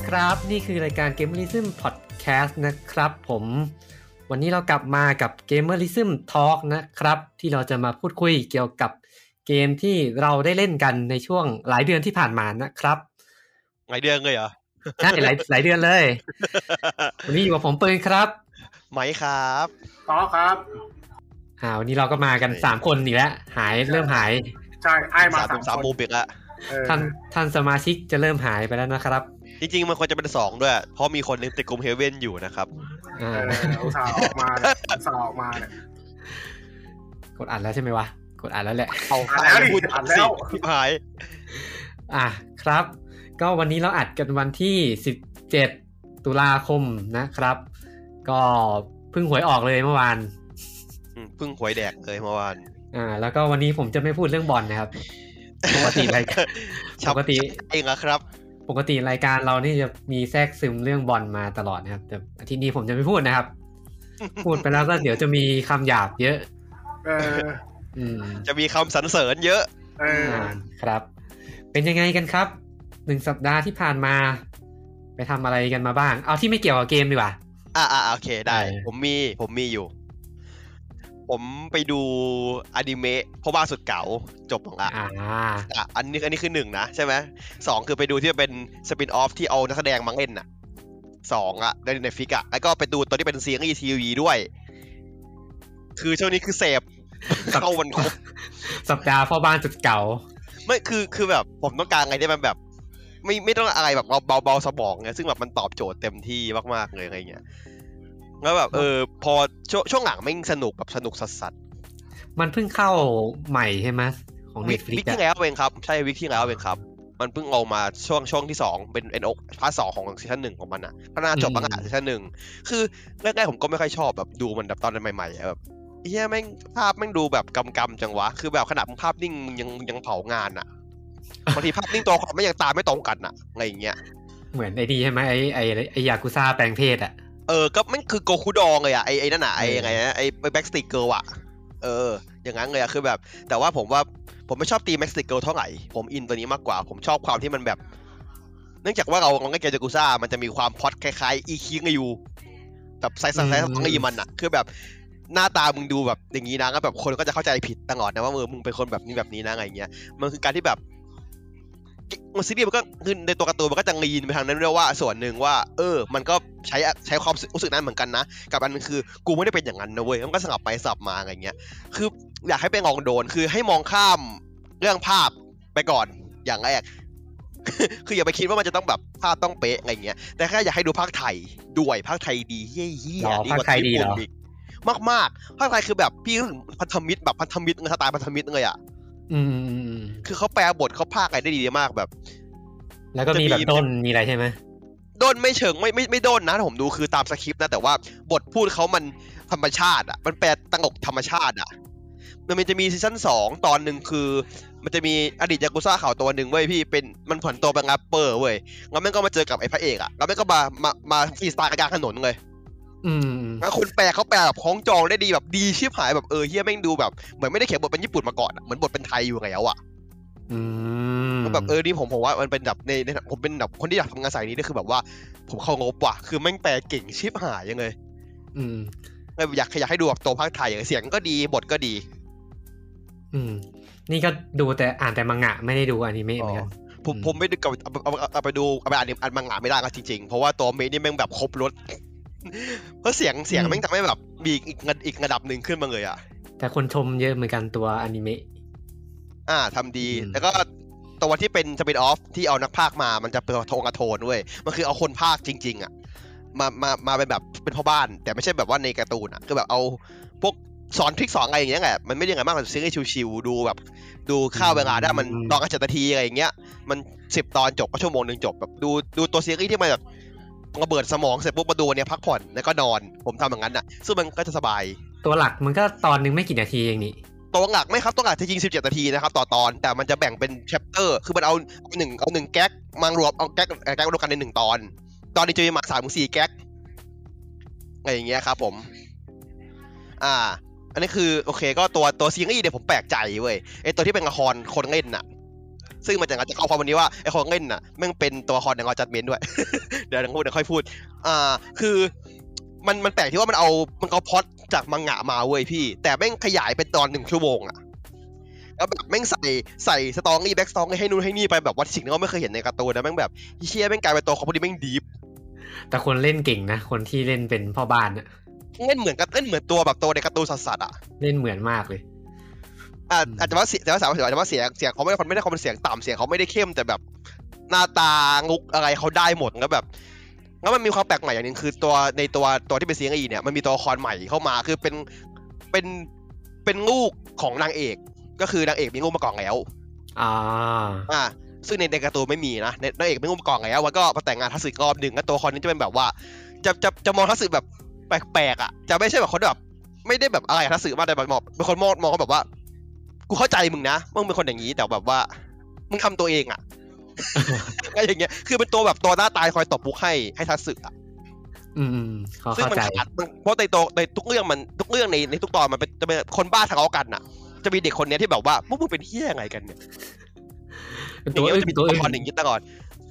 ครับนี่คือรายการ Gamerism Podcast นะครับผมวันนี้เรากลับมากับ Gamerism Talk นะครับที่เราจะมาพูดคุยเกี่ยวกับเกมที่เราได้เล่นกันในช่วงหลายเดือนที่ผ่านมานะครับหลายเดือนเลยเหรอใช่หลายเดือนเลยวันนี้อยู่กับผมปืนครับไหมครับต่อครับวันนี้เราก็มากัน3คนอีกแล้วเริ่มหายใช่ไอ้มา 3มุมอีกแล้วท่านสมาชิกจะเริ่มหายไปแล้วนะครับจริงๆมันควรจะเป็น2ด้วยเพราะมีคนนึงติดกลุ่มเฮเว่นอยู่นะครับอุตส่าห์ออกมาเนี่ยกดอัดแล้วใช่ไหมวะกดอัดแล้วแหละเอาพูดอัดแล้วหายครับก็วันนี้เราอัดกันวันที่17ตุลาคมนะครับก็เพิ่งหวยออกเลยเมื่อวานเพิ่งหวยแดกเลยเมื่อวานแล้วก็วันนี้ผมจะไม่พูดเรื่องบอลนะครับปกติรายการปกติเองอะครับปกติรายการเรานี่จะมีแทรกซึมเรื่องบอลมาตลอดนะครับแต่อาทิตย์นี้ผมจะไม่พูดนะครับพูดไปแล้วก็เดี๋ยวจะมีคำหยาบเยอะจะมีคำสรรเสริญเยอะครับเป็นยังไงกันครับ1สัปดาห์ที่ผ่านมาไปทำอะไรกันมาบ้างเอาที่ไม่เกี่ยวกับเกมดีกว่าโอเคได้ผมมีอยู่ผมไปดูอนิเมะพ่อบ้านสุดเก๋าจบของอันนี้คือ1นะใช่ไหม2คือไปดูที่เป็นสปินออฟที่เอานักแสดงมาเล่นน่ะ2ใน Netflix แล้วก็ไปดูตอนที่เป็นซีรีส์ทีวีด้วยคือช่วงนี้คือเสพเข้าวันครบสัปดาห์พ่อบ้านสุดเก๋าไม่คือแบบผมต้องการอะไรที่มันแบบไม่ต้องอะไรแบบเบาสมองไงซึ่งแบบมันตอบโจทย์เต็มที่มากๆเลยอะไรเงี้ยแล้วแบบพอช่วงหลังไม่สนุกแบบสนุกสัสๆมันเพิ่งเข้าใหม่ใช่ไหมของ Netflix วิกที่แล้วเองครับใช่วิกที่แล้วเองครับมันเพิ่งออกมาช่วงที่2เป็น NO พาร์ท 2ของซีซั่น1ของมันน่ะก็น่าจบตั้งแต่ซีซั่น1คือแรกๆผมก็ไม่ค่อยชอบแบบดูมันแบบตอนใหม่ๆแบบเหี้ยแม่งภาพแม่งดูแบบกำจังวะคือแบบขนาดภาพนิ่งยังเผางานอ่ะบางทีภาพนิ่งตัวความไม่ยังตาไม่ตรงกันอ่ะอะไรอย่างเงี้ยเหมือนไอ้ดีใช่ไหมไอ้ยากุซ่าแปลงเพศอ่ะก็มันคือโกคุดองเลยอ่ะไอ้นั่นน่ะไอ้ยังไงนะไอ้แบ็กสติกเกิร์ลอ่ะอย่างนั้นเลยอ่ะคือแบบแต่ว่าผมไม่ชอบตีแบ็กสติกเกิร์ลเท่าไหร่ผมอินตัวนี้มากกว่าผมชอบความที่มันแบบเนื่องจากว่าเราเล่นเกมยากุซ่ามันจะมีความพล็อตคล้ายๆอีคิงอยู่แบบไซส์ของอีมันอ่ะคือแบบหน้าตามึงดูแบบอย่างนี้นะก็แบบคนก็จะเข้าใจผิดตลอดนะว่ามึงเป็นคนแบบนี้นะอะไรอย่างเงี้ยมันคือการที่แบบมันซีรีส์มันก็คือในตัวการ์ตูนมันก็จะลีนไปทางนั้นด้วยว่าส่วนหนึ่งว่ามันก็ใช้ความรู้สึกนั้นเหมือนกันนะกับอันนึงคือกูไม่ได้เป็นอย่างนั้นนะเว้ยมันก็สลับไปสลับมาอะไรเงี้ยคืออยากให้ไปลองโดนคือให้มองข้ามเรื่องภาพไปก่อนอย่างแรก คืออย่าไปคิดว่ามันจะต้องแบบภาพต้องเป๊ะอะไรเงี้ยแต่แค่อยากให้ดูภาคไทยด้วยภาคไทยดีเฮี้ยดีกว่าญี่ปุ่นอีกมากภาคไทยคือแบบพี่พันธมิตรแบบพันธมิตรสไตล์พันธมิตรเลยอ่ะคือเขาแปลบทเขาพากย์อะไรได้ดีมากแบบแล้วก็มีแบบด้นมีอะไรใช่ไหมด้นไม่เชิงไม่ด้นนะผมดูคือตามสคริปต์นะแต่ว่าบทพูดเขามันธรรมชาติอ่ะมันแปลตลกธรรมชาติอ่ะมันจะมีซีซั่น2ตอนนึงคือมันจะมีอดีตยากุซ่าเขาตัวนึงเว้ยพี่เป็นมันผ่อนตัวเป็นแรปเปอร์เว้ยแล้วมันก็มาเจอกับไอ้พระเอกอ่ะแล้วมันก็มาฟรีสไตล์กลางถนนเลยแล้วคนแปลเขาแปลแบบคล้องจองได้ดีแบบดีชิบหายแบบเฮียแม่งดูแบบเหมือนไม่ได้เขียนบทเป็นญี่ปุ่นมาก่อนเหมือนบทเป็นไทยอยู่ไงอ่ะแบบนี่ผมว่ามันเป็นแบบในผมเป็นแบบคนที่อยากทำงานสายนี้นี่คือแบบว่าผมเข้างบว่ะคือแม่งแปลเก่งชิบหายยังไงอยากให้ดูแบบตัวภาคไทยเสียงก็ดีบทก็ดีนี่ก็ดูแต่อ่านแต่มังงะไม่ได้ดูอนิเมะเหมือนกันผมไม่ได้เอาไปดูเอาไปอ่านมังงะไม่ได้ก็จริงๆเพราะว่าตัวเมะนี่แม่งแบบครบรสเพราะเสียงแม่งทำให้แบบมีอีกระดับหนึ่งขึ้นมาเลยอ่ะแต่คนชมเยอะเหมือนกันตัวอนิเมะทำดีแล้วก็ตัวที่เป็นสปินออฟที่เอานักพากย์มามันจะเป็นโทนกระโทนด้วยมันคือเอาคนพากย์จริงๆอ่ะมาเป็นแบบเป็นพ่อบ้านแต่ไม่ใช่แบบว่าในการ์ตูนอ่ะคือแบบเอาพวกสอนทริคสอนอะไรอย่างเงี้ยแหละมันไม่ได้ยังไงมากแบบซีรีส์ชิวๆดูแบบดูข้าวเวลาได้มันตอนกัน7 นาทีอะไรอย่างเงี้ยมัน10 ตอนจบก็ชั่วโมงนึงจบแบบดูตัวซีรีส์ที่มันแบบระเบิดสมองเสร็จปุ๊บมาดูเนี่ยพักผ่อนแล้วก็นอนผมทำอย่างนั้นอ่ะซึ่งมันก็จะสบายตัวหลักมันก็ตอนนึงไม่กี่นาทีเองนี่ตัวหลักไม่ครับตัวหลักจะยิง17 นาทีนะครับต่อตอนแต่มันจะแบ่งเป็นแชปเตอร์คือมันเอา1แก๊กมารวมเอาแก๊กรวมกันใน1 ตอนนี้จะมีมา3-4 แก๊กอะไรอย่างเงี้ยครับผมอันนี้คือโอเคก็ตัวซีรีส์เนี่ยผมแปลกใจเว้ยไอ้ตัวที่เป็นละครคนเล่นน่ะซึ่งมันจะเข้าความวันนี้ว่าไอ้คนเล่นน่ะแม่งเป็นตัวละครในงอจัดเมนด้วยเดี๋ยวค่อยพูดคือมันแปลกที่ว่ามันเอาพล็อตจากมังงะมาเว้ยพี่แต่แม่งขยายเป็นตอน1 ชั่วโมงอะแล้วแบบแม่งใส่สตอรี่แบ็กสตอรี่ให้นู่นให้นี่ไปแบบว่าสิ่งที่เราไม่เคยเห็นในการ์ตูนนะแม่งแบบเชี่ยแม่งกลายเป็นตัวของพวกนี้แม่งดีฟแต่คนเล่นเก่งนะคนที่เล่นเป็นพ่อบ้านน่ะเล่นเหมือนตัวแบบตัวในการ์ตูนสัสๆอ่ะเล่นเหมือนมากเลยอาจจะว่าเสียงเขาไม่ได้เขาเป็นเสียงต่ำเสียงเขาไม่ได้เข้มแต่แบบหน้าตางุกอะไรเขาได้หมดแล้วแบบแล้วมันมีความแปลกใหม่อย่างนึงคือตัวที่เป็นซีรีส์เนี่ยมันมีตัวละครใหม่เข้ามาคือเป็นลูกของนางเอกก็คือนางเอกมีลูกมาก่อนแล้วซึ่งในการ์ตูนไม่มีนะนางเอกมีลูกมาก่อนแล้วแล้วก็มาแต่งงานทัศน์รอบหนึ่งแล้วตัวละครนี้จะเป็นแบบว่าจะมองทัศน์แบบแปลกๆอ่ะจะไม่ใช่แบบคนแบบไม่ได้แบบอะไรทัศน์มากแต่แบบเป็นคนมองแบบว่ากูเข้าใจมึงนะมึงเป็นคนอย่างนี้แต่แบบว่ามึงทำตัวเองอ่ะอะไรอย่างเงี้ยคือเป็นตัวแบบตัวหน้าตายคอยตบมุกให้ทัศน์อ่ะซึ่งมันขาดเพราะในทุกเรื่องในทุกตอนมันจะเป็นคนบ้าทะเลาะกันอ่ะจะมีเด็กคนนี้ที่แบบว่าพวกมึงเป็นเหี้ยไงกันเนี่ยตัวอื่นมีตัวละครอย่างนี้ตลอด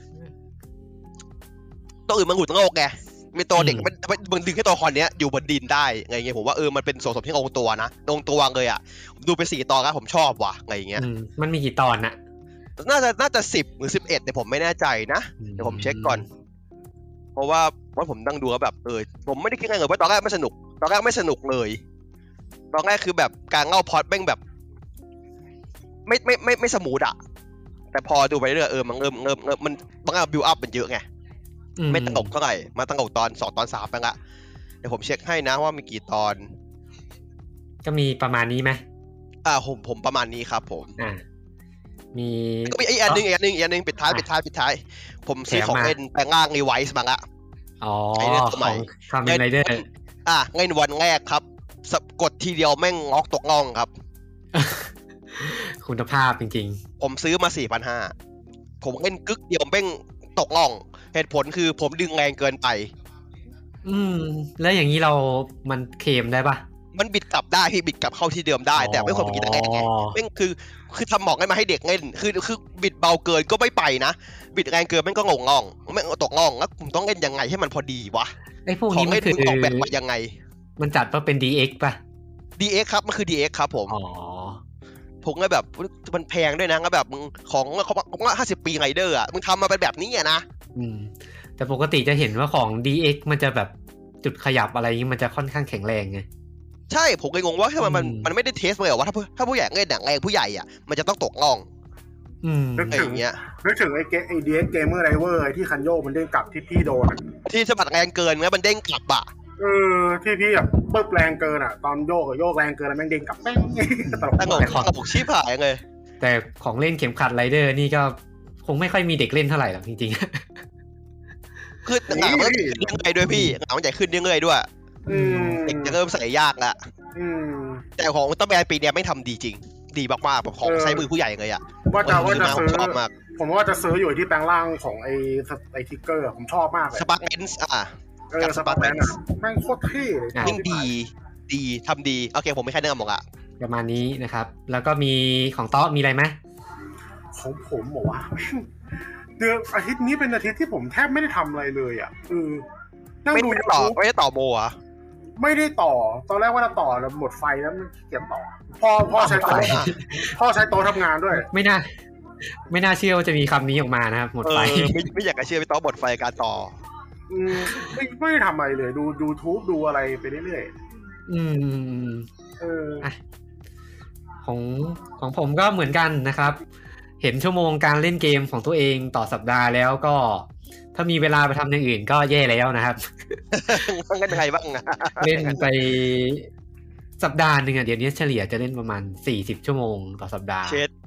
ตัวอื่นมันหงุดโลกไงมีตัวเด็กมันดึงให้ตัวละครนี้อยู่บนดินได้ไงเงี้ยผมว่ามันเป็นส่วนผสมที่ลงตัวนะลงตัวเลยอ่ะดูไป4 ตอนแล้วผมชอบว่ะไงเงี้ยมันมีกี่ตอนน่ะน่าจะ10 หรือ 11แต่ผมไม่แน่ใจนะเดี๋ยวผมเช็คก่อนเพราะว่าผมนั่งดูแล้วแบบผมไม่ได้คิดอะไรเลยว่าตอนแรกไม่สนุกเลยตอนแรกคือแบบการเล่าพล็อตแม่งแบบไม่สมูทอ่ะแต่พอดูไปเรื่อยมันเริ่มมันบางอย่างบิวอัพมันเยอะไงไม่ตลกเท่าไหร่มาตลกตอน2 ตอน 3ไปละเดี๋ยวผมเช็คให้นะว่ามีกี่ตอนก็มีประมาณนี้ไหมผมประมาณนี้ครับผมมีก็มีอีกอันนึงปิดท้ายผมซื้อของเล่นแปลงร่างรีไวซ์มาละไอเรื่องสมัยทำเป็นไรเดอร์เงินวันแรกครับกดทีเดียวแม่งงอกตกง่องครับคุณภาพจริงๆผมซื้อมา 4,500 ผมเล่นกึกเดียวแม่งตกง่องเหตุผลคือผมดึงแรงเกินไปแล้วอย่างนี้มันเคลมได้ปะมันบิดกลับได้พี่บิดกลับเข้าที่เดิมได้แต่ไม่ควรบิดแรงไงแม่งคือทำหมอกให้มาให้เด็กเล่นคือบิดเบาเกินก็ไม่ไปนะบิดแรงเกินแม่งก็งงง่องแม่งตกง่องแล้วผมต้องเล่นยังไงให้มันพอดีวะไอ้พวกนี้มันคือออกแบบมายังไงมันจัดว่าเป็น DX ป่ะ DX ครับมันคือ DX ครับผมผมก็แบบมันแพงด้วยนะก็แบบมึงของเขา50 ปีไรเดอร์อ่ะมึงทำมาเป็นแบบนี้อ่ะนะแต่ปกติจะเห็นว่าของ DX มันจะแบบจุดขยับอะไรนี้มันจะค่อนข้างแข็งแรงไงใช่ผมเลยงงว่าทำไมมันไม่ได้เทสเลยว่าถ้าผู้ใหญ่เล่นหนังแรงผู้ใหญ่อ่ะมันจะต้องตกง่องนึกถึงไอ้ DX Gamer Driver ไอ้ที่คันโยกมันเด้งกลับที่พี่โดนที่สะบัดแรงเกินแล้วมันเด้งกลับอ่ะที่พี่แบบปึ๊บแรงเกินอ่ะตอนโยกแรงเกินแล้วแม่งเด้งกลับแม่งแต่ของชิบหายเลยแต่ของเล่นเข็มขัดไรเดอร์นี่ก็คงไม่ค่อยมีเด็กเล่นเท่าไหร่หรอกจริงๆคือหนังมันเรื่อยๆด้วยพี่หนังมันใหญ่ขึ้นเรื่อยๆด้วยเด็กจะเริ่มใส่ยากละแต่ของอุลตร้าแมนปีนี้ไม่ทำดีจริงดีมากๆแบบของใช้มือผู้ใหญ่เลยอ่ะว่าจะซื้อผมว่าจะซื้ออยู่ที่แปลงร่างของไอ้ทิกเกอร์ผมชอบมากเลยสปาร์คเลนส์กับสปาร์คเลนส์แม่งโคตรเท่เลยยิ่งดีทำดีโอเคผมไม่ค่อยแนะนำหรอกอะประมาณนี้นะครับแล้วก็มีของต๊อมีอะไรไหมของผมบอกว่าเดือนอาทิตย์นี้เป็นอาทิตย์ที่ผมแทบไม่ได้ทำอะไรเลยอ่ะนั่งดูไม่ได้ต่อโมอ่ะไม่ได้ต่อตอนแรกว่าจะต่อแล้วหมดไฟแล้วมันเก็บต่อพ่อใช้โต๊ะทำงานด้วยไม่น่าเชื่อว่าจะมีคำนี้ออกมานะครับหมดไฟไม่อยากจะเชื่อพี่ต๊อบหมดไฟการต่อไม่ได้ทำอะไรเลยดู YouTube ดูอะไรไปเรื่อยๆของผมก็เหมือนกันนะครับเห็นชั่วโมงการเล่นเกมของตัวเองต่อสัปดาห์แล้วก็ถ้ามีเวลาไปทำอย่างอื่นก็แย่แล้วนะครับต้องกันยังไงบ้างเล่นไปสัปดาห์นึงเดี๋ยวนี้เฉลี่ยจะเล่นประมาณ40 ชั่วโมงต่อสัปดาห์เช็ด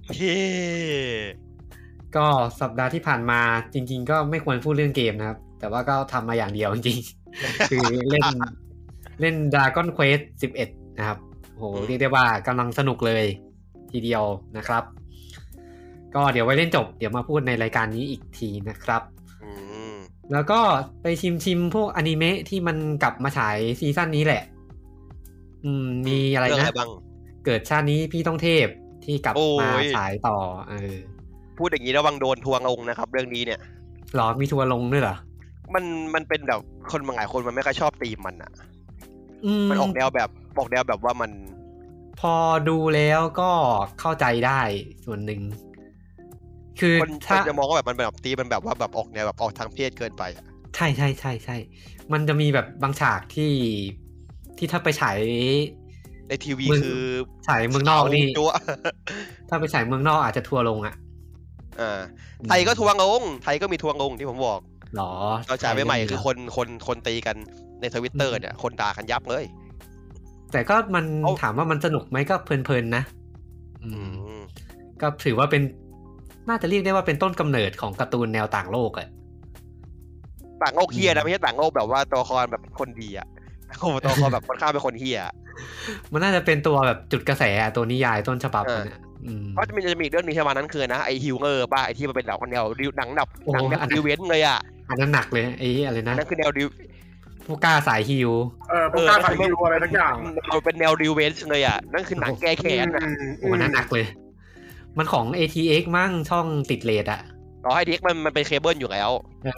ก็สัปดาห์ที่ผ่านมาจริงๆก็ไม่ควรพูดเรื่องเกมนะครับแต่ว่าก็ทำมาอย่างเดียวจริงๆคือเล่น Dragon Quest 11นะครับโหเรียกได้ว่ากำลังสนุกเลยทีเดียวนะครับก็เดี๋ยวไว้เล่นจบเดี๋ยวมาพูดในรายการนี้อีกทีนะครับแล้วก็ไปชิมพวกอนิเมะที่มันกลับมาฉายซีซั่นนี้แหละมีอะไรนะเกิดชาตินี้พี่ต้องเทพที่กลับมาฉายต่อพูดอย่างนี้ระวังโดนทัวร์ลงนะครับเรื่องนี้เนี่ยหรอมีทัวร์ลงด้วยเหรอมันเป็นแบบคนบางหลายคนมันไม่ค่อยชอบธีมมันอ่ะมันออกแนวแบบว่ามันพอดูแล้วก็เข้าใจได้ส่วนหนึ่งคือถ้าจะมองว่าแบบมันแบบตีมันแบบว่าแบบออกแนวแบบออกทางเพศเกินไปอ่ะใช่มันจะมีแบบบางฉากที่ถ้าไปฉายในทีวีคือฉายเมืองนอกนี่ถ้าไปฉายเมืองนอกอาจจะทัวร์ลงอ่ะไทยก็ทัวร์ลงไทยก็มีทัวร์ลงที่ผมบอกหรอเราฉายใหม่ๆคือคนตีกันใน Twitter เนี่ยคนด่ากันยับเลยแต่ก็มันถามว่ามันสนุกไหมก็เพลินๆนะก็ถือว่าเป็นน่าจะเรียกได้ว่าเป็นต้นกำเนิดของการ์ตูนแนวต่างโลกอะต่างโลกเฮียนะไม่ใช่ต่างโลกแบบว่าตัวละครแบบคนดีอะตัวละครแบบค่อนข้างเป็นคนเฮียมันน่าจะเป็นตัวแบบจุดกระแสตัวนิยายต้นฉบับเนี่ยเพราะจะมีอีกเรื่องนึงใช่ไหมนั้นคือนะไอฮิวเงอร์ป่ะไอที่มันเป็นแนวหนังดิวเวนเลยอะอันนั้นหนักเลยไออะไรนะนั่นคือแนวดิวผู้กล้าสายฮิวผู้กล้าสายฮิวอะไรทั้งอย่างมันเป็นแนวดิวเวนเลยอะนั่นคือหนังแก้แค้นอะโอ้นั่นหนักเลยมันของ ATX มั่งช่องติดเรทอะ ATX มันเป็นเคเบิลอยู่แล้ว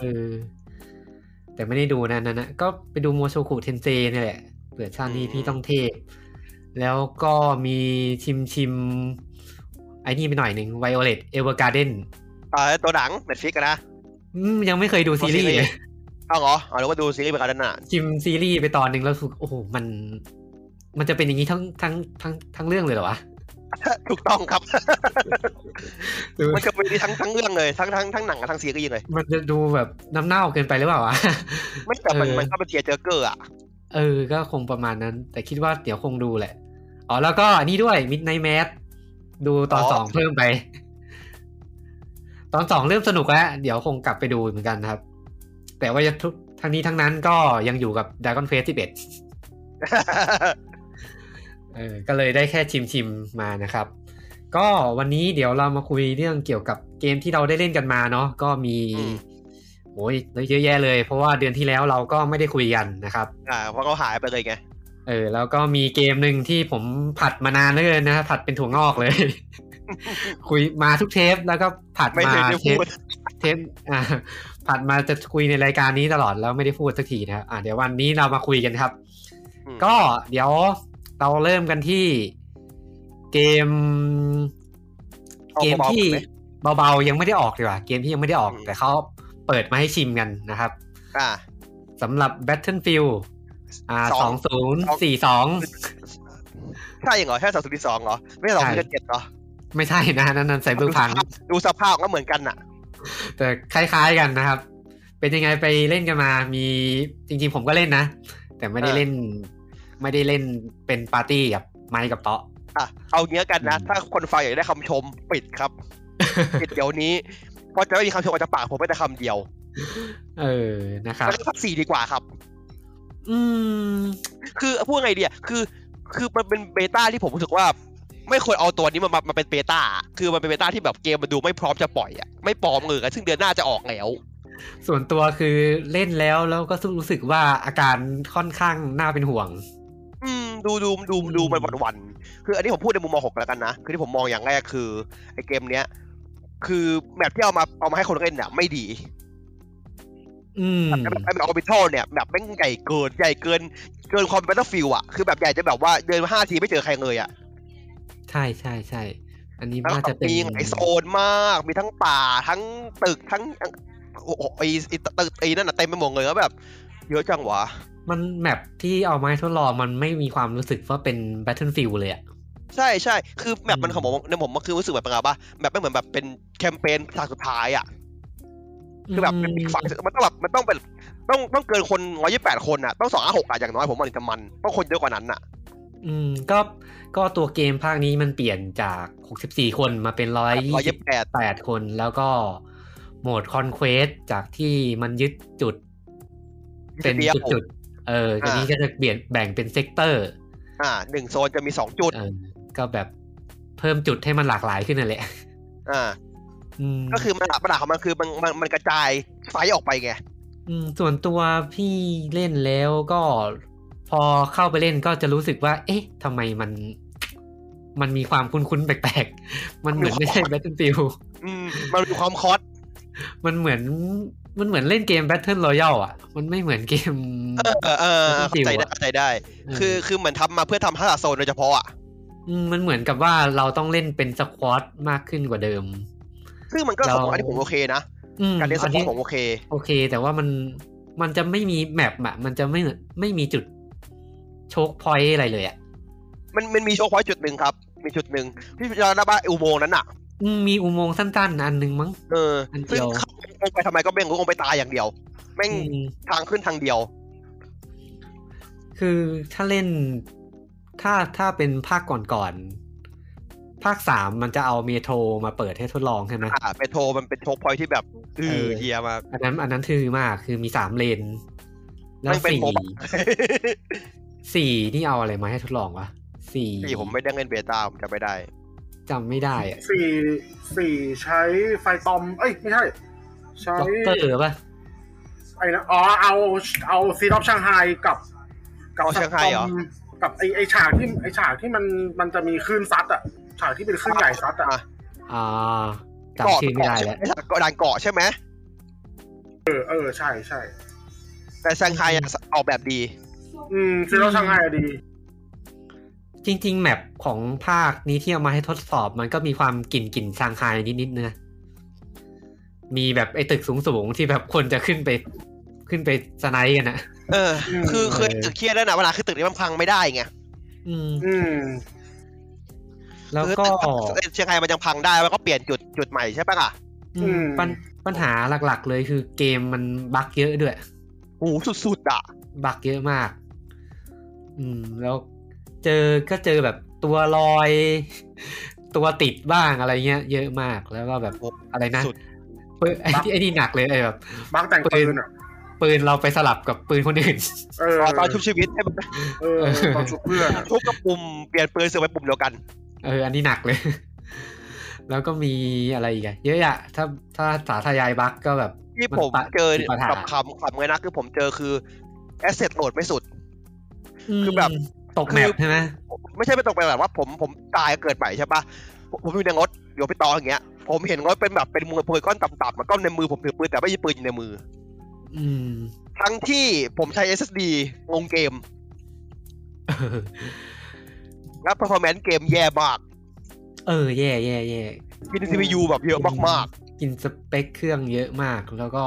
แต่ไม่ได้ดูนั่นนะก็ไปดูโมโชคุเทนเซนี่แหละเปิดชาตินี้พี่ต้องเทพแล้วก็มีชิมไอ้นี่ไปหน่อยนึง Violet Evergarden ตัวหนัง Netflix นะยังไม่เคยดูซีรีส์เลยเหรอเราก็ดูซีรีส์ไปกันน่ะชิมซีรีส์ไปตอนนึงแล้วโอ้โหมันจะเป็นอย่างนี้ทั้งเรื่องเลยเหรอวะถูกต้องครับมันจะเป็นทั้งเรื่องเลยทั้งหนังกับทั้งซีรีส์เลยมันจะดูแบบน้ำเน่าเกินไปหรือเปล่าวะไม่แต่มันก็เป็นเทียร์เจอเกอร์อ่ะก็คงประมาณนั้นแต่คิดว่าเดี๋ยวคงดูแหละแล้วก็อันนี้ด้วย Midnight Mass ดูตอน2เพิ่มไปตอน2เริ่มสนุกแล้วเดี๋ยวคงกลับไปดูเหมือนกันครับแต่ว่าทั้งนี้ทั้งนั้นก็ยังอยู่กับ Dragon Quest 11ก็เลยได้แค่ชิมมานะครับก็วันนี้เดี๋ยวเรามาคุยเรื่องเกี่ยวกับเกมที่เราได้เล่นกันมาเนาะก็มีโอ้ยเยอะแยะเลยเพราะว่าเดือนที่แล้วเราก็ไม่ได้คุยกันนะครับเพราะเขาหายไปเลยไงแล้วก็มีเกมนึงที่ผมผัดมานานเหลือเกินนะผัดเป็นถั่วงอกเลย คุยมาทุกเทปแล้วก็ผัดมาเทปผัดมาจะคุยในรายการนี้ตลอดแล้วไม่ได้พูดสักทีนะครับเดี๋ยววันนี้เรามาคุยกันครับก็เดี๋ยวเราเริ่มกันที่เกมที่เบาๆยังไม่ได้ออกดีกว่าเกมที่ยังไม่ได้ออกแต่เขาเปิดมาให้ชิมกันนะครับสำหรับ Battlefield 2042 ใช่เหรอแค่2042เหรอไม่ใช่2047เหรอไม่ใช่นะนั่นไซเบอร์พังดูสภาพก็เหมือนกันน่ะแต่คล้ายๆกันนะครับเป็นยังไงไปเล่นกันมามีจริงๆผมก็เล่นนะแต่ไม่ได้เล่นเป็นปาร์ตี้กับไมค์กับเตาะเอาเงี้ยกันนะถ้าคนฟังอยากได้คำชมปิดครับ ปิดเดี๋ยวนี้เพราะจะไม่มีคำชมออกจากปากผมไม่แต่คำเดียวนะครับแล้วพัก4ดีกว่าครับคือพูดไงดีอ่ะคือมันเป็นเบต้าที่ผมรู้สึกว่าไม่ควรเอาตัวนี้มาเป็นเบต้าคือมันเป็นเบต้าที่แบบเกมมันดูไม่พร้อมจะปล่อยอ่ะไม่พร้อมเลยซึ่งเดือนหน้าจะออกแล้วส่วนตัวคือเล่นแล้วก็รู้สึกว่าอาการค่อนข้างน่าเป็นห่วงดูมันวันคืออันนี้ผมพูดในมุมมอง6แล้วกันนะคือที่ผมมองอย่างแรกคือไอ้เกมเนี้ยคือแมปที่เอามาให้คนเล่นเนี่ยไม่ดีแบบไอ้แบบออร์บิทัลเนี่ยแบบแม่งใหญ่เกินความเป็น Battlefield อ่ะคือแบบใหญ่จะแบบว่าเดิน5 ทีไม่เจอใครเลยอ่ะใช่อันนี้น่าจะเป็นมีไอโซนมากมีทั้งป่าทั้งตึกทั้งไอตึกไอนั่นน่ะเต็มไปหมดเลยแล้วแบบเยอะจังวะมันแมปที่เอามาให้ทดลองมันไม่มีความรู้สึกว่าเป็น Battlefield เลยอ่ะใช่คือแมปมันของผมในผมมันคือรู้สึกแบบเป็นไงป่ะแมปไม่เหมือนแบบเป็นแคมเปญฉากสุดท้ายอ่ะคือแบบเป็นอีกฝั่งมันต้องเป็นต้องเกินคน128คนอ่ะต้อง256อ่ะอย่างน้อยผมว่าถึงจะมันต้องคนเยอะกว่านั้นอ่ะก็ตัวเกมภาคนี้มันเปลี่ยนจาก64คนมาเป็น128คนแล้วก็โหมดคอนเควสจากที่มันยึดจุดเป็นจุดทีนี้ก็จะแบ่งเป็นเซกเตอร์ 1โซนจะมี2จุดก็แบบเพิ่มจุดให้มันหลากหลายขึ้นนั่นแหละก็คือปัญหาของมันคือมันกระจายไฟออกไปไงส่วนตัวพี่เล่นแล้วก็พอเข้าไปเล่นก็จะรู้สึกว่าเอ๊ะทำไมมันมีความคุ้นๆแปลกๆมันเหมือนไม่ใช่ Battlefield มันมีความคอสมันเหมือนเล่นเกม Battle Royale อ่ะมันไม่เหมือนเกมเข้าใจได้คือเหมือนทำมาเพื่อทำฮัลโซนโดยเฉพาะอ่ะมันเหมือนกับว่าเราต้องเล่นเป็นสควอตมากขึ้นกว่าเดิมซึ่งมันก็อันนี้ผมโอเคนะการเล่นสควอตผมโอเคแต่ว่ามันจะไม่มีแมปอะมันจะไม่มีจุดโชคพอยต์อะไรเลยอะมันมีโชคพอยต์จุดนึงครับมีจุดนึงพี่จำได้ป่ะอุโมงค์นั้นน่ะมีอุโมงค์สั้นๆอันนึงมั้งอันเดียวลงไปทำไมก็เบ่งลงไปตายอย่างเดียวแม่งทางขึ้นทางเดียวคือถ้าเล่นถ้าเป็นภาคก่อนภาค3มันจะเอาเมโทรมาเปิดให้ทดลองใช่ไหมเมโทรมันเป็นโชคพอยท์ที่แบบเฮียมากอันนั้นทื่อมากคือมี3เลนแล้ว4นี่เอาอะไรมาให้ทดลองวะ4 ผมไม่ได้เล่นเบต้าผมจำไม่ได้อ่ะ 4ใช้ไฟตอมไม่ใช่ใช้ด็อกเตอร์ป่ะนะเอาซีดอฟช่างไฮกับช่างไฮเหรอกับไอฉากที่มันจะมีคลื่นซัดอ่ะฉากที่เป็นคลื่นใหญ่ซัดอ่ะจำชื่อไม่ได้แล้วเกาะด่านเกาะใช่ไหมใช่แต่ช่างไฮออกแบบดีซีดอฟช่างไฮดีจริงๆแมปของภาคนี้ที่เอามาให้ทดสอบมันก็มีความกลิ่นซางไฮนิดๆนะมีแบบไอ้ตึกสูงๆที่แบบคนจะขึ้นไปสไนด์กันนะคือเคยตึกเครียดแล้วนะเวลาคือตึกนี้มันพังไม่ได้ไงแล้วก็เชียงรายมันยังพังได้แล้วก็เปลี่ยนจุดใหม่ใช่ปะล่ะปัญหาหลักๆเลยคือเกมมันบั๊กเยอะด้วยโอ้สุดๆอ่ะบั๊กเยอะมากแล้วเจอแบบตัวลอยตัวติดบ้างอะไรเงี้ยเยอะมากแล้วก็แบบอะไรนะไอ้นี่หนักเลยแบบบั๊กแต่งปืนอ่ะปืนเราไปสลับกับปืนคนอื่นตอนชุบชีวิตให้มันตอนชุบเพื่อนทุบกับปุ่มเปลี่ยนปืนเสือไปปุ่มเดียวกันอันนี้หนักเลยแล้วก็มีอะไรอีกเยอะอะถ้าสาธยายบั๊กก็แบบที่ผมเจอกับคำเลยนะคือผมเจอคือแอสเซทโหลดไม่สุดคือแบบตกแมปใช่ไหมไม่ใช่ไปตกไปแบบว่าผมตายเกิดใหม่ใช่ปะผมอยู่ในรถอยู่ไปต่ออย่างเงี้ยผมเห็นรถเป็นแบบเป็นมือปืนก้อนต่ำๆมันก็ในมือผมถือปืนแต่ไม่มีปืนอยู่ในมือทั้งที่ผมใช้ SSD ลงเกมแล้ว performance เกมแย่มากแย่กิน CPU แบบเยอะมากๆกินสเปคเครื่องเยอะมากแล้วก็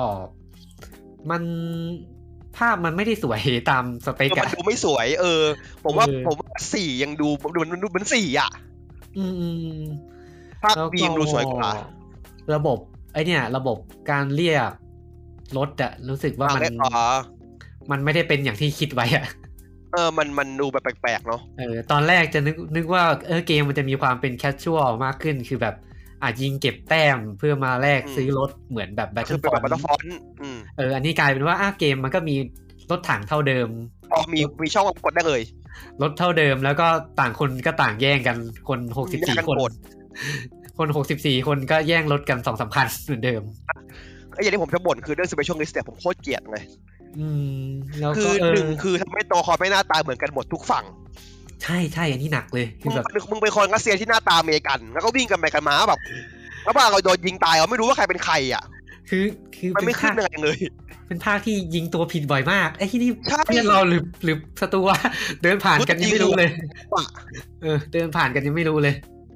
ภาพมันไม่ได้สวยตามสเปคมันดูไม่สวยผมว่า4ยังดูมันเหมือน4อ่ะภาพ B ยังดูสวยกว่าระบบระบบการเรียกรถอะรู้สึกว่ามันไม่ได้เป็นอย่างที่คิดไว้อะมันดูแบบแปลกๆเนาะตอนแรกจะนึกว่าเกมมันจะมีความเป็นแคชชวลมากขึ้นคือแบบยิงเก็บแต้มเพื่อมาแลกซื้อรถเหมือนแบบ Battlefront อันนี้กลายเป็นว่าเกมมันก็มีรถถังเท่าเดมีช่องกดได้เลยรถเท่าเดิมแล้วก็ต่างคนก็ต่างแย่งกันคน64คน64คนก็แย่งรถกัน 2-3 คันเหมือนเดิมอย่างที่ผมจะบ่นคือเรื่อง Special List เนี่ยผมโคตรเกลียดเลยแล้วก็คือ1คือทำให้ตัวคอไม่หน้าตาเหมือนกันหมดทุกฝั่งใช่อันนี้หนักเลยคือแบบมึงเป็นคนรัสเซียที่หน้าตาอเมริกันแล้วก็วิ่งกันไปกันมาแบบแล้วพอเราโดนยิงตายเราไม่รู้ว่าใครเป็นใครอ่ะคือมันไม่ขึ้นอะไรเลยเป็นภาคที่ยิงตัวผิดบ่อยมากไอ้ที่นี่เพื่อนเราหรือศัตรูว่าเดินผ่านกันยังไม่รู้เลยเดินผ่านกันยังไม่รู้เลย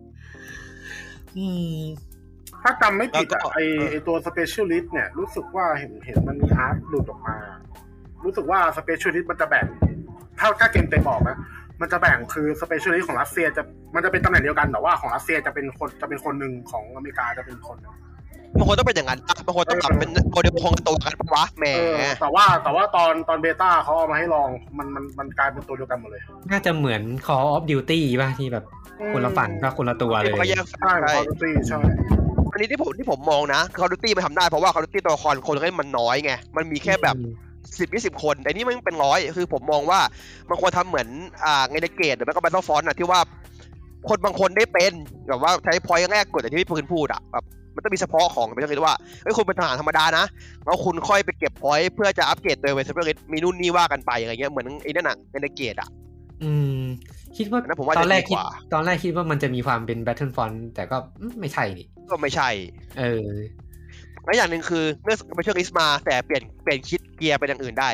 ถ้าจำไม่ผิดไอตัว Specialist เนี่ยรู้สึกว่าเห็นมันมีอาร์ตหลุดออกมารู้สึกว่า Specialist มันจะแบ่งถ้าเกมเต็มบอกนะมันจะแบ่งคือ Specialist ของรัสเซียมันจะเป็นตำแหน่งเดียวกันแต่ว่าของรัสเซียจะเป็นคนหนึ่งของอเมริกาจะเป็นคนบางคนต้องเป็นอย่างนั้นบางคนต้องแบบเป็นโมเดลของตัวกันปะวะแหมแต่ว่าตอนเบต้าเขาเอามาให้ลองมันกลายเป็นตัวเดียวกันหมดเลยน่าจะเหมือน Call of Duty ป่ะที่แบบคนละฝั่งก็คนละตัวเลยใช่ Call of Duty ใช่อันนี้ที่ผมมองนะ Call of Duty มันทำได้เพราะว่า Call of Duty ตัวละครคนเล่นมันน้อยไงมันมีแค่แบบ10-20 คนแต่นี่มันเป็น100คือผมมองว่ามันควรทำเหมือนในเกตหรือไม่ก็ Battlefront น่ะที่ว่าคนบางคนได้เป็นแบบว่าใช้พอยต์แรกกดแต่ที่พี่ปืนพูดอ่ะแบบมันต้องมีเฉพาะของไม่ใช่ว่าคุณเป็นทหารธรรมดานะแล้วคุณค่อยไปเก็บพอยต์เพื่อจะอัปเกรดตัวเป็น Super Hit มีนู่นนี่ว่ากันไปอะไรเงี้ยเหมือนไอ้นั่นน่ะในเกตอ่ะคิดว่าตอนแรกคิดว่ามันจะมีความเป็น Battlefront แต่ก็ไม่ใช่นี่ก็ไม่ใช่และอย่างหนึ่งคือเมื่อไปเชื่อลิสมาแต่เปลี่ยนคิดเกียร์เป็นอย่างอื่นได้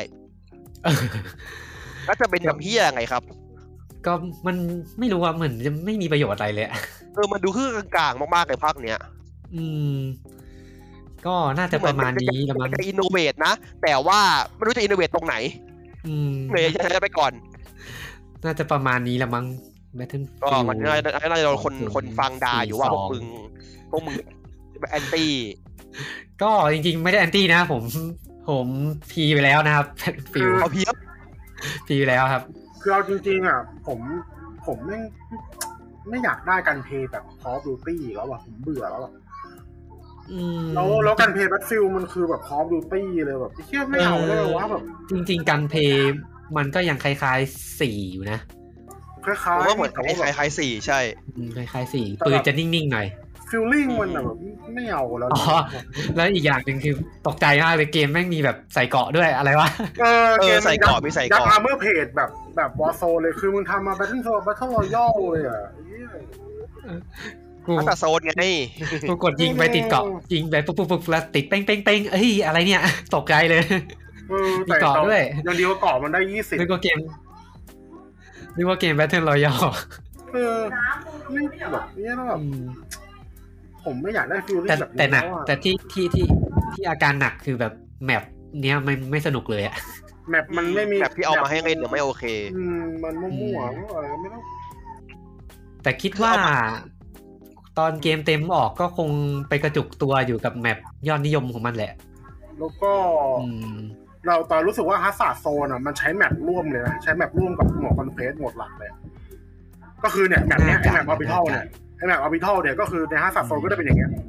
แล้วจะเป็นทำเหี้ยยังไงครับก็มันไม่รู้ว่าเหมือนจะไม่มีประโยชน์อะไรเลยมันดูคือกลางๆมากๆเลยภาคเนี้ยก็น่าจะประมาณนี้ละมั้งจะอินโนเวทนะแต่ว่าไม่รู้จะอินโนเวทตรงไหนเลยจะไปก่อนน่าจะประมาณนี้ละมั้งก็มันน่าจะโดนคนฟังด่าอยู่ว่าพวกมึงแอนตี้ก็จริงๆไม่ได้แอนตี้นะผมพีไปแล้วนะครับฟิวเอาพีไปแล้วครับคือเอาจริงๆอ่ะผมไม่อยากได้การเพย์แบบ Call of Duty แล้วอ่ะผมเบื่อแล้วอ่ะแล้วการเพย์ Battlefield มันคือแบบ Call of Duty เลยแบบเชี่ยไม่เอาเลยว่าแบบจริงๆการเพย์มันก็ยังคล้ายๆ4อยู่นะคล้ายๆเหมือนคล้ายๆ4ใช่คล้ายๆ4ปืนจะนิ่งๆหน่อยฟีลลิ่งมันแบบไม่เอาแล้วแล้วอีกอย่างนึงคือตกใจมากเลยเกมแม่งมีแบบใส่เกราะด้วยอะไรวะเกมใส่เกราะมีใส่เกราะอาร์เมอร์เพจแบบวอร์โซเลยคือมึงทำมาแบทเทิลรอยัลเลยอ่ะกูตัดโซนไงกูกดยิงไปติดเกาะยิงไปปุ๊บแล้วติดเป้งเอ้ยอะไรเนี่ยตกใจเลยมีเกาะด้วยยังดีกว่าเกาะมันได้20 นึกว่าเกมแบทเทิลรอยัลไม่แบบนี้แล้วแบบผมไม่อยากได้ฟีลลิ่งแบบนี้แต่หนักแต่ที่อาการหนักคือแบบแมปเนี้ยไม่สนุกเลยอะแมปมันไม่มีแมปที่เอามาให้เล่นไม่โอเคมันมั่วๆอะไรไม่รู้แต่คิดว่าตอนเกมเต็มออกก็คงไปกระจุกตัวอยู่กับแมปยอดนิยมของมันแหละแล้วก็เราตอนรู้สึกว่าฮัสซาร์ดโซนอ่ะมันใช้แมปร่วมเลยนะใช้แมปร่วมกับหมวดคอนเฟสหมวดหลักเลยก็คือเนี่ยแมปเนี้ยไอแมปออร์บิทัลเนี่ยไอแมปออร์บิทัลเนี่ยก็คือในฮัสซาร์ดโซนก็ได้เป็นอย่างเงี้ย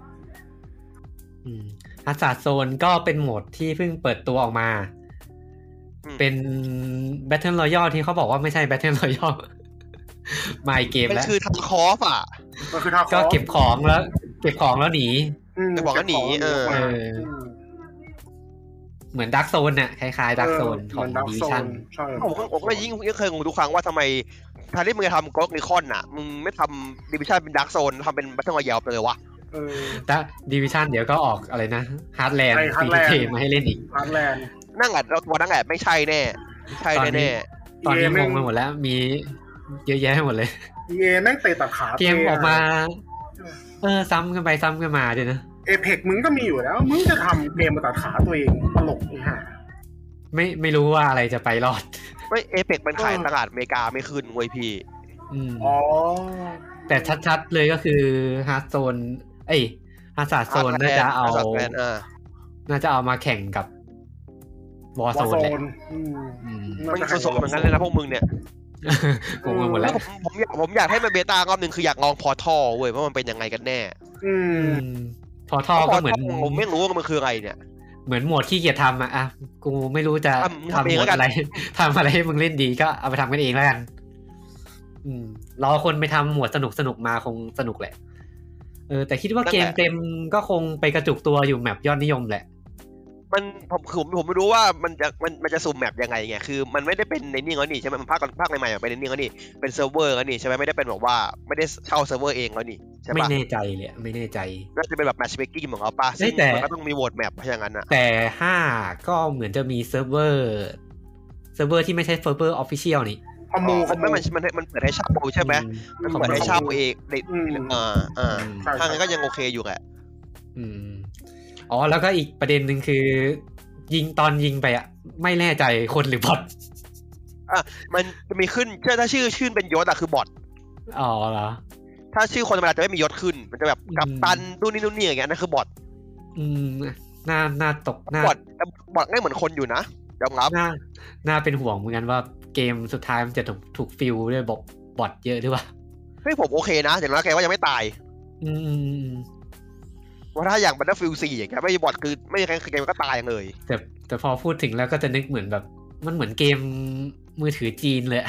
ฮัสซาร์ดโซนก็เป็นโหมดที่เพิ่งเปิดตัวออกมาเป็น Battle Royale ที่เขาบอกว่าไม่ใช่ Battle Royale มาอีกเกมแล้วมันคือทำคอฟอ่ะก็เก็บของแล้วหนีเก็บของแล้วหนีเหมือน Dark Zone น่ะคล้ายๆ Dark Zone ของ Division ผมก็ยิ่งเคยงงทุกครั้งว่าทำไมถ้าที่มึงจะทำ Ghost Recon น่ะมึงไม่ทำ Division เป็น Dark Zone ทำเป็น Battle Royale ไปเลยวะแต่ Division เดี๋ยวก็ออกอะไรนะ Heartland ฟรีเกมมาให้เล่นอีก Heartland นั่งอ่ะเราตัวนั่งอ่ะไม่ใช่แน่ใช่แน่ตอนนี้งงไปหมดแล้วมีเยอะแยะหมดเลย EA แม่งเตะตัดขาเกมออกมาซ้ำกันไปซ้ำกันมาด้วยนะ Apex มึงก็มีอยู่แล้วมึงจะทำเกมมาตัดขาตัวเองตลกนี่ฮะไม่รู้ว่าอะไรจะไปรอดไม่Apexมันขายตลาดอเมริกาไม่ขึ้นเว้ยพี่แต่ชัดๆเลยก็คือ Hearthstone Hazard Zone น่าจะเอามาแข่งกับ Warzone แหละมันสมเหมือนกันเลยนะพวกมึงเนี่ยงงไปหมดแล้วผมอยากให้มันเบต้ารอบนึงคืออยากลองพอร์ทัลเว้ยว่ามันเป็นยังไงกันแน่พอทัลก็เหมือนผมไม่รู้ว่ามันคืออะไรเนี่ยเหมือนโหมดขี้เกียจทำอ่ะกูไม่รู้จะทำโหมดอะไรทำอะไรให้มึงเล่นดีก็เอาไปทำกันเองแล้วกันรอคนไปทำหมวดสนุกมาคงสนุกแหละแต่คิดว่าเกมเต็มก็คงไปกระจุกตัวอยู่แมปยอดนิยมแหละผมไม่รู้ว่ามันจะสุ่มแมปยังไงไงคือมันไม่ได้เป็นในนี่แล้วนี่ใช่ไหมมันภาคใหม่ๆเป็นในนี่แล้วนี่เป็นเซิร์ฟเวอร์แล้วนี่ใช่ไหมไม่ได้เป็นแบบว่าไม่ได้เช่าเซิร์ฟเวอร์เองแล้วนี่ใช่ปะไม่แน่ใจเลยไม่แน่ใจน่าจะเป็นแบบแมทช์เมคกิ้งของเขาป่ะซึ่งมันก็ต้องมีโหวตแมปอย่างนั้นนะแต่5ก็เหมือนจะมีเซิร์ฟเวอร์ที่ไม่ใช่เซิร์ฟเวอร์ออฟฟิเชียลนี่มันเปิดให้เช่าใช่ไหมมันเปิดให้เช่าเองทางนั้นก็ยังโอเคอยู่แหละแล้วก็อีกประเด็นหนึ่งคือตอนยิงไปอ่ะไม่แน่ใจคนหรือบอทมันจะมีขึ้นถ้าชื่อเป็นยศคือบอทเหรอถ้าชื่อคนธรรมดาจะไม่มียศขึ้นมันจะแบบกัปตันนู่นนี่อย่างเงี้ยนั่นคือบอทน่าตกบอทง่ายเหมือนคนอยู่นะยอมรับน่าเป็นห่วงเหมือนกันว่าเกมสุดท้ายมันจะถูกฟิลด้วยบอทเยอะหรือเปล่าเฮ้ยผมโอเคนะอย่างน้อยแกว่ายังไม่ตายว่าถ้าอย่าง Battlefield 4อย่างเงี้ยไม่มีบอทคือไม่มีใครเกมก็ตายเลยแต่พอพูดถึงแล้วก็จะนึกเหมือนแบบมันเหมือนเกมมือถือจีนเลย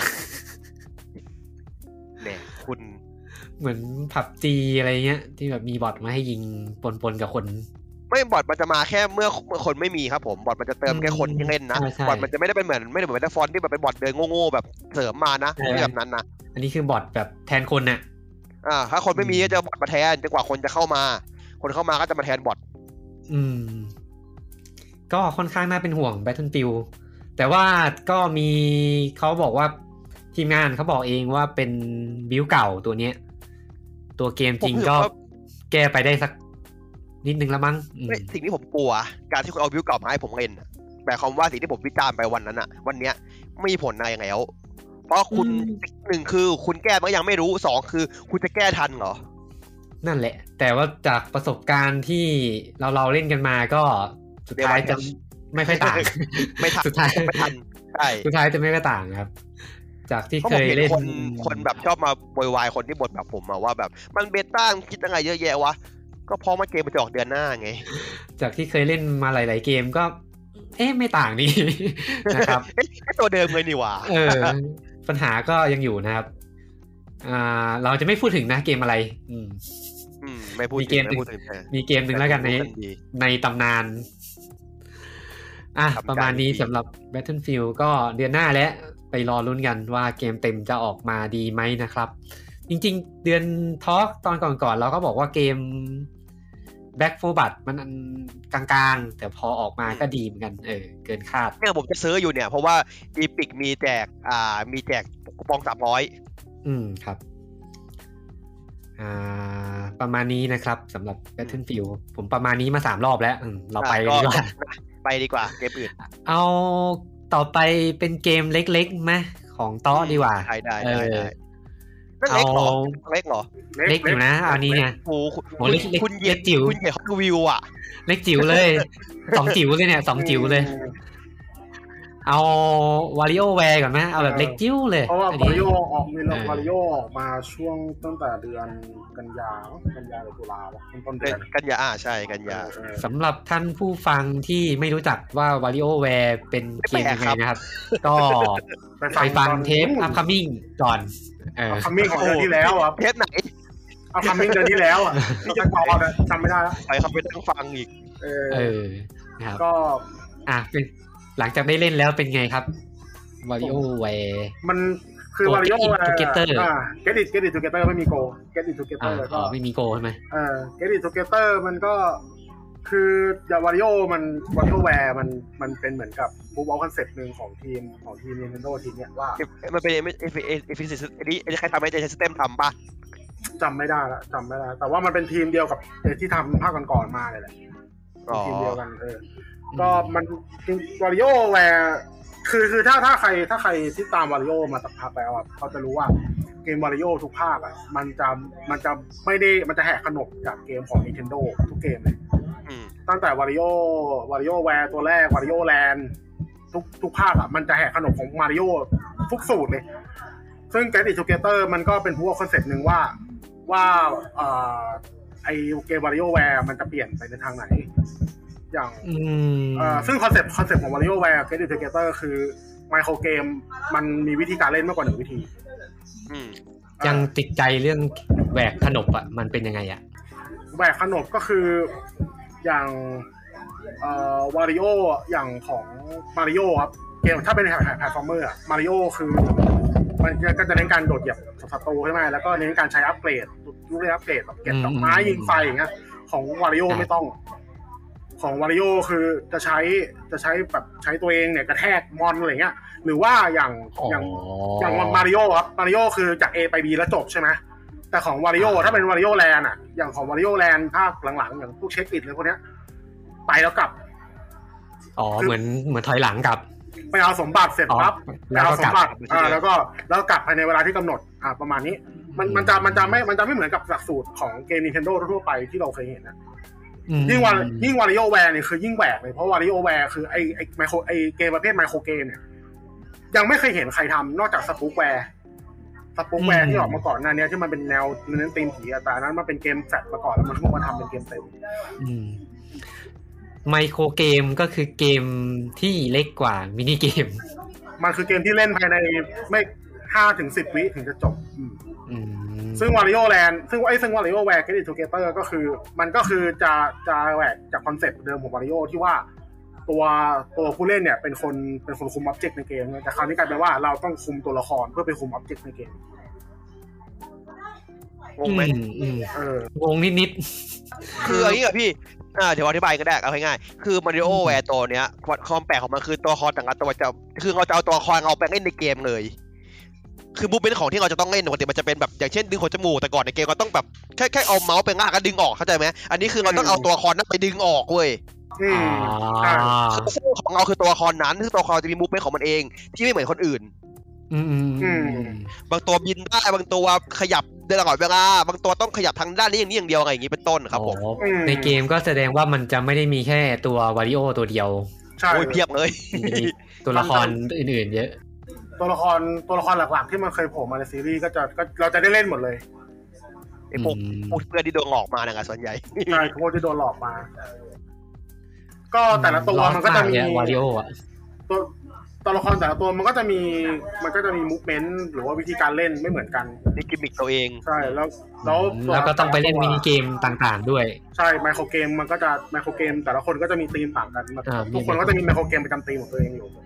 เนี่ยคุณเหมือนPUBGอะไรเงี้ยที่แบบมีบอทมาให้ยิงปนกับคนไม่บอทมันจะมาแค่เมื่อคนไม่มีครับผมบอทมันจะเติมแค่คนที่เล่นนะบอทมันจะไม่ได้เป็นเหมือนBattlefrontที่แบบเป็นบอทเดินโง่ๆแบบเสริมมานะไม่แบบนั้นนะอันนี้คือบอทแบบแทนคนน่ะถ้าคนไม่มีก็จะบอทมาแทนจนกว่าคนจะเข้ามาคนเข้ามาก็จะมาแทนบอทก็ค่อนข้างน่าเป็นห่วง Battlefield แต่ว่าก็มีเขาบอกว่าทีมงานเขาบอกเองว่าเป็นบิลเก่าตัวเนี้ยตัวเกมจริงก็แก้ไปได้สักนิดนึงแล้วมั้งสิ่งที่ผมกลัวการที่คุณเอาบิลเก่ามาให้ผมเล่นแต่คำว่าสิ่งที่ผมวิจารณ์ไปวันนั้นอะวันเนี้ยไม่มีผลอะไรยังไงแล้วเพราะคุณหนึ่งคือคุณแก้มันยังไม่รู้สองคือคุณจะแก้ทันเหรอนั่นแหละแต่ว่าจากประสบการณ์ที่เราเล่นกันมาก็สุดท้ายจะไม่ค่อยต่างไม่ทันสุดท้ายไม่ทันใช่สุดท้ายจะไม่ค่อยต่างครับจากที่เคยเล่นคนแบบชอบมาโวยวายคนที่บ่นแบบผมมาว่าแบบมันเบต้าคิดยังไงเยอะแยะวะก็เพราะมันเกมมันจะออกเดือนหน้าไงจากที่เคยเล่นมาหลายๆเกมก็ไม่ต่างนี่นะครับตัวเดิมเลยนี่หว่าปัญหาก็ยังอยู่นะครับเราจะไม่พูดถึงนะเกมอะไรไม่พูดมีเกมนึงแล้วกันในตำนานประมาณนี้สำหรับ Battlefield ก็เดือนหน้าแล้วไปรอลุ้นกันว่าเกมเต็มจะออกมาดีไหมนะครับจริงๆเดือนทอล์กตอนก่อนๆเราก็บอกว่าเกม Back 4 Blood มันกลางๆแต่พอออกมาก็ดีเหมือนกันเกินคาดเนี่ยผมจะซื้ออยู่เนี่ยเพราะว่า Epic มีแจกคูปอง300 ครับประมาณนี้นะครับสำหรับ Battlefield ผมประมาณนี้มา3รอบแล้วเราไปดีกว่าเกมอื่นเอาต่อไปเป็นเกมเล็กๆไหมของโต๊ะดีกว่าได้เล็กเหรอเล็กอยู่นะอันนี้เนี่ยโอ้โหคุณเย็ดจิ๋วคุณเย็ดฮอตวิวอ่ะเล็กจิ๋วเลย2จิ๋วเลยเนี่ย2จิ๋วเลยเอาวาริโอแวร์ก่อนไหมเอาแบบเล็กจิ้วเลยเพราะว่าวาริโอออกมาช่วงตั้งแต่เดือนกันยาหรือตุลาต้นเดือนกันยาใช่กันยาสำหรับท่านผู้ฟังที่ไม่รู้จักว่าวาริโอแวร์เป็นเกมยังไงนะครับก็ไปฟังเทป Upcoming ก่อน Upcoming ของเดือนที่แล้วครับเทปไหน Upcoming เดือนที่แล้วที่จะต่อจำไม่ได้แล้วไปครับไปตั้งฟังอีกนะครับก็เป็นหลังจากได้เล่นแล้วเป็นไงครับ WarioWare มันคือ WarioWare Get It Together ไม่มีโก Get It Together ก็ไม่มีโกใช่ไหม Get It Together มันก็คืออย่าง WarioWare มันเป็นเหมือนกับ proof of concept นึงของทีม Nintendo ทีเนี้ยว่ามันเป็นEfficiency อันนี้ใครทำให้Intelligent System ทำป่ะจำไม่ได้แต่ว่ามันเป็นทีมเดียวกับที่ทำภาคก่อนๆมาเลยแหละทีมเดียวกันก็มันWarioWareคือถ้าใครที่ตาม Wario มาสักพักแล้วเขาจะรู้ว่าเกม Wario ทุกภาคมันจะไม่ได้มันจะแหกขนบจากเกมของ Nintendo ทุกเกมเลยตั้งแต่ WarioWare ตัวแรก Wario Land ทุกภาคมันจะแหกขนบของ Mario ทุกสูตรเลยซึ่ง Get It Together มันก็เป็นหัวคอนเซ็ปต์นึงว่าไอเกม WarioWare มันจะเปลี่ยนไปในทางไหนอย่างซึ่งคอนเซ็ปต์ของ WarioWare Get It Together คือไมโครเกมมันมีวิธีการเล่นมากกว่า1วิธียังติดใจเรื่องแหวกขนบมันเป็นยังไงแหวกขนบก็คืออย่างWario อย่างของ Mario ครับเกมถ้าเป็นแพลตฟอร์มเมอร์Mario คือมันก็จะเน้นการโดดเหยียบศัตรูใช่ไหมแล้วก็เน้นการใช้อัปเกรดยุคนี้อัปเกรดแบบเก็บดอกไม้ยิงไฟอย่างเงี้ยของ Wario ไม่ต้องของ Wario คือจะใช้แบบใช้ตัวเองเนี่ยกระแทกมอนอะไรเงี้ยหรือว่าอย่างMario ครับ Mario คือจาก A ไป B แล้วจบใช่ไหมแต่ของ Wario ถ้าเป็น Wario Land อย่างของ Wario Land ภาคหลังๆอย่างพวกเช็คอิทเลยพวกเนี้ยไปแล้วกลับเหมือนถอยหลังกลับไปเอาสมบัติเสร็จปั๊บไปเอาสมบัติแล้วก็กลับภายในเวลาที่กำหนดประมาณนี้มันจะไม่เหมือนกับหลักสูตรของเกม Nintendo ทั่วไปที่เราเคยเห็นนะยิ่ง WarioWare เนี่ยคือยิ่งแหวกเลยเพราะ WarioWare คือไอ้ไมโครไอ้เกมประเภทไมโครเกมเนี่ยยังไม่เคยเห็นใครทำนอกจากสปู๊กแวร์ที่ออกมาก่อนหน้านี้ที่มันเป็นแนวเน้นธีมผีแต่นั้นมันเป็นเกมแฟลชมาก่อนแล้วมันมาทำเป็นเกมเต็มไมโครเกมก็คือเกมที่เล็กกว่ามินิเกมมันคือเกมที่เล่นภายในไม่ 5-10 วิถึงจะจบซึ่ง Wario Land ซึ่งWarioWare Get It Together ก็คือมันก็คือจะแหวกจากคอนเซ็ปต์เดิมของ Wario ที่ว่าตัวผู้เล่นเนี่ยเป็นคนคุมอ็อบเจกต์ในเกมแต่คราวนี้กลายเป็นว่าเราต้องคุมตัวละครเพื่อไปคุมอ็อบเจกต์ในเกมงงไหมงงนิดๆคืออย่างนี้อ่ะพี่เดี๋ยวอธิบายก็ได้เอาง่ายๆคือ Mario Ware ตัวเนี้ยความแปลกของมันคือตัวละครแต่ละตัวจะคือเราจะเอาตัวละครเอาไปเล่นในเกมเลยคือมูฟเมนต์ของที่เราจะต้องเล่นปกติมันจะเป็นแบบอย่างเช่นดึงขนจมูกแต่ก่อนในเกมเราต้องแบบแค่เอาเมาส์ไปลากก็ดึงออกเข้าใจไหมอันนี้คือเราต้องเอาตัวละครนั้นไปดึงออกเว้ยซึ่งของเราคือตัวละครนั้นซึ่งตัวละครจะมีมูฟเมนต์ของมันเองที่ไม่เหมือนคนอื่นบางตัวบินได้บางตัวขยับได้ตลอดเวลาบางตัวต้องขยับทางด้านนี้อย่างเดียวอะไรอย่างนี้เป็นต้นครับผมในเกมก็แสดงว่ามันจะไม่ได้มีแค่ตัววาริโอตัวเดียวโอ้ยเพียบเลยตัวละครอื่นๆเยอะตัวละครหลักๆที่มันเคยโผล่มาในซีรีส์ก็เราจะได้เล่นหมดเลยไอ้พวกเพื่อนที่โดนหลอกมาเนี่ยส่วนใหญ่ใช่พวกที่โดนหลอกมาก็แต่ละตัวมันก็จะมีวาริโออ่ะตัวละครแต่ละตัวมันก็จะมีมูฟเมนต์หรือว่าวิธีการเล่นไม่เหมือนกันมีกิมมิคตัวเองใช่แล้วก็ต้องไปเล่นมินิเกมต่างๆด้วยใช่ไมโครเกมมันก็จะไมโครเกมแต่ละคนก็จะมีธีมต่างกันทุกคนก็จะมีไมโครเกมประจำธีมของตัวเองอยู่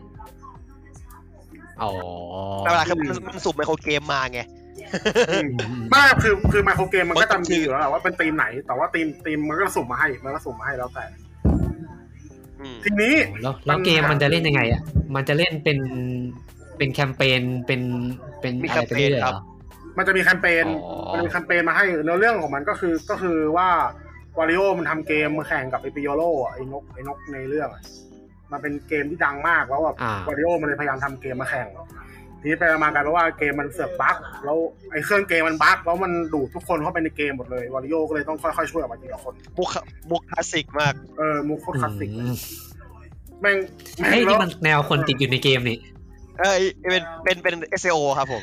แต่เวลาคือมันสุ่มไมโครเกมมาไงไม่คือไมโครเกมมันก็จะมีอยู่แล้วว่าเป็นธีมไหนแต่ว่าธีมมันก็สุ่มมาให้แล้วแต่ทีนี้แล้วเกมมันจะเล่นยังไงอ่ะมันจะเล่นเป็นแคมเปญเป็นอะไรไปเรื่อยๆมันจะมีแคมเปญมาให้เนื้อเรื่องของมันก็คือว่าวาริโอมันทำเกมมาแข่งกับไอปิโยโลไอ้นกในเรื่องมันเป็นเกมที่ดังมากแล้วแบบวาริโอมันเลยพยายามทำเกมมาแข่งทีนี้ไปมากันเพราะว่าเกมมันเสือกบั๊กแล้วไอ้เครื่องเกมมันบั๊กแล้วมันดูดทุกคนเข้าไปในเกมหมดเลยวาริโอก็เลยต้องค่อยๆช่วยออกมาทีละคนมุกคลาสสิกมากมุกโคตรคลาสสิกแม่งนี่มันแนวคนติดอยู่ในเกมนี่เป็น SEO ครับผม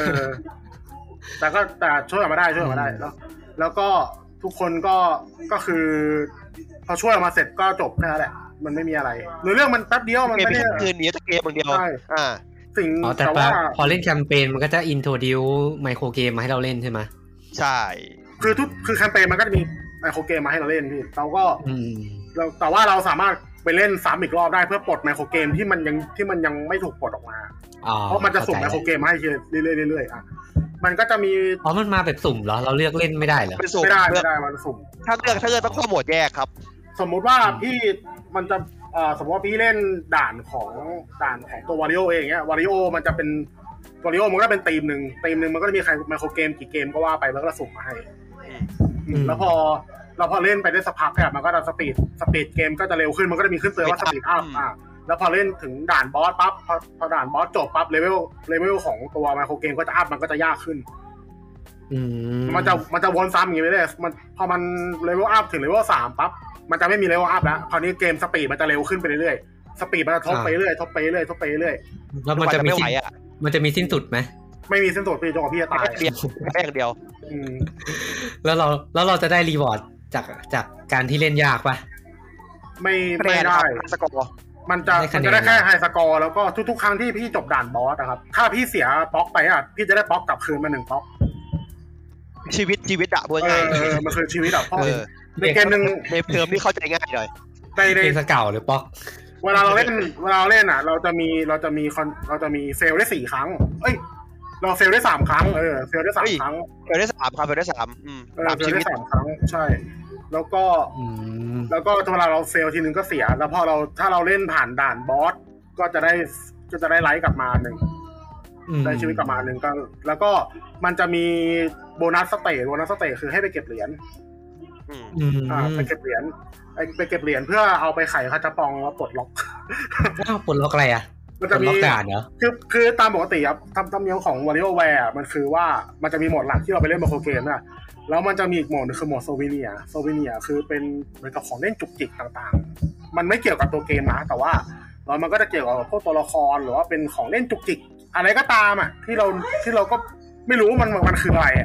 แต่ช่วยออกมาได้แล้วก็ทุกคนก็คือพอช่วยออกมาเสร็จก็จบแค่นั้นแหละมันไม่มีอะไรเรื่องมันแป๊บเดียวมันไม่ได้คืนนี้จะเกมอย่างเดียวแต่ว่าพอเล่นแคมเปญมันก็จะอินโทรดิวไมโครเกมมาให้เราเล่นใช่ไหมใช่คือแคมเปญมันก็จะมีไมโครเกมมาให้เราเล่นพี่เราก็แต่ว่าเราสามารถไปเล่นซ้ำอีกรอบได้เพื่อปลดไมโครเกมที่มันยังไม่ถูกปลดออกมาเพราะมันจะสุ่มไมโครเกมให้เรื่อยๆมันก็จะมีมันมาแบบสุ่มเหรอเราเลือกเล่นไม่ได้เหรอไม่ได้มันสุ่มถ้าเลือกต้องเข้าโหมดแยกครับสมมุติว่าพี่มันจะสมมติว่าพี่เล่นด่านของตัววาริโอเองเงี้ยวาริโอมันจะเป็นวาริโอมันก็เป็นธีมนึงมันก็จะมีใครไมโครเกมกี่เกมก็ว่าไปแล้วก็สุ่มมาให้แล้วพอเล่นไปได้สักพักเนี่ยมันก็จะสปีดเกมก็จะเร็วขึ้นมันก็จะมีขึ้นเตือนว่าสปีดอัพแล้วพอเล่นถึงด่านบอสปั๊บพอด่านบอสจบปั๊บเลเวลของตัวไมโครเกมก็จะอัพมันก็จะยากขึ้นมันจะวนซ้ำอย่างนี้ไปเรื่อยมันพอมันเลเวลอัพถึงเลเวล3ปั๊บมันจะไม่มีเลเวลอัพแล้วคราวนี้เกมสปีดมันจะเร็วขึ้นไปเรื่อยๆสปีดมันจะทบไปเรื่อยแล้วมันจะมีสิ้นสุดไหมไม่มีสิ้นสุดพี่จนกว่าพี่จะตายแค่อย่างเดียวแล้วเราจะได้รีวอร์ดจากการที่เล่นยากป่ะไม่ได้สกอร์มันจะได้แค่ไฮสกอร์แล้วก็ทุกๆครั้งที่พี่จบด่านบอสนะครับถ้าพี่เสียป๊อกไปพี่จะได้ป๊อกกลับคืนมา1ป๊อกชีวิตอะพูดง่ายมันคือชีวิตอะพ่อในเกมนึงในเทอมที่เข้าใจง่ายเลยในสเก่าหรือป๊อกเวลาเราเล่นเราจะมีเฟลได้4ครั้งเราเฟลได้3ครั้งเฟลได้3ครั้งเฟลได้3ครับเฟลได้3 ชีวิต3ครั้งใช่แล้วก็เวลาเราเฟลทีนึงก็เสียแล้วถ้าเราเล่นผ่านด่านบอสก็จะได้ไลท์กลับมา1ได้ชีวิตกลับมา1ก็แล้วก็มันจะมีโบนัสสเตจคือให้ไปเก็บเหรียญไปเก็บเหรียญเพื่อเอาไปไขคาจาปองแล้วปลดล็อกปลดล็อกอะไรอ่ะมันจะมีคือตามปกติครับทำเนียมของ WarioWare มันคือว่ามันจะมีโหมดหลักที่เราไปเล่นไมโครเกมนะแล้วมันจะมีอีกโหมดนึงคือโหมดโซวิเนียคือเป็นเหมือนกับของเล่นจุกจิกต่างๆมันไม่เกี่ยวกับตัวเกมนะแต่ว่าแล้วมันก็จะเกี่ยวกับพวกตัวละครหรือว่าเป็นของเล่นจุกจิกอะไรก็ตามที่เราก็ไม่รู้มันคืออะไร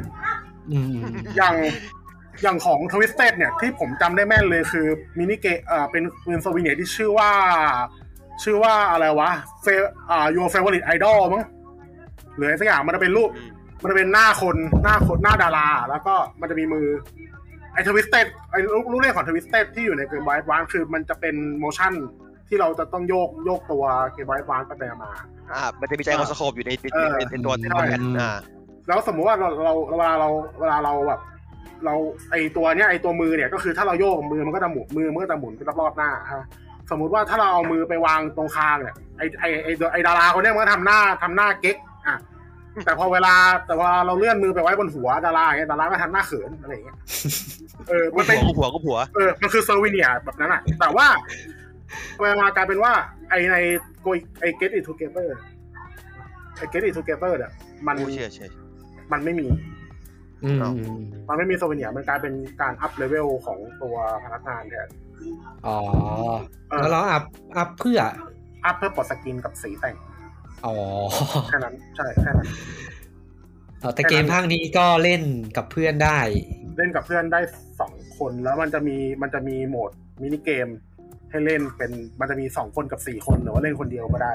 อย่างของ Twisted เนี่ยที่ผมจำได้แม่นเลยคือมินิเกมเป็นโซวิเนียที่ชื่อว่าอะไรวะYour Favorite Idol มั้งหรืออะไรสักอย่างมันจะเป็นรูปมันจะเป็นหน้าคนหน้าดาราแล้วก็มันจะมีมือไอ้ Twisted ไอ้ลูกเล่นของ Twisted ที่อยู่ในเกม Boy Advance คือมันจะเป็นโมชั่นที่เราจะต้องโยกตัวเกม Boy Advance ไปมามันจะมีไจโรสโคปอยู่ในตัวที่เราแอนแล้วสมมุติว่าเราเวลาเราแบบเราไอตัวเนี้ยไอตัวมือเนี่ยก็คือถ้าเราโยกมือมันก็จะหมุนไปรอบๆหน้าฮะสมมุติว่าถ้าเราเอามือไปวางตรงคางเนี่ยไอดาราคนเนี้ยมันก็ทำหน้าเก๊กอ่ะแต่พอเวลาเราเลื่อนมือไปไว้บนหัวดาราอย่างเงี้ยดาราก็ทำหน้าเขินอะไรอย่างเงี้ยมันเป็นหัวมันคือเซอร์วิเนียแบบนั้นอ่ะแต่ว่าเวลากลายเป็นว่าไอในไอ Get It Together ไอ Get It Together เนี่ยมันไม่มีมันไม่มีโซเวเนียมันกลายเป็นการอัพเลเวลของตัวพนักงานแทนอ๋อแล้วเราอัพเพื่อปลดสกินกับสีแต่งอ๋อแค่นั้นใช่แค่นั้นแต่เกมภาคนี้ก็เล่นกับเพื่อนได้ 2คนแล้วมันจะมีโหมดมินิเกมให้เล่นเป็นมันจะมี2คนกับ4คนหรือว่าเล่นคนเดียวก็ได้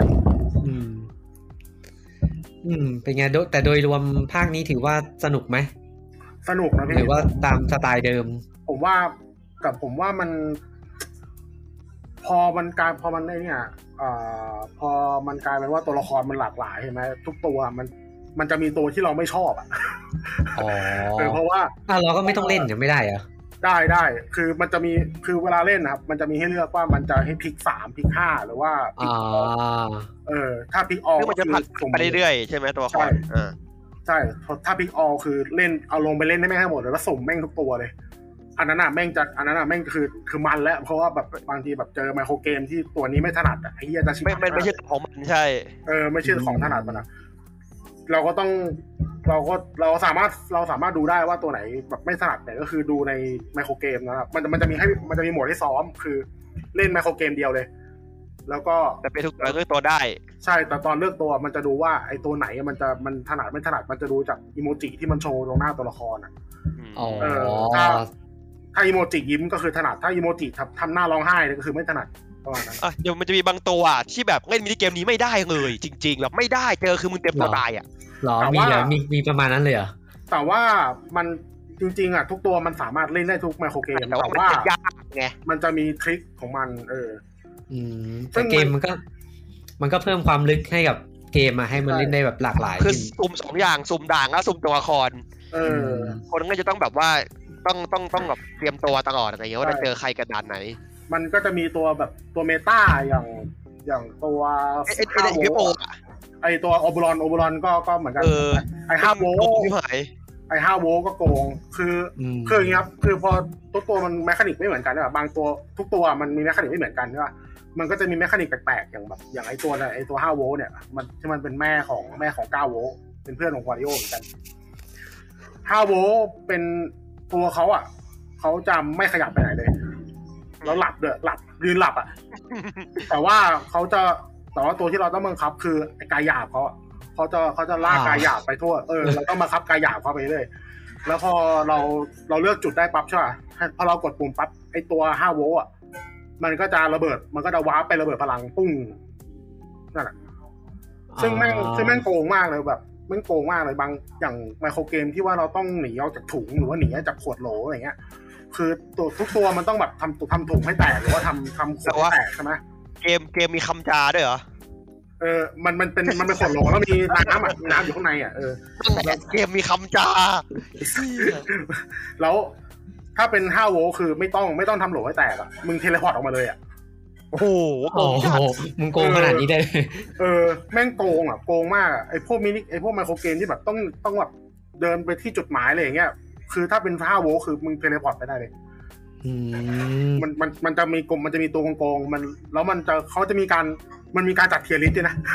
เป็นไงแต่โดยรวมภาคนี้ถือว่าสนุกไหมสนุกนะพี่หรือว่าตามสไตล์เดิมผมว่ามันพอมันกลายพอมันกลายเป็นว่าตัวละครมันหลากหลายใช่ไหมทุกตัวมันจะมีตัวที่เราไม่ชอบอ่ะเพราะว่าเราก็ไม่ต้องเล่นยังไม่ได้เหรอได้คือมันจะมีคือเวลาเล่นนะครับมันจะมีให้เลือกว่ามันจะให้พลิก3พลิก5หรือว่าพลิกถ้าพลิกออลมันจะผัดไปเรื่อยๆใช่ไหมตัวละครใช่ถ้าพลิกออลคือเล่นเอาลงไปเล่นได้แม่งให้หมดเลยแล้วสุ่มแม่งทุกตัวเลยอันนั้นน่ะแม่งคือมันแล้วเพราะว่าแบบบางทีแบบเจอไมโครเกมที่ตัวนี้ไม่ถนัดไอ้เหี้ยจะชิบไม่ใช่ของมันใช่ไม่ใช่ของถนัดมันนะเราสามารถดูได้ว่าตัวไหนแบบไม่ถนัดเนี่ยก็คือดูในไมโครเกมนะครับมันจะมีโหมดให้ซ้อมคือเล่นไมโครเกมเดียวเลยแล้วก็แต่เป็นทุกตัวเลือกตัวได้ใช่แต่ตอนเลือกตัวมันจะดูว่าไอ้ตัวไหนมันถนัดไม่ถนัดมันจะดูจากอีโมจิที่มันโชว์ตรงหน้าตัวละครอ่ะถ้าอีโมจิยิ้มก็คือถนัดถ้าอีโมจิทำหน้าร้องไห้ก็คือไม่ถนัดประมาณนั้นเดี๋ยวมันจะมีบางตัวที่แบบเล่นมินิเกมนี้ไม่ได้เลยจริงๆแบบไม่ได้เจอคือมึงเต็มตัวตายอ่ะหรอมีประมาณนั้นเลยเหรอแต่ว่ามันจริงๆอ่ะทุกตัวมันสามารถเล่นได้ทุกไมโครเกมแต่ว่ามันจะมีทริคของมันแต่เกมมันก็เพิ่มความลึกให้กับเกมมาให้มันเล่นได้แบบหลากหลายคือสุ่ม2อย่างสุ่มด่างแล้วสุ่มตัวละครคนก็จะต้องแบบว่าต้องแบบเตรียมตัวตลอดอะไรอย่างเงี้ยว่าจะเจอใครกันด่านไหนมันก็จะมีตัวแบบตัวเมตาอย่างตัวไอตัวโอบูรอนก็เหมือนกันไอ5โวลต์ไอ5โวลต์ก็โกงคืออย่างงี้ครับคือพอตัวมันแมคานิกไม่เหมือนกันใช่ป่ะบางตัวทุกตัวมันมีแมคานิกไม่เหมือนกันใช่ป่ะมันก็จะมีแมคานิกแปลกๆอย่างไอตัว5โวลต์เนี่ยมันเป็นแม่ของ9โวลต์เป็นเพื่อนของวาริโอเหมือนกัน5โวลต์เป็นตัวเขาอ่ะเขาจะไม่ขยับไปไหนเลยแล้วหลับยืนหลับอ่ะแต่ว่าตัวที่เราต้องบังคับคือกายหยาบเขาจะลากกายหยาบไปทั่วเราต้องบังคับกายหยาบเข้าไปเลยแล้วพอเราเลือกจุดได้ปั๊บใช่ป่ะพอเรากดปุ่มปั๊บไอตัว5โวลต์อ่ะมันก็จะระเบิดมันก็จะวาร์ปไประเบิดพลังปุ้งนั่นแหละซึ่งแม่งโกงมากเลยแบบมันโกงมากเลยบางอย่างไมโครเกมที่ว่าเราต้องหนีออกจากถุงหรือว่าหนีจากขวดโหลอะไรเงี้ยคือทุกตัวมันต้องแบบทำถุงให้แตกหรือว่าทำขวดให้แตกใช่ไหมเกมมีคำจาด้วยเหรอมันเป็นขวดโหลแล้วมีน้ำอยู่ข้างในอ่ะเกมมีคำจาแล้วถ้าเป็น5โวลต์คือไม่ต้องทำโหลให้แตกอ่ะมึงเทเลพอร์ตออกมาเลยอ่ะโอ้โหมึงโกงขนาดนี้ได้แม่งโกงอ่ะโกงมากไอ้พวกไมโครเกมที่แบบต้องแบบเดินไปที่จุดหมายอะไรอย่างเงี้ยคือถ้าเป็น5โวลต์คือมึงเทเลพอร์ตไปได้เลยมันจะมีมันจะมีตัวโกงมันแล้วเขาจะมีการจัดเทียร์ลิสต์ด้วยนะ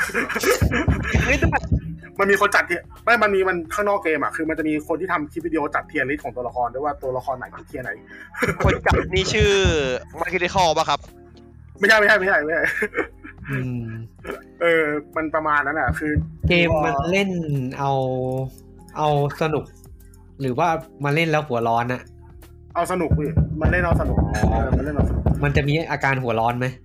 มันมีคนจัดมันข้างนอกเกมอ่ะคือมันจะมีคนที่ทำคลิปวิดีโอจัดเทียร์ลิสต์ของตัวละครด้วยว่าตัวละครไหนเทียร์ไหนคนจัดนี่ชื่อมาร์คิเดคอป่ะครับไม่ใช่มันประมาณนั้นแหละคือเกมมันเล่นเอาสนุกหรือว่ามาเล่นแล้วหัวร้อนอะเอาสนุกพี่มันเล่นเอาสนุกมันเล่นเอาสนุกมันจะมีอาการหัวร้อนไหม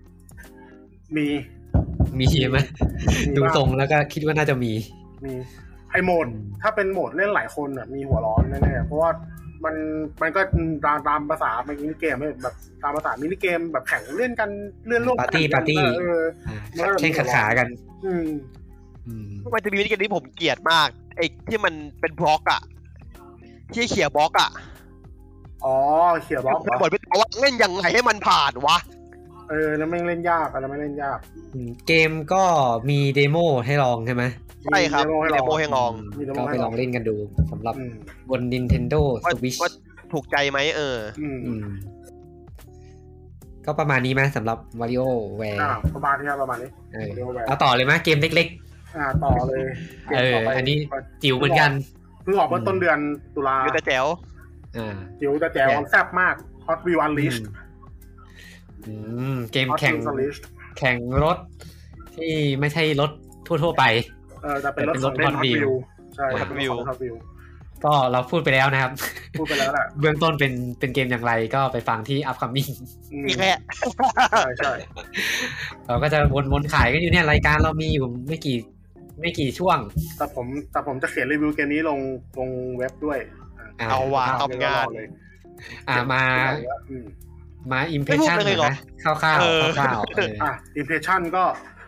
มีใช่ไหมดูทรงแล้วก็คิดว่าน่าจะมีไอโหมดถ้าเป็นโหมดเล่นหลายคนอ่ะมีหัวร้อนแน่ๆเพราะว่ามันก็ตามภาษามินิเกมแบบตามภาษามินิเกมแบบแข่งเล่นกันเลื่อนโลกปาร์ตี้แข่งขากันมันจะมีมินิเกมที่ผมเกลียดมากไอ้ที่มันเป็นบล็อกอ่ะที่เขี่ยบล็อกอ่ะอ๋อเขียนบล็อกบทพี่ต่อว่าเล่นยังไงให้มันผ่านวะแล้วไม่เล่นยากอะไรไม่เล่นยากเกมก็มีเดโมให้ลองใช่ไหมใช่ครับมีเดโมให้ลองก็ไปลองเล่นกันดูสำหรับบน Nintendo Switch ว่าถูกใจไหมก็ประมาณนี้ไหมสำหรับ WarioWare ประมาณนี้ครับประมาณนี้เอาต่อเลยไหมเกมเล็กๆต่อเลยอันนี้จิ๋วเหมือนกันเพิ่งออกเมื่อต้นเดือนตุลาจิ๋วแต่แจ๋วจิ๋วแต่แจ๋วแซ่บมาก Hot Wheels Unleashed เกมแข่งรถที่ไม่ใช่รถทั่วๆไปแต่เป็นรถของเล่น Hot Wheels ใช่ Hot Wheels ก็เราพูดไปแล้วนะครับพูดไปแล้วแหละเบื้องต้นเป็นเกมอย่างไรก็ไปฟังที่ upcoming อีกแค่ใช่เราก็จะวนๆขายกันอยู่เนี่ยรายการเรามีอยู่ไม่กี่ช่วงแต่ผมจะเขียนรีวิวเกมนี้ลงเว็บด้วยเอาว่าทำงานมา impression นะคร่าวๆ impression ก็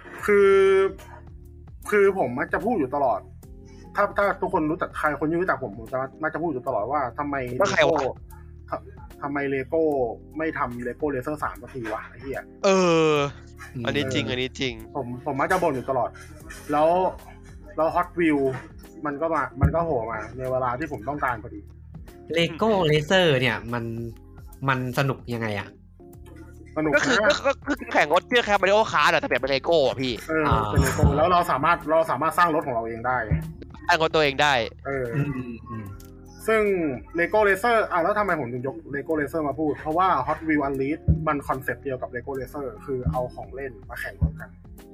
คือผมมักจะพูดอยู่ตลอดถ้าทุกคนรู้จักใครคนรู้จักผมจะมักจะพูดอยู่ตลอดว่าทำไมเลโก้ไม่ทำเลโก้เลเซอร์3สักทีวะไอ้เหี้ยอันนี้จริงผมมักจะบ่นอยู่ตลอดแล้วฮอตวิวมันก็โผล่มาในเวลาที่ผมต้องการพอดีเลโก้เลเซอร์เนี่ยมันสนุกยังไงอ่ะก็คือแข่งรถที่แค่มาริโอคาร์ดแต่แบบเป็นเลโก้อ่ะพี่เป็นเลโก้แล้วเราสามารถสร้างรถของเราเองได้สร้างรถตัวเองได้ซึ่ง Lego Racer แล้วทำไมผมถึงยก Lego Racer มาพูดเพราะว่า Hot Wheels Unleashed มันคอนเซ็ปต์เดียวกับ Lego Racer คือเอาของเล่นมาแข่งรถกัน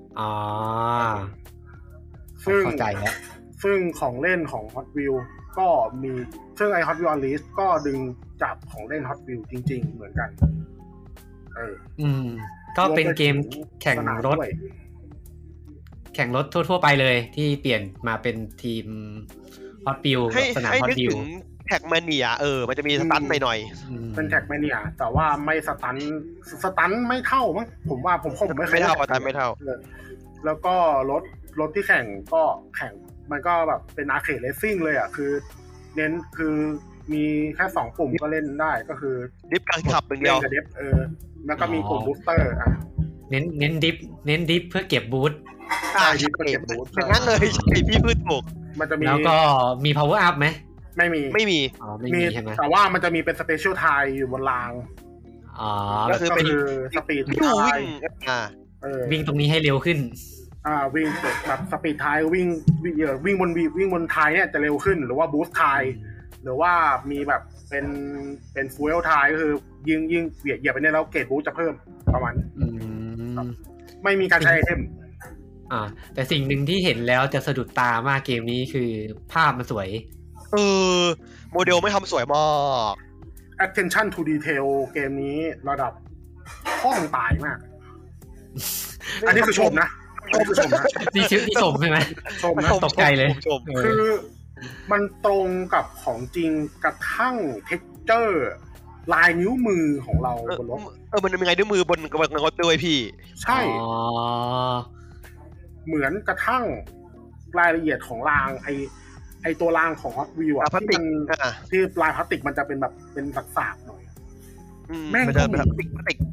ซึ่งของเล่นของ Hot Wheels ก็มีซึ่งไอ้ Hot Wheels Unleashed ก็ดึงจับของเล่น Hot Wheels จริงๆเหมือนกันก็เป็นเกมแข่งรถทั่วๆไปเลยที่เปลี่ยนมาเป็นทีมฮอตวิวสนามฮอตวิวแท็กแมเนียมันจะมีสตันหน่อยเป็นแท็กแมเนียแต่ว่าไม่สตันไม่เท่ามั้งผมว่าผมไม่เท่าสตันไม่เท่าแล้วก็รถที่แข่งก็แข่งมันก็แบบเป็นอาร์เคดเรซซิ่งเลยคือเน้นคือมีแค่2ปุ่มก็เล่นได้ก็คือดิฟการขับอย่างเดียวดิฟแล้วก็มีปุ่มบูสเตอร์เน้นดิฟเพื่อเก็บบูสต์ดิฟเพื่อเก็บบูสต์อย่างนั้นเลยพี่พูดถูกมันจะมีแล้วก็มี power up ไหมไม่มีใช่ไหมแต่ว่ามันจะมีเป็นสเปเชียลไทยอยู่บนรางก็คือเป็นสปีดไทยวิ่งตรงนี้ให้เร็วขึ้นวิ่งแบบสปีดไทยวิ่งบนไทยเนี่ยจะเร็วขึ้นหรือว่าบูสต์ไทยหรือว่ามีแบบเป็นฟูเอลไทยก็คือยิงเหยียบไปเนี่ยแล้วเกรดบูสต์จะเพิ่มประมาณไม่มีการใช้ไอเทมแต่สิ่งหนึ่งที่เห็นแล้วจะสะดุดตามากเกมนี้คือภาพมันสวยโมเดลไม่ทำสวยมาก attention to detail เกมนี้ระดับห้องตายมากอันนี้คือชมนะนี่ชมใช่ไหมชมนะตกใจเลยคือมันตรงกับของจริงกระทั่ง texture ลายนิ้วมือของเราบนรถมันเป็นไงนิ้วมือบนรถด้วยพี่ใช่เหมือนกระทั่งรายละเอียดของรางไอตัวรางของ Hot Wheels ที่ลายพลาสติกมันจะเป็นแบบเป็นสักๆหน่อยแม่งก็แบบพลาสติก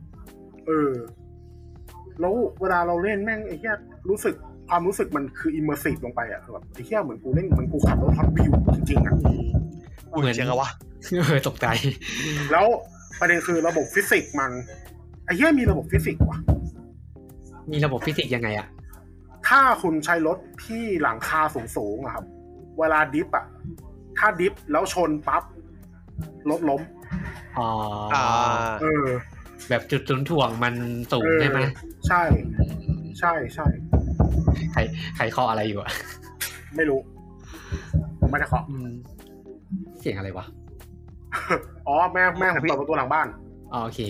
แล้วเวลาเราเล่นแม่งไอ้เหี้ยความรู้สึกมันคือ immersive ลงไปแบบไอ้เหี้ยเหมือนกูเล่นเหมือนกูขับรถ Hot Wheels จริงๆเหมือนเจ๋งอะวะตกใจแล้วประเด็นคือระบบฟิสิกส์มันไอ้เหี้ยมีระบบฟิสิกส์ว่ะมีระบบฟิสิกส์ยังไงถ้าคุณใช้รถที่หลังคาสูงๆครับเวลาดิฟถ้าดิฟแล้วชนปั๊บรถล้มแบบจุดศูนย์ถ่วงมันสูงใช่ไหมใช่ใครเคาะอะไรอยู่ไม่รู้ผมไม่ได้เคาะเสียงอะไรวะแม่ผมเปิดประตูหลังบ้านโอเค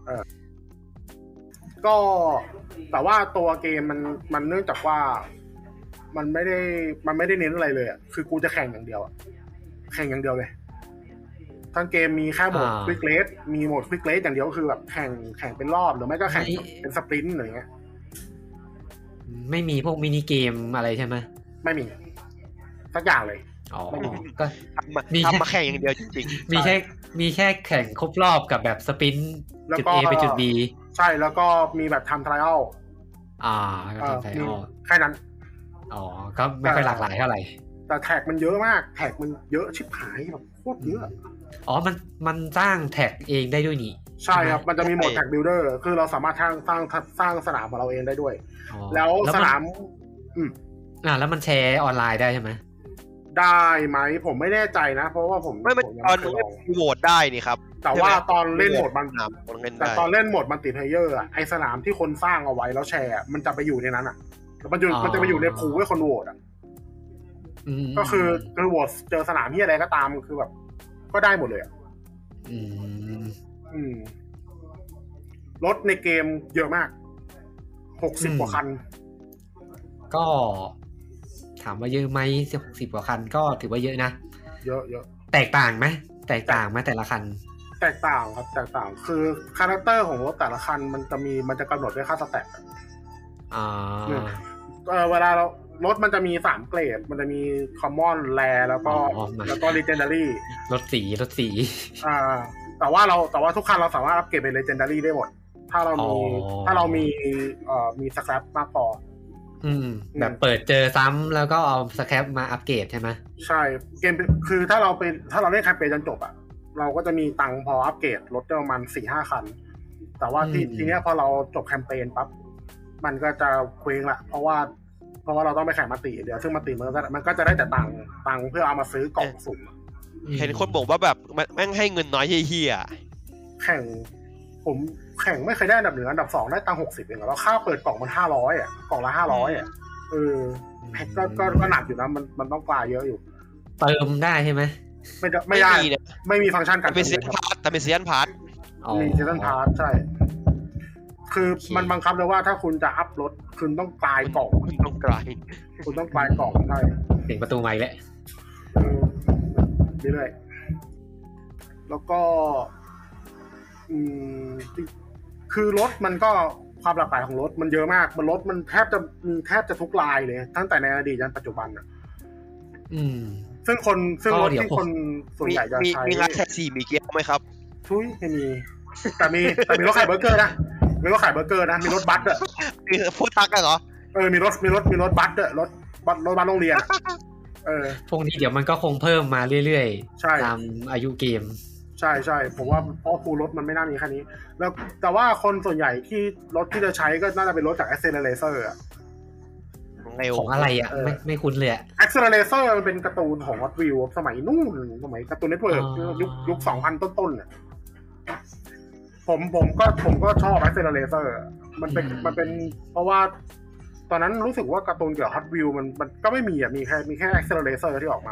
ก็แต่ว่าตัวเกมมันเนื่องจากว่ามันไม่ได้เน้นอะไรเลยคือกูจะแข่งอย่างเดียวแข่งอย่างเดียวเลยทั้งเกมมีแค่โหมดควิกเรสมีโหมดควิกเรสอย่างเดียวคือแบบแข่งเป็นรอบหรือไม่ก็แข่งเป็นสปรินต์อะไรเงี้ยไม่มีพวกมินิเกมอะไรใช่ไหมไม่มีสักอย่างเลยอ๋อก็ทำมาแข่งอย่างเดียวจริงๆมีแค่แข่งครบรอบกับแบบสปรินต์จุด A ไปจุด B ใช่แล้วก็มีแบบทำไทรอัลก็ทำไทรอัลแค่นั้นก็ไม่ค่อยหลากหลายเท่าไหร่แต่แท็กมันเยอะมากแท็กมันเยอะชิบหายแบบโคตรเยอะมันสร้างแท็กเองได้ด้วยนี่ใช่ครับมันจะมีโหมดแท็กบิลเดอร์คือเราสามารถสร้างสนามของเราเองได้ด้วยแล้วสนามแล้วมันแชร์ออนไลน์ได้ใช่ไหมได้ไหมผมไม่แน่ใจนะเพราะว่าผมไม่ตอนโหวตได้นี่ครับแต่ว่าตอนเล่นโหมดแต่ตอนเล่นโหมดมัลติเพลเยอร์ไอสนามที่คนสร้างเอาไว้แล้วแชร์มันจะไปอยู่ในนั้นมันจะไปอยู่ในพูลให้คนโหวตก็คือโหวตเจอสนามที่อะไรก็ตามคือแบบก็ได้หมดเลยรถในเกมเยอะมาก60 กว่าคันก็ถามว่าเยอะไหม60 กว่าคันก็ถือว่าเยอะนะเยอะแตกต่างไหมแต่ละคันแตกต่างครับแตกต่างคือคาแรคเตอร์ของรถแต่ละคันมันจะกำหนดด้วยค่าสแต็กเวลารถมันจะมี3เกรดมันจะมีคอมมอนแรแล้วก็ลีเจนดารี่รถสีแต่ว่าทุกคันเราสามารถอัปเกรดเป็นลีเจนดารี่ได้หมดถ้าเรามีสแครปมากพอแบบเปิดเจอซ้ำแล้วก็เอาสแครปมาอัปเกรดใช่ไหมใช่เกมคือถ้าเราเล่นแคมเปญจนจบเราก็จะมีตังค์พออัปเกรดรถได้ประมาณ 4-5 คันแต่ว่าทีเนี้ยพอเราจบแคมเปญปั๊บมันก็จะเคว้งละเพราะว่าเราต้องไปแข่งมัลติเดี๋ยวซึ่งมัลติมันก็จะได้แต่ตังค์เพื่อเอามาซื้อกล่องสุ่มเห็นคนบอกว่าแบบแม่งให้เงินน้อยเหี้ยผมแข่งไม่เคยได้อันดับ1อันดับ2ได้ตังค์60เองแล้วค่าเปิดกล่องมัน500กล่องละ500ก็หนักอยู่นะมันต้องปลาเยอะอยู่เติมได้ใช่ไหมไม่ได้ไม่มีฟังก์ชันการเป็นซีซั่นพาร์ทแต่เป็นซีซั่นพาร์ทมีซีซั่นพาร์ทใช่คือมันบังคับเลยว่าถ้าคุณจะอัพรถคุณต้องกลายกล่องคุณต้องกลายกล่องใช่เสียงประตูไม้แหละเรื่อยๆแล้วก็คือรถมันก็ความหลากหลายของรถมันเยอะมากรถมันแทบจะทุกลายเลยตั้งแต่ในอดีตจนปัจจุบันซึ่งรถที่คนส่วนใหญ่จะใช้มีแท็กซี่มีเกียร์ไหมครับทุยไม่มีแต่มีรถขายเบอร์เกอร์นะมีรถขายเบอร์เกอร์นะมีรถบัสด้วยมีฟู้ดทักกันเหรอมีรถบัสด้วยรถบัสโรงเรียนพวกนี้เดี๋ยวมันก็คงเพิ่มมาเรื่อยๆตามอายุเกมใช่ผมว่าเพราะฟูลรถมันไม่น่ามีแค่นี้แล้วแต่ว่าคนส่วนใหญ่ที่รถที่จะใช้ก็น่าจะเป็นรถจาก Accelerator ของอะไรไม่คุ้นเลย Accelerator มันเป็นการ์ตูนของ Hot Wheels สมัยนู่นสมัยการ์ตูนเน็ตเวิร์กยุค 2000 ต้นๆน่ะผมก็ชอบ Accelerator มันเป็นเพราะว่าตอนนั้นรู้สึกว่าการ์ตูนเกี่ยวกับ Hot Wheels มันก็ไม่มีมีแค่ Accelerator ที่ออกมา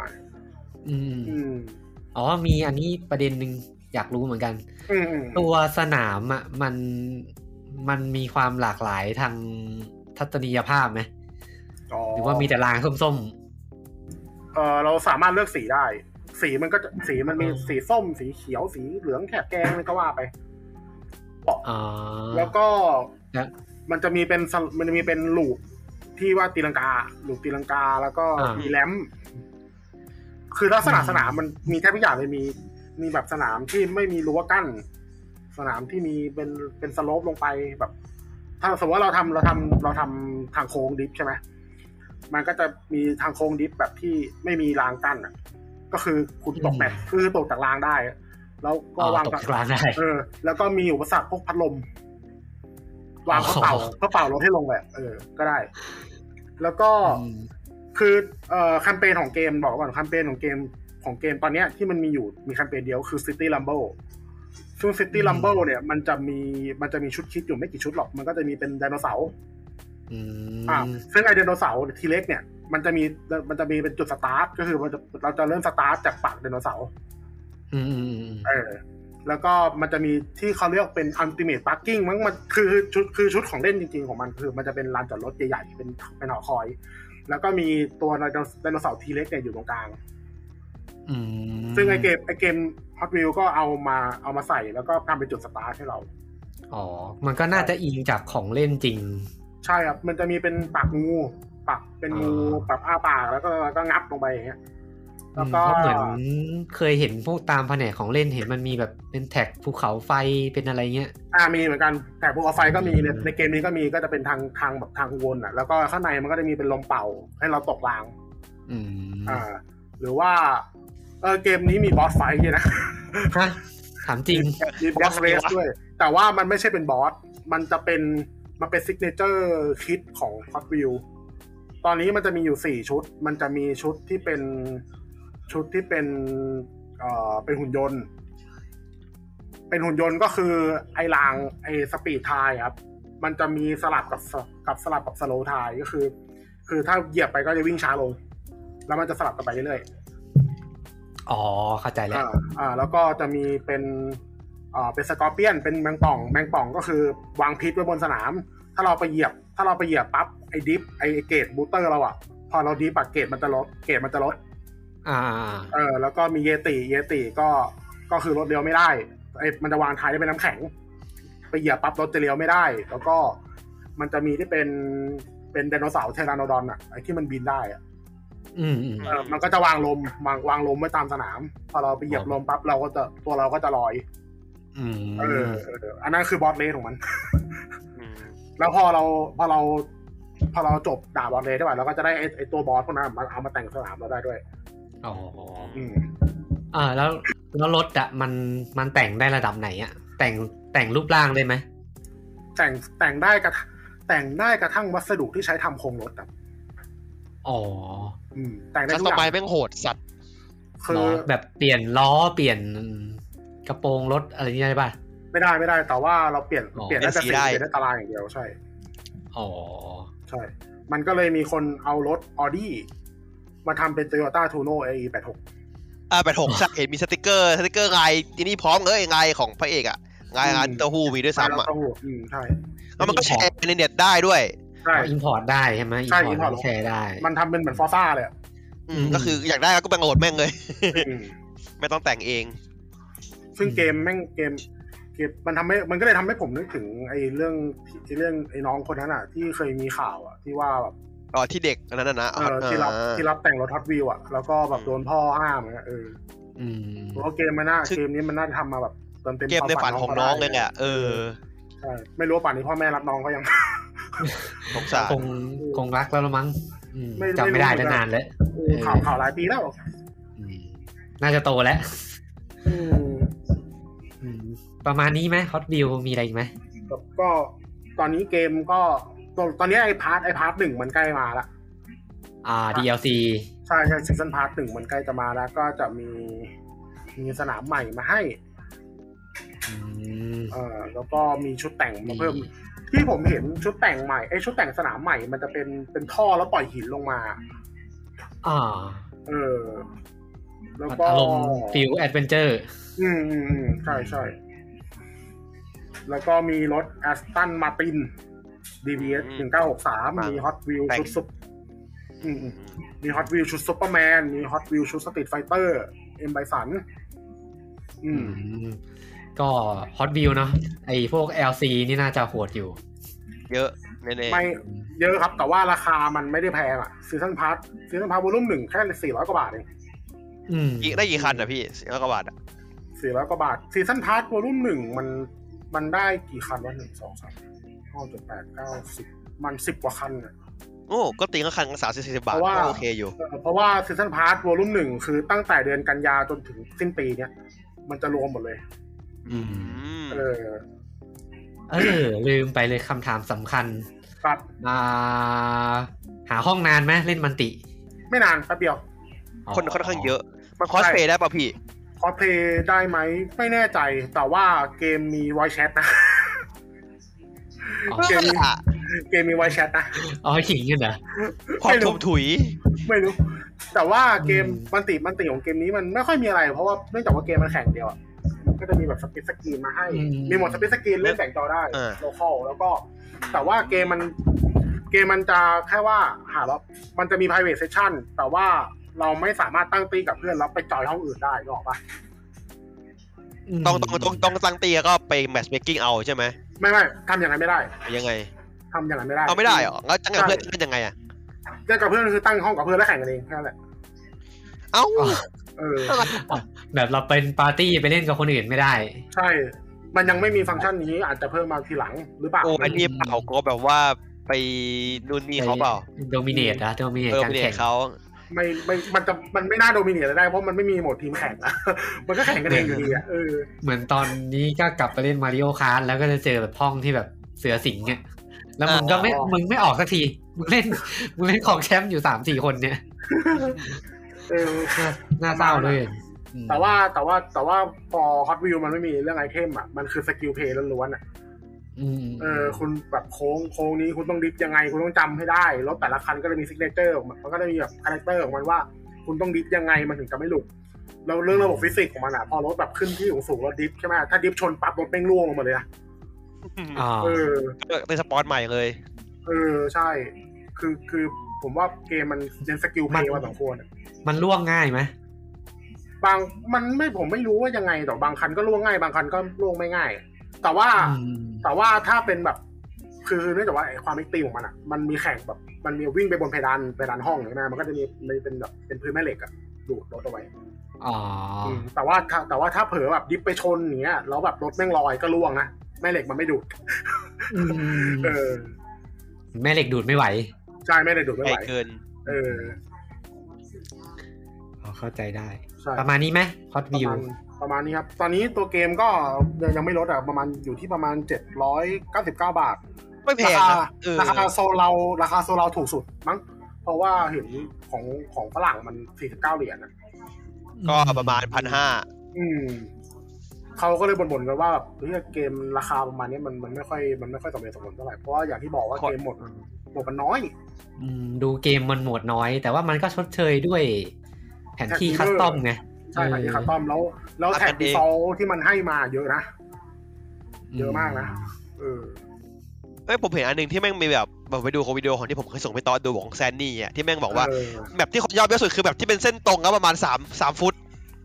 มีอันนี้ประเด็นหนึ่งอยากรู้เหมือนกันตัวสนามมันมีความหลากหลายทางทัศนียภาพไหมหรือว่ามีแต่รางส้มๆเราสามารถเลือกสีได้สีมันมีสีส้มสีเขียวสีเหลืองแขกแกงอะไรก็ว่าไปแล้วก็มันจะมีเป็นลูปที่ว่าตีลังกาแล้วก็มีแรมคือลักษณะสนามมันมีแทบทุกอย่างเลยมีแบบสนามที่ไม่มีรั้วกั้นสนามที่มีเป็นสโลปลงไปแบบถ้าสมมติว่าเราทำทางโค้งดิฟใช่ไหมมันก็จะมีทางโค้งดิฟแบบที่ไม่มีรางกั้นก็คือคุณตกแบบคือตกจากรางได้แล้วก็วางจากรางได้แล้วก็มีอุปสรรคพวกพัดลมวางเพื่อเป่ารถให้ลงแบบก็ได้แล้วก็คือแคมเปญของเกมบอกก่อนแคมเปญของเกมตอนนี้ที่มันมีแคมเปญเดียวคือ City Rumble ซึ่ง City Rumble เนี่ยมันจะมีชุดคิดอยู่ไม่กี่ชุดหรอกมันก็จะมีเป็นไดโนเสาร์ซึ่งไอไดโนเสาร์ทีเล็กเนี่ยมันจะมีเป็นจุดสตาร์ทก็คือเราจะเริ่มสตาร์ทจากปากไดโนเสาร์แล้วก็มันจะมีที่เขาเรียกเป็น Ultimate Parking มันคือชุดของเล่นจริงๆของมันคือมันจะเป็นลานจอดรถใหญ่ๆเป็นหอคอยแล้วก็มีตัวไดโนเสาร์ทีเล็กเนี่ยอยู่ตรงกลางซึ่งไอเกม Hot Wheels ก็เอามาใส่แล้วก็ทำเป็นจุดสตาร์ทให้เรามันก็น่าจะอิงจากของเล่นจริงใช่ครับมันจะมีเป็นปากงูเป็นงูแบบอ้าปากแล้วก็งับลงไปอย่างเงี้ยแล้วก็เหมือนเคยเห็นพวกตามแผนกของเล่นเห็นมันมีแบบเป็นแท็กภูเขาไฟเป็นอะไรเงี้ยมีเหมือนกันแท็กภูเขาไฟก็มีในเกมนี้ก็มีก็จะเป็นทางแบบทางวนอ่ะแล้วก็ข้างในมันก็จะมีเป็นลมเป่าให้เราตกรางหรือว่าเกมนี้มีบอสไฟท์ด้วยนะถามจริงมีบอสเรสด้วยแต่ว่ามันไม่ใช่เป็นบอสมันเป็นซิกเนเจอร์คิดของ Hot Wheels ตอนนี้มันจะมีอยู่4ชุดมันจะมีชุดที่เป็นเป็นหุ่นยนต์ก็คือไอ้รางไอ้สปีดไทร์ครับมันจะมีสลับกับสโลว์ไทร์ก็คือถ้าเหยียบไปก็จะวิ่งช้าลงแล้วมันจะสลับกันไปเรื่อยๆอ๋อเข้าใจแล้วแล้วก็จะมีเป็นสกอร์เปียนเป็นแมงป่องก็คือวางพิษไว้บนสนามถ้าเราไปเหยียบปั๊บไอ้ดิฟไอ้เกรดบูสเตอร์เราพอเราดิฟเกรดมันจะลดแล้วก็มีเยติก็คือรถเลี้ยวไม่ได้มันจะวางท้ายได้เป็นน้ำแข็งไปเหยียบปั๊บรถจะเลี้ยวไม่ได้แล้วก็มันจะมีที่เป็นไดโนเสาร์เทรานโนดอนไอ้ที่มันบินได้มันก็จะวางลมไว้ตามสนามพอเราไปเหยียบลมปั๊บตัวเราก็จะลอยอันนั้นคือบอสเลสของมันแล้วพอเราจบด่าบอสเลสได้เราก็จะได้ไอ้ตัวบอสพวกนั้นเอามาแต่งสนามเราได้ด้วยแล้วรถมันแต่งได้ระดับไหนอ่ะแต่งรูปร่างได้ไหมแต่งได้กระทั่งวัสดุที่ใช้ทำโครงรถแต่งได้ทุกอย่างคัสตอมไมซ์แม่งโหดสัตว์คือแบบเปลี่ยนล้อเปลี่ยนกระโปรงรถอะไรนี่ได้ป่ะไม่ได้แต่ว่าเราเปลี่ยนได้แต่สีเปลี่ยนได้ตารางอย่างเดียวใช่ใช่มันก็เลยมีคนเอารถ Audi มาทำเป็น Toyota Tuono AE86 86ใช่เห็นมีสติกเกอร์ไงที่นี่พร้อมไงของพระเอกอ่ะไงเต้าหู้มีด้วยซ้ำอ่ะใช่แล้วมันก็แชร์ในเน็ตได้ด้วยใช่อินพอร์ตได้ใช่ไหมอินพอร์ตแชร์ได้มันทำเป็นเหมือนฟอร์ซ่าเลยก็คืออยากได้ก็ไปโหลดแม่งเลยไม่ต้องแต่งเองซึ่งเกมมันก็เลยทำให้ผมนึกถึงไอ้เรื่องไอ้น้องคนนั้นอ่ะที่เคยมีข่าวอ่ะที่ว่าแบบที่เด็กอันนั้นนะที่รับแต่งรถฮอตวิวอ่ะแล้วก็แบบโดนพ่อห้ามเพราะเกมนี้มันน่าจะทำมาแบบเต็มเกมในฝันของน้องเลยเนี่ยใช่ไม่รู้ป่านนี้พ่อแม่รับน้องก็ยังสงสารคงรักแล้วละมั้งจำไม่ได้นานแล้วข่าวหลายปีแล้วน่าจะโตแล้วประมาณนี้ไหมฮอตวิวมีอะไรอีกไหมก็ตอนนี้เกมก็ตอนนี้ไอ้พาร์ท1มันใกล้มาละ DLC ใช่ซีซั่นพาร์ท1มันใกล้จะมาแล้วก็จะมีสนามใหม่มาให้แล้วก็มีชุดแต่งมาเพิ่มที่ผมเห็นชุดแต่งใหม่ชุดแต่งสนามใหม่มันจะเป็นท่อแล้วปล่อยหินลงมาแล้วก็อารมณ์ฟิลแอดเวนเจอร์ใช่แล้วก็มีรถ Aston Martin DBS 1963มี Hot Wheels ชุดซุปมี Hot Wheels ชุด Superman มี Hot Wheels ชุด Street Fighter M Bison ก็ Hot Wheels เนาะไอ้พวก LC นี่น่าจะโหดอยู่เยอะแน่ๆไม่เยอะครับแต่ว่าราคามันไม่ได้แพงซีซั่นพาร์ทวอลลุ่ม1แค่400กว่าบาทเองได้กี่คันพี่400กว่าบาท 400กว่าบาทซีซั่นพาร์ทวอลลุ่ม1มันได้กี่คันวะ1 2 3 5 7 8 9 10มัน10กว่าคันโอ้ก็ตีก็คันกัน30-40 บาทก็โอเคอยู่เพราะว่าซีซั่นพาร์ทวอลลุ่ม1คือตั้งแต่เดือนกันยาจนถึงสิ้นปีเนี้ยมันจะรวมหมดเลยลืมไปเลยคำถามสำคัญครับหาห้องนานไหมเล่นมันติไม่นานแป๊บเดียวคนค่อนข้างเยอะมันคอสเพลย์ได้ป่ะพี่คอสเพลย์ได้ไหมไม่แน่ใจแต่ว่าเกมมีไวแชทนะเกมมีไวแชทนะขิงกันเหรอความถมถุยไม่รู้แต่ว่าเกมมันติของเกมนี้มันไม่ค่อยมีอะไรเพราะว่าเนื่องจากว่าเกมมันแข่งเดียวก็จะมีแบบสปิทสกรีนมาให้มีหมดสปิทสกรีนเล่นแบ่งจอได้โลคอลแล้วก็แต่ว่าเกมมันจะแค่ว่ามันจะมี private session แต่ว่าเราไม่สามารถตั้งตีกับเพื่อนแล้วไปจอยห้องอื่นได้หรอกป่ะต้องตั้งตีก็ไป match making เอาใช่ไหมไม่ทำอย่างนั้นไม่ได้ยังไงทำอย่างนั้นไม่ได้เอาไม่ได้หรอแล้วตั้งกับเพื่อนเป็นยังไงตั้งกับเพื่อนคือตั้งห้องกับเพื่อนแล้วแข่งกันเองแค่นั้นแหละเอ้าแบบเราเป็นปาร์ตี้ไปเล่นกับคนอื่นไม่ได้ใช่มันยังไม่มีฟังก์ชันนี้อาจจะเพิ่มมาทีหลังหรือเปล่าโอ้อันนี้เปล่าก็แบบว่าไปนู่นนี่เขาเปล่าโดมิเนตโดมิเนตการแข่งเขาไม่มันไม่น่าโดมิเนตได้เพราะมันไม่มีโหมดทีมแข่งนะมันก็แข่งกันเองอยู่ดีเหมือนตอนนี้ก็กลับไปเล่นมาริโอคาร์ทแล้วก็จะเจอแบบห้องที่แบบเสือสิงเนี่ยแล้วมึงไม่ออกสักทีมึงเล่นของแชมป์อยู่ 3-4 คนเนี่ยน่าเศร้าเลยแต่ว่าพอ Hot Wheels มันไม่มีเรื่องไอเทมอ่ะมันคือสกิลเพลย์ล้วนๆอ่ะคุณแบบโค้งนี้คุณต้องดิฟยังไงคุณต้องจำให้ได้รถแต่ละคันก็จะมีซิกเนเจอร์มันก็จะมีแบบคาแรคเตอร์ของมันว่าคุณต้องดิฟยังไงมันถึงจะไม่หลุดแล้วเรื่องระบบฟิสิกส์ของมันอ่ะพอรถแบบขึ้นที่สูงรถดิฟใช่ไหมถ้าดิฟชนปั๊บรถเป้งร่วงลงมาเลยนะเป็นสปอร์ตใหม่เลยใช่คือผมว่าเกมมันเน้นสกิลเพลย์ว่าสองคนมันล่วงง่ายไหมผมไม่รู้ว่ายังไงแต่บางคันก็ล่วงง่ายบางคันก็ล่วงไม่ง่ายแต่ว่าถ้าเป็นแบบคือเนื่องจากว่าความเอ็กซ์ตรีมของมันอ่ะมันมีแข่งแบบมันมีวิ่งไปบนเพดานห้องใช่ไหมมันก็จะมีเป็นแบบเป็นพื้นแม่เหล็กอ่ะดูดรถเอาไว้แต่ว่าถ้าเผลอแบบดิฟไปชนอย่างเงี้ยแล้วแบบรถแม่งลอยก็ล่วงนะแม่เหล็กมันไม่ดูดแม่เหล็กดูดไม่ไหวใช่แม่เหล็กดูดไม่ไหวเกินเข้าใจได้ประมาณนี้ไหมฮอตวิวประมาณนี้ครับตอนนี้ตัวเกมก็ยังไม่ลดอ่ะประมาณอยู่ที่ประมาณ799 บาทไม่แพงนะราคาโซลเราถูกสุดมั้งเพราะว่าเห็นของฝรั่งมัน49 เหรียญนะก็ประมาณ 1,500 เขาก็เลยบ่นๆกันว่าเฮ้ยเกมราคาประมาณนี้มันไม่ค่อยสมเหตุสมผลเท่าไหร่เพราะว่าอย่างที่บอกว่าเกมหมดมันน้อยดูเกมมันหมดน้อยแต่ว่ามันก็ชดเชยด้วยแผนที่คัสตอมไงใช่แผนที่คัสตอมแล้วแท็กดีฟอลที่มันให้มาเยอะนะเยอะมากนะผมเห็นอันนึงที่แม่งมีแบบไปดูวิดีโอของที่ผมเคยส่งไปตอนดูของแซนนี่อ่ะที่แม่งบอกว่าแบบที่เขายอดที่สุดคือแบบที่เป็นเส้นตรงก็ประมาณ3 ฟุต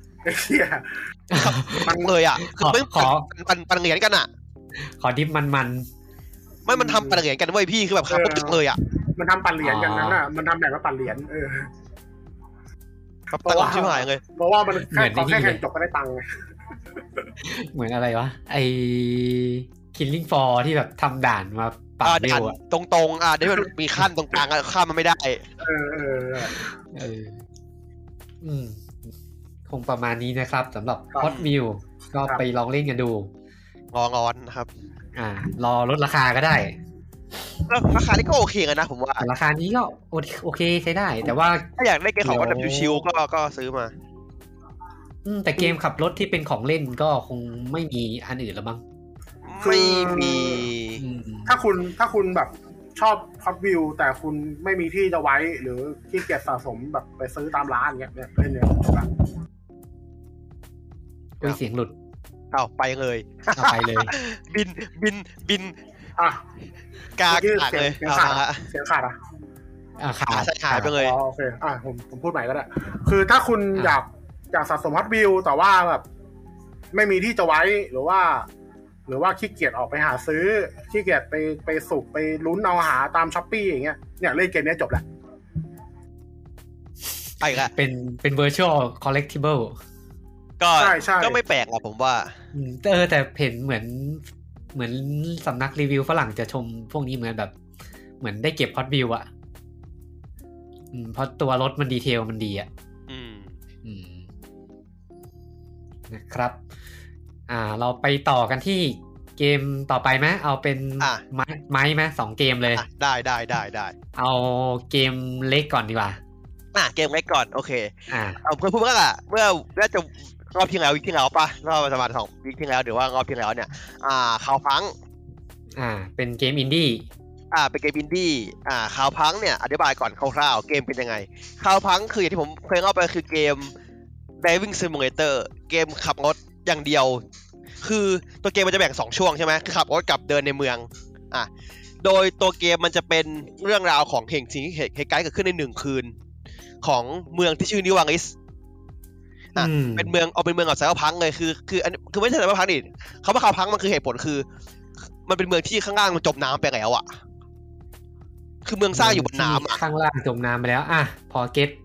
มันเลยอ่ะคือแม่งปันเหรียญกันอ่ะขอดิฟมันไม่มันทำปันเหรียญกันเว้ยพี่คือแบบขับรถตึกเลยอ่ะมันทำปันเหรียญกันนั้นอ่ะมันทำแบบว่าปันเหรียญครับตังค์ชิบหายเลยเพราะว่ามันแค่แข่งจบก็ได้ตังค์เหมือนอะไรวะไอ้ Killing Floor ที่แบบทำด่านมาปรับเร็วอ่ะตรงๆได้มันมีขั้นตรงกลางข้ามมันไม่ได้คงประมาณนี้นะครับสำหรับ Hot Wheels ก็ไปลองเล่นกันดูงอนนะครับรอลดราคาก็ได้ราคานี้ก็โอเคกันนะผมว่าราคานี้ก็โอเคใช้ได้แต่ว่าถ้าอยากได้เกมของแบบชิวๆก็ซื้อมาแต่เกมขับรถที่เป็นของเล่นก็คงไม่มีอันอื่นแล้วมั้งไม่มีถ้าคุณแบบชอบHot Wheelsแต่คุณไม่มีที่จะไว้หรือที่เก็บสะสมแบบไปซื้อตามร้านเงี้ยเล่นเนี่ยเสียงหลุดไปเลยบินกากเลยเสียงขาดอ่ะขาดไปเลยโอเคผมพูดใหม่ก็ได้คือถ้าคุณอยากสะสมHot Wheelsแต่ว่าแบบไม่มีที่จะไว้หรือว่าขี้เกียจออกไปหาซื้อขี้เกียจไปสุกไปลุ้นเอาหาตาม Shopee อย่างเงี้ยเนี่ยเล่นเกมนี้จบแล้วเป็น virtual collectible ก็ไม่แปลกหรอกผมว่าแต่เห็นเหมือนสำนักรีวิวฝรั่งจะชมพวกนี้เหมือนได้เก็บ Hot Wheels อ่ะเพราะตัวรถมันดีเทลมันดีอ่ะนะครับเราไปต่อกันที่เกมต่อไปไหมเอาเป็นไม้ไหม2 เกมเลยได้เอาเกมเล็กก่อนดีกว่าเกมเล็กก่อนโอเคเอาเพื่อนพูดว่าเมื่อน่าจะรอบที่แล้วป่ะรอบประมาณ2 วีคที่แล้วหรือว่ารอบที่แล้วเนี่ยคาวพังเป็นเกมอินดี้เป็นเกมอินดี้คาวพังเนี่ยอธิบายก่อนคร่าวๆเกมเป็นยังไงคาวพังคืออย่างที่ผมเคยเล่าไปคือเกม Driving Simulator เกมขับรถอย่างเดียวคือตัวเกมมันจะแบ่ง2 ช่วงใช่ไหมคือขับรถกับเดินในเมืองโดยตัวเกมมันจะเป็นเรื่องราวของสิ่งที่เหตุการณ์เกิดขึ้นใน1 คืนของเมืองที่ชื่อนิวาริสเป็นเมืองเป็นเมืองกับไซเบอร์พังเลยคือไม่ใช่ไซเบอร์พังดิเขาว่าคาวพังมันคือเหตุผลคือมันเป็นเมืองที่ข้างล่างมันจมน้ำไปแล้วคือเมืองสร้างอยู่บนน้ำข้างล่างจมน้ำไปแล้วพอเก็ต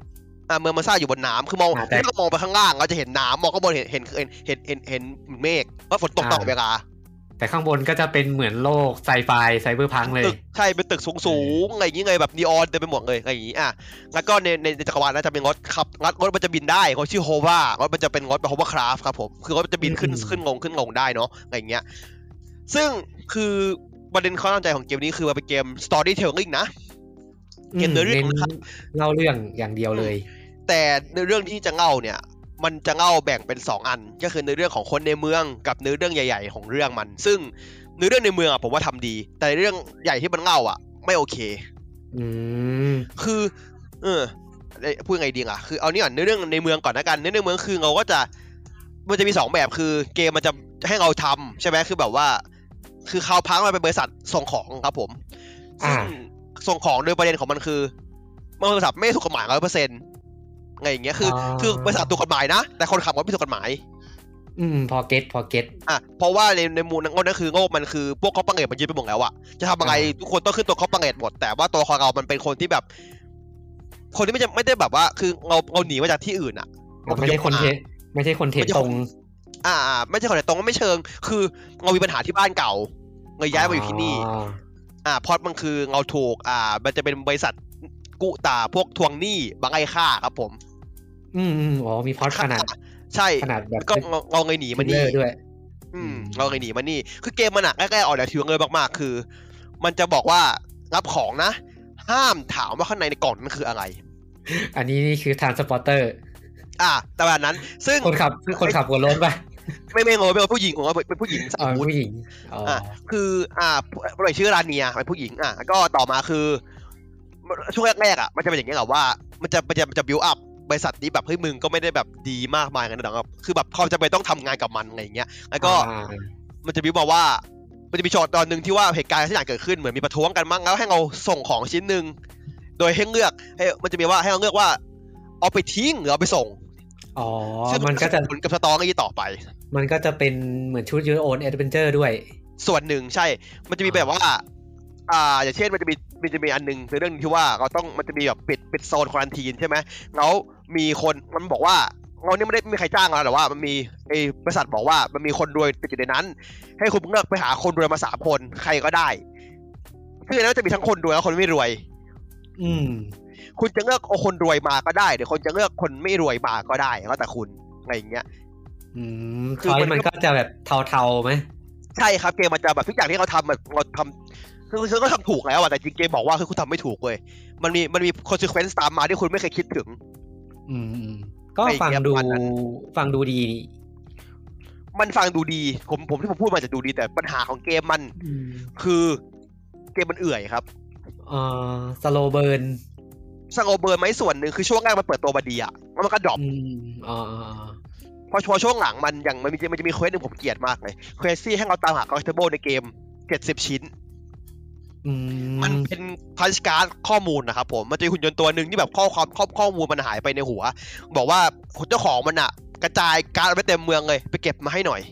เมืองมันสร้างอยู่บนน้ำคือมองถ้ามองไปข้างล่างเราจะเห็นน้ำมองข้างบนเห็นเมฆว่าฝนตกต่อเวลาแต่ข้างบนก็จะเป็นเหมือนโลกไซไฟไซเบอร์พังเลยใช่เป็นตึกสูงอะไรอย่างงี้เลยแบบนีออนเต็มไปหมดเลยอะไรอย่างงี้แล้วก็ในจักรวาลนั้นจะเป็นรถขับรถมันจะบินได้เขาชื่อโฮวารถมันจะเป็นรถแบบโฮวาคราฟครับผมคือรถมันจะบินขึ้นลงได้เนาะอะไรอย่างเงี้ยซึ่งคือประเด็นข้อตั้งใจของเกมนี้คือมันเป็นเกม storytelling นะเกมเนื้อเรื่องนะครับเล่าเรื่องอย่างเดียวเลยแต่ในเรื่องที่จะเล่าเนี่ยมันจะเล่าแบ่งเป็น2อันก็คือในเรื่องของคนในเมืองกับในเรื่องใหญ่ๆของเรื่องมันซึ่งในเรื่องในเมืองผมว่าทำดีแต่เรื่องใหญ่ที่มันเล่าไม่โอเคคือพูดไงดีคือเอานี่ก่อนในเรื่องในเมืองก่อนนะกันในเมืองคือเราก็จะมันจะมี2แบบคือเกมมันจะให้เราทำใช่ไหมคือแบบว่าคือคาวพังมันเป็นบริษัทส่งของครับผมซึ่งส่งของโดยประเด็นของมันคือบริษัทไม่ถูกกฎหมาย 100%ไงอย่างเงี้ยคือบริษัทถูกกฎหมายนะแต่คนขับก็ไม่ถูกกฎหมายพอเก็ตเพราะว่าในมูลนั่นคือโง่มันคือพวกคอปเปอร์เรทมันยึดไปหมดแล้วจะทำยังไงทุกคนต้องขึ้นตัวคอปเปอร์เรทหมดแต่ว่าตัวของเรามันเป็นคนที่แบบคนที่ไม่ได้แบบว่าคือเราหนีมาจากที่อื่นไม่ใช่คนเทตรงไม่ใช่คนเทตรงก็ไม่เชิงคือเรามีปัญหาที่บ้านเก่าเราย้ายมาอยู่ที่นี่พอดมันคือเราถูกมันจะเป็นบริษัทกุตาพวกทวงหนี้บางไอ้ค่าครับผมมีพอดขนาดใช่ขนาดแบบก็เราเลยหนีมานี่ด้วยเราเลยหนีมานี่คือเกมมันใกล้ๆออกแนวทิวเลยมากๆคือมันจะบอกว่ารับของนะห้ามถามว่าข้างในกล่องนั้นคืออะไรอันนี้นี่คือทรานสปอร์เตอร์แต่แบบนั้นซึ่งคนขับหัวโล้นป่ะไม่โง่เป็นผู้หญิงผมว่าเป็นผู้หญิงสาวผู้หญิงคือบริษัทชื่อราเนียเป็นผู้หญิงก็ต่อมาคือช่วงแรกมันจะเป็นอย่างนี้ว่ามันจะบิวอัพบริษัทนี้แบบเฮ้ยมึงก็ไม่ได้แบบดีมากมายกันนะครับคือแบบความจำเป็นต้องทำงานกับมันอะไรอย่างเงี้ยแล้วก็มันจะบิวมาว่ามันจะมีช็อตตอนนึงที่ว่าเหตุการณ์ที่เกิดขึ้นเหมือนมีประท้วงกันมั้งแล้วให้เราส่งของชิ้นนึงโดยให้เลือกมันจะมีว่าให้เราเลือกว่าเอาไปทิ้งหรือเอาไปส่งมันก็จะผลกับสตอรี่ต่อไปมันก็จะเป็นเหมือนชุด Your Own Adventure ด้วยส่วนหนึ่งใช่มันจะมีแบบว่าอย่างเช่นมันจะมีอันนึงในเรื่องที่ว่าเราต้องมันจะมีแบบปิดโซนควอรันทีนใช่ไหมแล้วมีคนมันบอกว่าเราเนี่ยไม่ได้มีใครจ้างเราแต่ว่ามันมีบริษัทบอกว่ามันมีคนรวยติดอยู่ในนั้นให้คุณเลือกไปหาคนรวยมา3 คนใครก็ได้คือแล้วจะมีทั้งคนรวยและคนไม่รวยคุณจะเลือกเอาคนรวยมาก็ได้หรือคนจะเลือกคนไม่รวยมาก็ได้แล้วแต่คุณอะไรอย่างเงี้ยคือมันก็จะแบบเทาๆไหมใช่ครับเกมมันจะแบบทุกอย่างที่เราทำเราทำคือก็ทำถูกแล้วแต่จริงเกมบอกว่าคือคุณทำไม่ถูกเลยมันมี consequence ตามมาที่คุณไม่เคยคิดถึงก็ฟังดูดีมันฟังดูดีผมที่ผมพูดมาจะดูดีแต่ปัญหาของเกมมันคือเกมมันเอื่อยครับสโลเบิร์นไหมส่วนหนึ่งคือช่วงแรกมันเปิดตัวมาดีแล้วมันก็ดรอปพอช่วงหลังมันอย่างมันจะมีเควสนึงผมเกลียดมากเลยเควสที่ให้เราตามหาคอลเลกเทเบิลในเกม70 ชิ้นมันเป็นพันช์การ์ดข้อมูลนะครับผมมันจะมีหุ่นยนต์ตัวนึงที่แบบข้อมูลมันหายไปในหัวบอกว่าเจ้าของมันกระจายการ์ดไปเต็มเมืองเลยไปเก็บมาให้หน่อย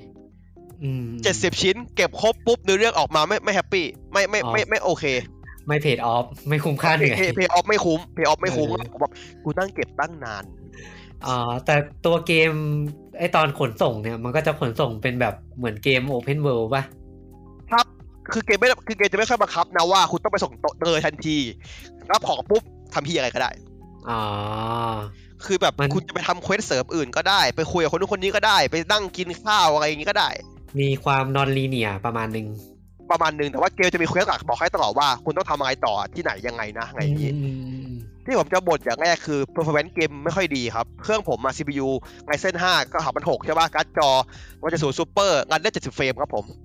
70 ชิ้นเก็บครบปุ๊บเนื้อเรื่องออกมาไม่แฮปปี้ไม่โอเคไม่เพย์ออฟไม่คุ้มค่าเหนื่อยเพย์ออฟไม่คุ้มแบบกูตั้งเก็บตั้งนานแต่ตัวเกมไอตอนขนส่งเนี่ยมันก็จะขนส่งเป็นแบบเหมือนเกม Open World ป่ะครับคือเกมจะไม่ค่อยบังคับนะว่าคุณต้องไปส่งเลยทันทีรับของปุ๊บทำที่อะไรก็ได้คือแบบคุณจะไปทำเควสเสริมอื่นก็ได้ไปคุยกับคนนู้นคนนี้ก็ได้ไปนั่งกินข้าวอะไรอย่างงี้ก็ได้มีความนอนลีเนียร์ประมาณนึงแต่ว่าเกมจะมีเควสหลักบอกให้ตลอดว่าคุณต้องทำอะไรต่อที่ไหนยังไงนะอะไรอย่างงี้ที่ผมจะบ่นอย่างแรกคือ performance เกมไม่ค่อยดีครับเครื่องผมCPU Ryzen 5ก็6ใช่ป่ะการ์ดจอมันจะ0 Super รันได้70 เฟรมครับผม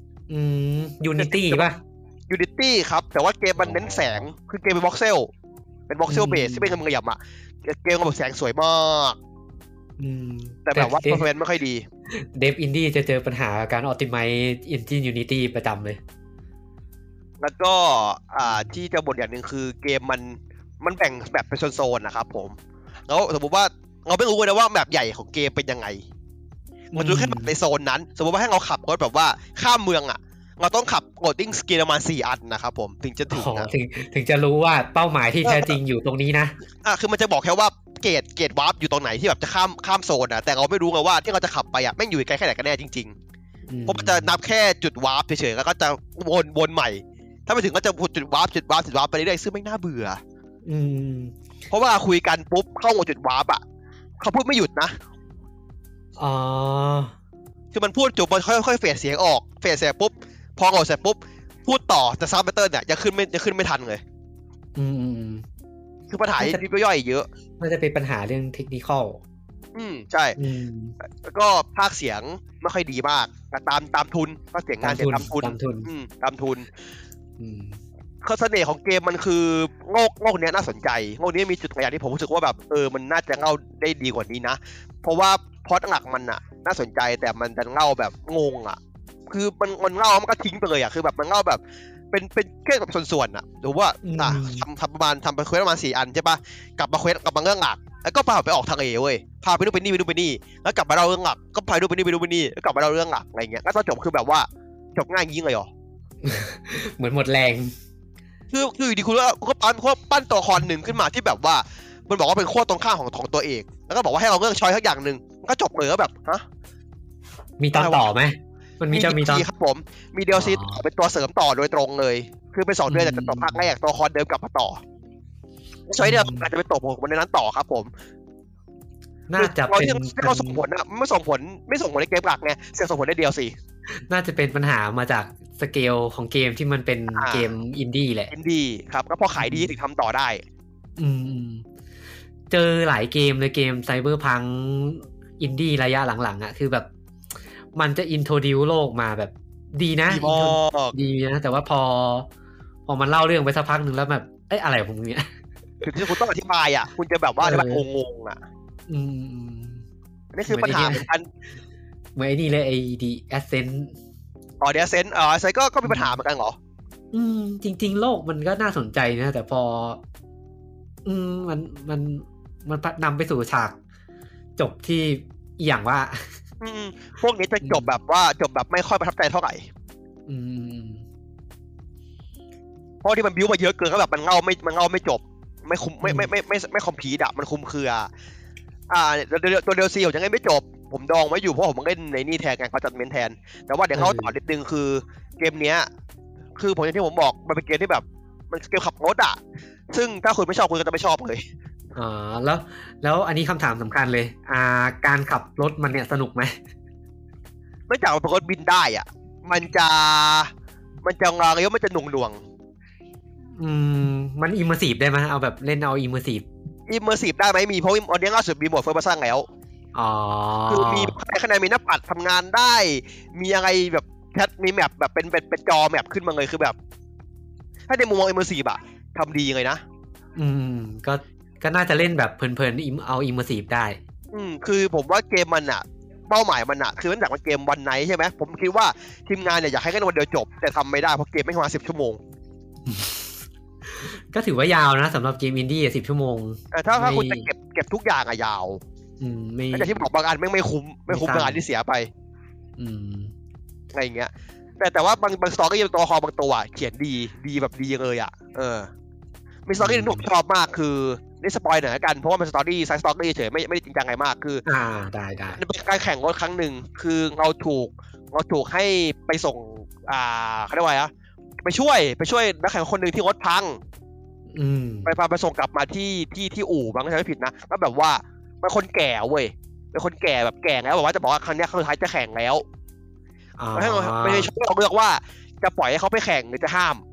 Unity ป่ะ Unity ครับแต่ว่าเกมมันเน้นแสงคือเกมเป็น voxel base ที่เป็นเงยเกมกับแสงสวยมากแต่แบบว่า performance ไม่ค่อยดีเดฟอินดี้จะเจอปัญหาการ optimize engine Unity ประจำเลยแล้วก็ที่จะบ่นอย่างนึงคือเกมมันแบ่งแบบเป็นโซนๆนะครับผมแล้วสมมติว่าเราไม่รู้เลยนะว่าแบบใหญ่ของเกมเป็นยังไงมันรู้แค่แบบในโซนนั้นสมมติว่าให้เราขับรถแบบว่าข้ามเมืองเราต้องขับโรดดิ้งสกีประมาณ4 อันนะครับผมถึงจะถึงนะถึงจะรู้ว่าเป้าหมายที่แท้จริงอยู่ตรงนี้นะคือมันจะบอกแค่ว่าเกตวาร์ปอยู่ตรงไหนที่แบบจะข้ามโซนแต่เราไม่รู้ไงว่าที่เราจะขับไปแม่งอยู่ไกลแค่ไหนกันแน่จริงๆเพราะมันจะนับแค่จุดวาร์ปเฉยๆแล้วก็จะวนใหม่ถ้าไปถึงก็จะจุดวาร์ปไปเรื่อยๆซึ่งไม่น่าเบื่อเพราะว่าคุยกันปุ๊บเข้าจุดวาร์ปเขาพูดไม่หยุดนะคือมันพูดจบมันค่อยๆเฟดเสียงออกเฟดเสียงปุ๊บพอออกเสร็จปุ๊บพูดต่อแต่ซับไตเติ้ลเนี่ยยังขึ้นไม่ทันเลยคือปัญหาที่ย่อยเยอะน่าจะเป็นปัญหาเรื่องเทคนิคอลใช่แล้วก็ภาคเสียงไม่ค่อยดีมากตามทุนก็เสียงงานเสียงตามทุนข้อเสน่ห์ของเกมมันคือโงกเนี้ยน่าสนใจโงกนี้มีจุดอย่างที่ผมรู้สึกว่าแบบมันน่าจะเล่าได้ดีกว่านี้นะเพราะว่าพล็อตหลักมันน่าสนใจแต่มันจะเล่าแบบงงคือมันเล่ามันก็ทิ้งไปเลยคือแบบมันเล่าแบบเป็นแค่แบบส่วนๆหรือว่าทำไปเควสประมาณ4 อันใช่ป่ะกลับมาเควสกลับมาเรื่องหลักแล้วก็พาไปออกทะเลเว้ยพาไปนู่นไปนี่แล้วกลับมาเล่าเรื่องหลักก็ไปนู่นไปนี่แล้วกลับมาเล่าเรื่องหลักอะไรเงี้ยแล้วตอนจบคือแบบว่าจบง่ายยิ่งเลยเหมือนหมดแรงคืออยู่ดีคุณก็ปั้นตัวละครหนึ่งขึ้นมาที่แบบว่ามันบอกว่าเป็นขั้วตรงข้ามของตัวเองแล้วก็บอกว่าให้เราเลือกช้อยสักอย่างนึงก็จบเลยก็แบบฮะมีตอนต่อไหมมันมีตอนครับผมมี DLC เป็นตัวเสริมต่อโดยตรงเลยคือเป็น2 เดือนแต่ต่อภาคแรกตัวละครเดิมกลับมาต่อช้อยเดิมอาจจะเป็นตกบนในนั้นต่อครับผมน่าจะเป็นเขาส่งผลไม่ส่งผลในเกมหลักไงเสียส่งผลใน DLC น่าจะเป็นปัญหามาจากสเกลของเกมที่มันเป็นเกมอินดี้แหละอินดี้ครับก็พอขายดีถึงทำต่อได้เจอหลายเกมเลยเกมไซเบอร์พังอินดี้ระยะหลังๆคือแบบมันจะอินโทรดิวโลกมาแบบดีนะดีนะแต่ว่าพอมันเล่าเรื่องไปสักพักนึงแล้วแบบอะไรของมึงเนี่ยคือที่คุณต้องอธิบายคุณจะแบบว่าแบบงงนี่คือปัญหาเหมือนกันเหมือนไอ้นี่เลยไอ้ดีแอสเซนต์ดีแอสเซนต์ไซก็มีปัญหาเหมือนกันเหรอจริงๆโลกมันก็น่าสนใจนะแต่พอมันนำไปสู่ฉากจบที่อย่างว่าพวกนี้จะจบแบบไม่ค่อยประทับใจเท่าไหร่เพราะที่มันบิ้วมาเยอะเกินก็แบบมันเล่าไม่จบไม่คุมไม่คอมพลีทมันคุมเครือตัว DLC ผมยังไม่จบผมดองไว้อยู่เพราะผมเล่นในนี่แทนการจัดเมนแทนแต่ว่าเดี๋ยวเขาต่อนิดนึงคือเกมเนี้ยคือผมอย่างที่ผมบอกมันเป็นเกมที่แบบมันเกมขับรถซึ่งถ้าคุณไม่ชอบคุณก็จะไม่ชอบเลยแล้วอันนี้คำถามสำคัญเลยการขับรถมันเนี่ยสนุกไหมเนื่องจากมันเป็นรถบินได้มันจะงาเลี้ยวมันจะหน่วงมันอิมเมอร์ซีฟได้ไหมเอาแบบเล่นเอาอิมเมอร์ซีฟได้ไหมมีเพราะอันนี้ล่าสุดมีโหมดเฟิร์สเพอร์ซันแล้วคือมีข้างในมีหน้าปัดทำงานได้มีอะไรแบบแชทมีแมปแบบเป็นจอแมปขึ้นมาเลยคือแบบถ้าในมุมมองอิมเมอร์ซีฟทำดีเลยนะก็น่าจะเล่นแบบเพลินๆเอาอิมเมอร์ซีฟได้คือผมว่าเกมมันเป้าหมายมันคือเนื่องจากมันเกมวันไนท์ใช่ไหมผมคิดว่าทีมงานอยากให้เล่นวันเดียวจบแต่ทำไม่ได้เพราะเกมไม่ประมาณ10 ชั่วโมงก็ถือว่ายาวนะสำหรับเกมอินดี้10 ชั่วโมงถ้าคุณจะเก็บทุกอย่างยาวแต่ที่บอกบางอันไม่คุ้มงานที่เสียไปอะไรอย่างเงี้ยแต่ว่าบางสตอรี่ตัวละครบางตัวเขียนดีแบบดีเลยมีสตอรี่ที่ผมชอบมากคือนี่สปอยหน่อยกันเพราะว่ามันสตอรี่ไซส์สตอรี่เฉยไม่ได้จริงจังไงมากคือได้เป็นการแข่งรถครั้งหนึ่งคือเราถูกให้ไปส่งเขาเรียกว่าไปช่วยนักแข่งคนหนึ่งที่รถพังไปส่งกลับมาที่อู่บางถ้าไม่ผิดนะแล้วแบบว่าเป็นคนแก่เว้ยเป็นคนแก่แบบแก่แล้วบอกว่าจะบอกว่าครั้งนี้ครั้งสุดท้ายจะแข่งแล้วให้ไม่ได้ช่วยเราเลือกว่าจะปล่อยให้เขาไปแข่งหรือจะห้าม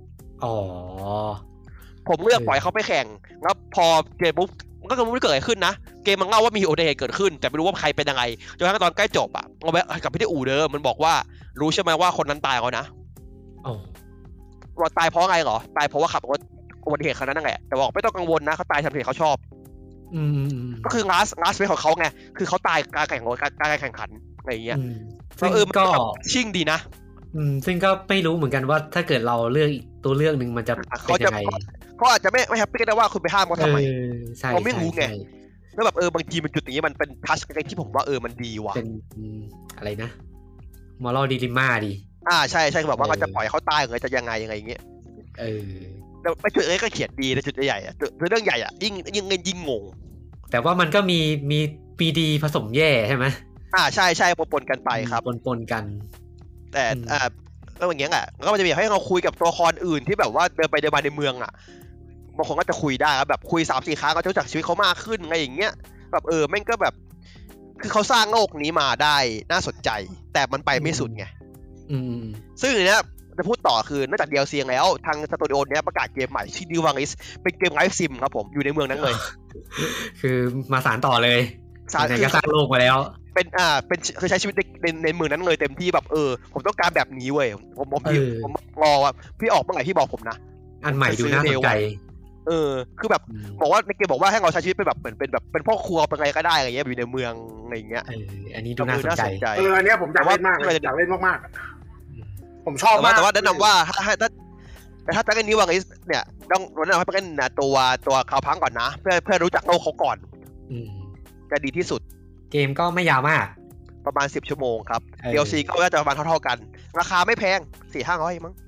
ผมเลือกปล่อยเขาไปแข่งแล้วพอเกมปุ๊บมันก็ไม่เกิดอะไรขึ้นนะเกมมันเล่าว่ามีอุบัติเหตุเกิดขึ้นแต่ไม่รู้ว่าใครเป็นยังไงจนกระทั่งตอนใกล้จบเราไปกลับไปที่อู่เดิมมันบอกว่ารู้ใช่ไหมว่าคนนั้นตายแล้วนะว่าตายเพราะไงเหรอตายเพราะว่าขับรถอุบัติเหตุครั้งนั้นนั่นแหละแต่บอกไม่ต้องกังวลนะเขาตายทำเหตุเขาชอบก็คือlastเวของเขาไงคือเขาตายการแข่งขันอะไรอย่างเงี้ยมันก็ชิ่งดีนะซึ่งก็ไม่รู้เหมือนกันว่าถ้าเกิดเราเลือกอีกตัวเลือกนึงมันจะเป็นยังไงเขาอาจจะไม่แฮปปี้ก็ได้ว่าคุณไปห้ามเขาทำไมเขาไม่รู้ไงแล้วแบบบางทีมันจุดอย่างนี้มันเป็นทัชอะไรที่ผมว่ามันดีว่ะเป็นอะไรนะมอรัลดิลิม่าดีใช่แบบว่าเขาจะปล่อยเขาตายหรือจะยังไงอย่างเงี้ยแล้วไปจุดก็เขียนดีแต่จุดใหญ่จุดเรื่องใหญ่ยิ่งงงแต่ว่ามันก็มีดีผสมแย่ใช่ไหมใช่ปนกันไปครับปนกันแต่ก็อย่างเงี้ยก็มันจะมีให้เราคุยกับตัวละครอื่นที่แบบว่าเดินไปเดินมาในเมืองบางคนก็จะคุยได้ครับแบบคุย 3-4 ครั้งก็จะรู้จักชีวิตเขามากขึ้นอะไรอย่างเงี้ยแบบแม่งก็แบบคือเขาสร้างโลกนี้มาได้น่าสนใจแต่มันไปไม่สุดไงซึ่งเนี้ยจะพูดต่อคือนอกจาก DLC แล้วทางสตูดิโอเนี้ยประกาศเกมใหม่ชื่อ New Waris เป็นเกมไลฟ์ซิมครับผมอยู่ในเมืองนั้นเลยคือมาสานต่อเลยไหนก็สร้างโลกมาแล้วเป็นคือใช้ชีวิตในเมืองนั้นเลยเต็มที่แบบผมต้องการแบบนี้เว้ยผมรอว่าพี่ออกเมื่อไหร่พี่บอกผมนะอันใหม่ดูน่าสนใจคือแบบบอกว่าในเกมบอกว่าให้เราใช้ชีวิตเป็นแบบเหมือนเป็นพ่อครัวเป็นอะไรก็ได้อะไรเงี้ยอยู่ในเมืองอะไรเงี้ยอันนี้ดูน่าสนใจอันนี้ผมอยากเล่นมากเลยอยากเล่นมากๆผมชอบมากแต่ว่าแนะนำว่าถ้าจะเล่นนิววังอิสเนี่ยต้องแนะนำให้ไปเล่นตัวคาวพังก่อนนะเพื่อรู้จักโลกเขาก่อนจะดีที่สุดเกมก็ไม่ยาวมากประมาณ10 ชั่วโมงครับ DLC ก็น่าจะประมาณเท่ากันราคาไม่แพง 4-500 มั้ง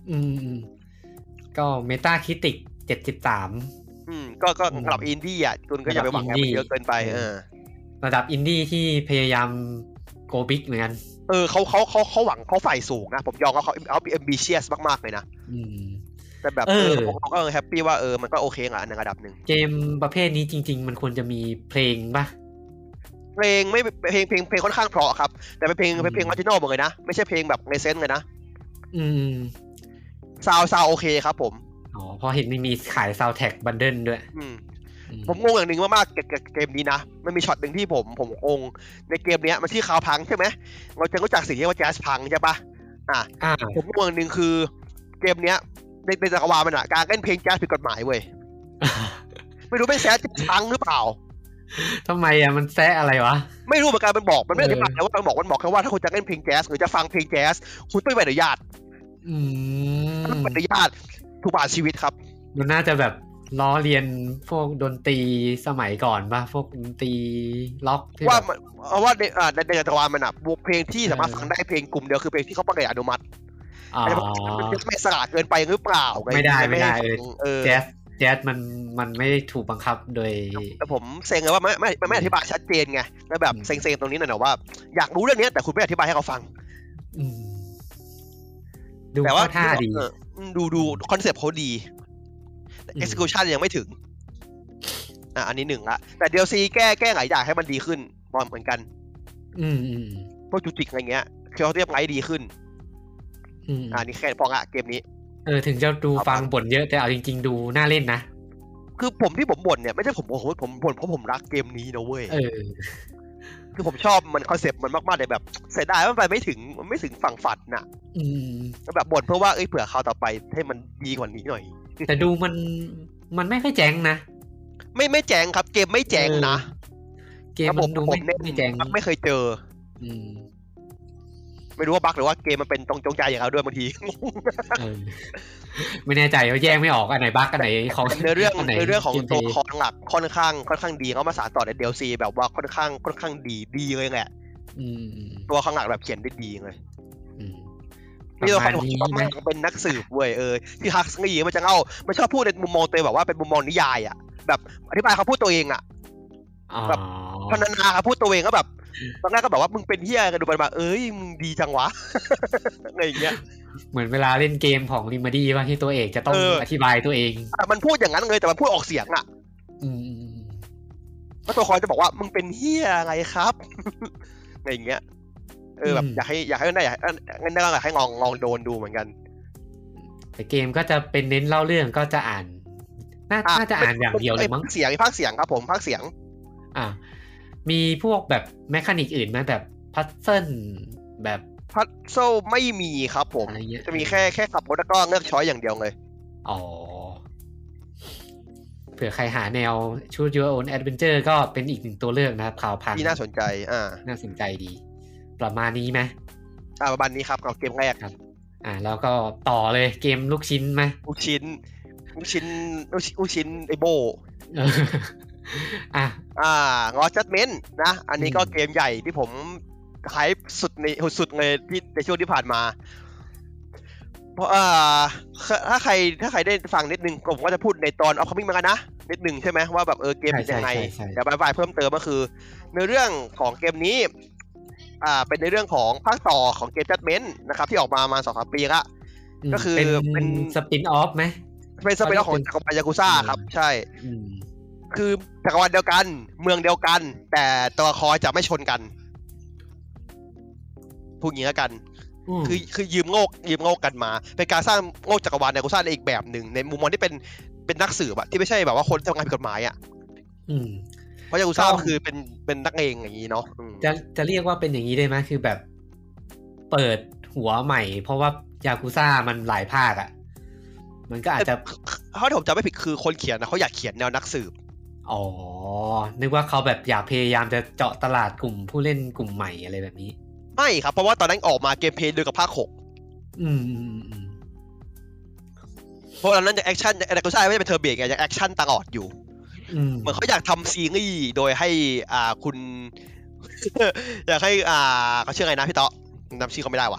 ก็เมตาคริติก73 ก็ระดับอินดี้คุณก็อย่าไปหวังเยอะเกินไประดับอินดี้ที่พยายามโกบิ๊กเหมือนกันเขาหวังเขาฝ่ายสูงนะผมยอมว่าเขาambitious มากๆเลยนะแต่แบบผมก็แฮปปี้ว่ามันก็โอเคในระดับหนึ่งเกมประเภทนี้จริงๆมันควรจะมีเพลงป่ะเพลงไม่เพลงค่อนข้างเพราะครับแต่เป็นเพลงออริจินอลหมดเลยนะไม่ใช่เพลงแบบในเซนส์เลยนะซาวโอเคครับผมพอเห็นมีขายซาวด์แท็กบันเดิลด้วยผมงงอย่างหนึ่งมากๆเกมนี้นะมันมีช็อตหนึ่งที่ผมงงในเกมนี้มันชื่อคาวพังใช่ไหมเราจะรู้จักสิ่งที่ว่าแจ๊สพังใช่ปะผมงงอย่างหนึ่งคือเกมนี้ในจักรวาลมันการเล่นเพลงแจ๊สผิดกฎหมายเว้ยไม่รู้เป็นแจ๊สพังหรือเปล่าทำไมมันแซะอะไรวะไม่รู้เหมือนกันมันบอกมันไม่อธิบายว่ามันบอกแค่ว่าถ้าคุณจะเล่นเพลงแจ๊สหรือจะฟังเพลงแจ๊สคุณต้องใบอนุญาตต้องใบอนุญาตทุกบาทชีวิตครับมันน่าจะแบบล้อเลียนพวกดนตรีสมัยก่อนป่ะพวกดนตรีล็อกที่ว่าในจักรวาลมันบวกเพลงที่สามารถฟังได้เพลงกลุ่มเดียวคือเพลงที่เขาประกาศอนุมัติมันจะไม่สลาดเกินไปหรือเปล่าไม่ได้แจ๊สมันไม่ได้ถูกบังคับโดยแต่ผมเซ็งเลยว่าไม่อธิบายชัดเจนไงแล้วแบบเซ็งๆตรงนี้หน่อยว่าอยากรู้เรื่องนี้แต่คุณไม่อธิบายให้เขาฟังแต่ว่าท่าดีดูคอนเซ็ปต์เขาดี execution ยังไม่ถึงอันนี้หนึ่งละแต่ DLC แก้หลายอย่างให้มันดีขึ้นเหมือนกันพวกจุจิกอะไรเงี้ยคือเขาเรียบไงดีขึ้นนี่แค่พอละเกมนี้ถึงจะดูฟังบ่นเยอะแต่เอาจริงๆดูน่าเล่นนะคือที่ผมบ่นเนี่ยไม่ใช่ผมบ่นเพราะผมรักเกมนี้นะเว้ยคือผมชอบมันคอนเซ็ปต์มันมากๆเลยแบบเสียดายว่ามันไปไม่ถึงฝั่งฝันน่ะแบบบ่นเพราะว่าเผื่อคราวต่อไปให้มันดีกว่านี้หน่อยแต่ดูมันไม่ค่อยแจ้งนะไม่แจ้งครับเกมไม่แจ้งนะเกมมันดูไม่แจ้งไม่เคยเจอไม่รู้ว่าบั๊กหรือว่าเกมมันเป็นจงใจอย่างเราด้วยบางทีไม่แน่ใจว่าแยกไม่ออกอันไหนบั๊กอันไหนของในเรื่องของตัวคอนหลักค่อนข้างดีเขามาสานต่อใน DLC แบบว่าค่อนข้างดีเลยแหละตัวข้างหลักแบบเขียนได้ดีเลยนี่ตัวคนที่เป็นนักสืบเว้ยที่ฮักซ์งี้มันจะมันชอบพูดในมุมมองตัวแบบว่าเป็นมุมมองนิยายแบบอธิบายเขาพูดตัวเองแบบพรรณนาเขาพูดตัวเองก็แบบตอนแรกก็แบบว่ามึงเป็นเหี้ยกันดูไปมามึงดีจังวะอะไรอย่างเงี้ยเหมือนเวลาเล่นเกมของริมาดี้ว่าที่ตัวเอกจะต้องอธิบายตัวเองมันพูดอย่างนั้นเลยแต่มันพูดออกเสียงแล้วตัวคอยจะบอกว่ามึงเป็นเหี้ยอะไรครับอะไรอย่างเงี้ยแบบอยากให้ได้งั้นได้ก็ให้ลองโดนดูเหมือนกันแต่เกมก็จะเป็นเน้นเล่าเรื่องก็จะอ่านน่าจะอ่านอย่างเดียวเลยมั้งภาคเสียงครับผมภาคเสียงมีพวกแบบแมคานิกอื่นไหมแบบพัซเซิลแบบพัซเซิลไม่มีครับผมจะมีแค่ขับรถแล้วก็เลือกช้อยอย่างเดียวเลยเผื่อใครหาแนว Choose Your Own Adventure ก็เป็นอีกหนึ่งตัวเลือกนะครับข่าวพังที่น่าสนใจน่าสนใจดีประมาณนี้ไหมประมาณนี้ครับกับเกมแรกครับแล้วก็ต่อเลยเกมลูกชิ้นไหมลูกชิ้นไอโบงอจัดเมนนะอันนี้ก็เกมใหญ่ที่ผมไฮป์สุดเลยที่ในช่วงที่ผ่านมาเพราะถ้าใครได้ฟังนิดนึงผมก็จะพูดในตอนเอาคัมมิ่งมากันนะนิดนึงใช่ไหมว่าแบบเกมเป็นยังไงแต่บายเพิ่มเติมก็คือในเรื่องของเกมนี้เป็นในเรื่องของภาคต่อของเกม Judgment นะครับที่ออกมา 2-3 ปีละก็คือเป็นสปินออฟไหมเป็นสปินออฟของจักรวาลยากุซ่าครับใช่คือจักรวาลเดียวกันเมืองเดียวกันแต่ตัวละครจะไม่ชนกันพูดอย่างนี้แล้วกันคือยืมโงกกันมาเป็นการสร้างโงกจักรวาลยากุซ่าในอีกแบบหนึ่งในมุมมองที่เป็นนักสืบอะที่ไม่ใช่แบบว่าคนทำงานผิดกฎหมายอะเพราะยากุซ่าคือเป็นนักเลงอย่างนี้เนาะจะเรียกว่าเป็นอย่างนี้ได้ไหมคือแบบเปิดหัวใหม่เพราะว่ายากุซ่ามันหลายภาคอ่ะมันก็อาจจะถ้าผมจำไม่ผิดคือคนเขียนนะเขาอยากเขียนแนวนักสืบอ๋อนึกว่าเขาแบบอยากพยายามจะเจาะตลาดกลุ่มผู้เล่นกลุ่มใหม่อะไรแบบนี้ไม่ครับเพราะว่าตอนนั้นออกมาเกมเพลย์เดียวกับภาค6เพราะตอนนั้นแอคชั่นยากุซ่าไม่ได้เป็นเทอร์เบรกไงยังแอคชั่นตลอดอยู่เหมือนเขาอยากทำซีรีส์โดยให้คุณอยากให้เขาชื่อไงนะพี่ต๊อจำชื่อเขาไม่ได้ว่ะ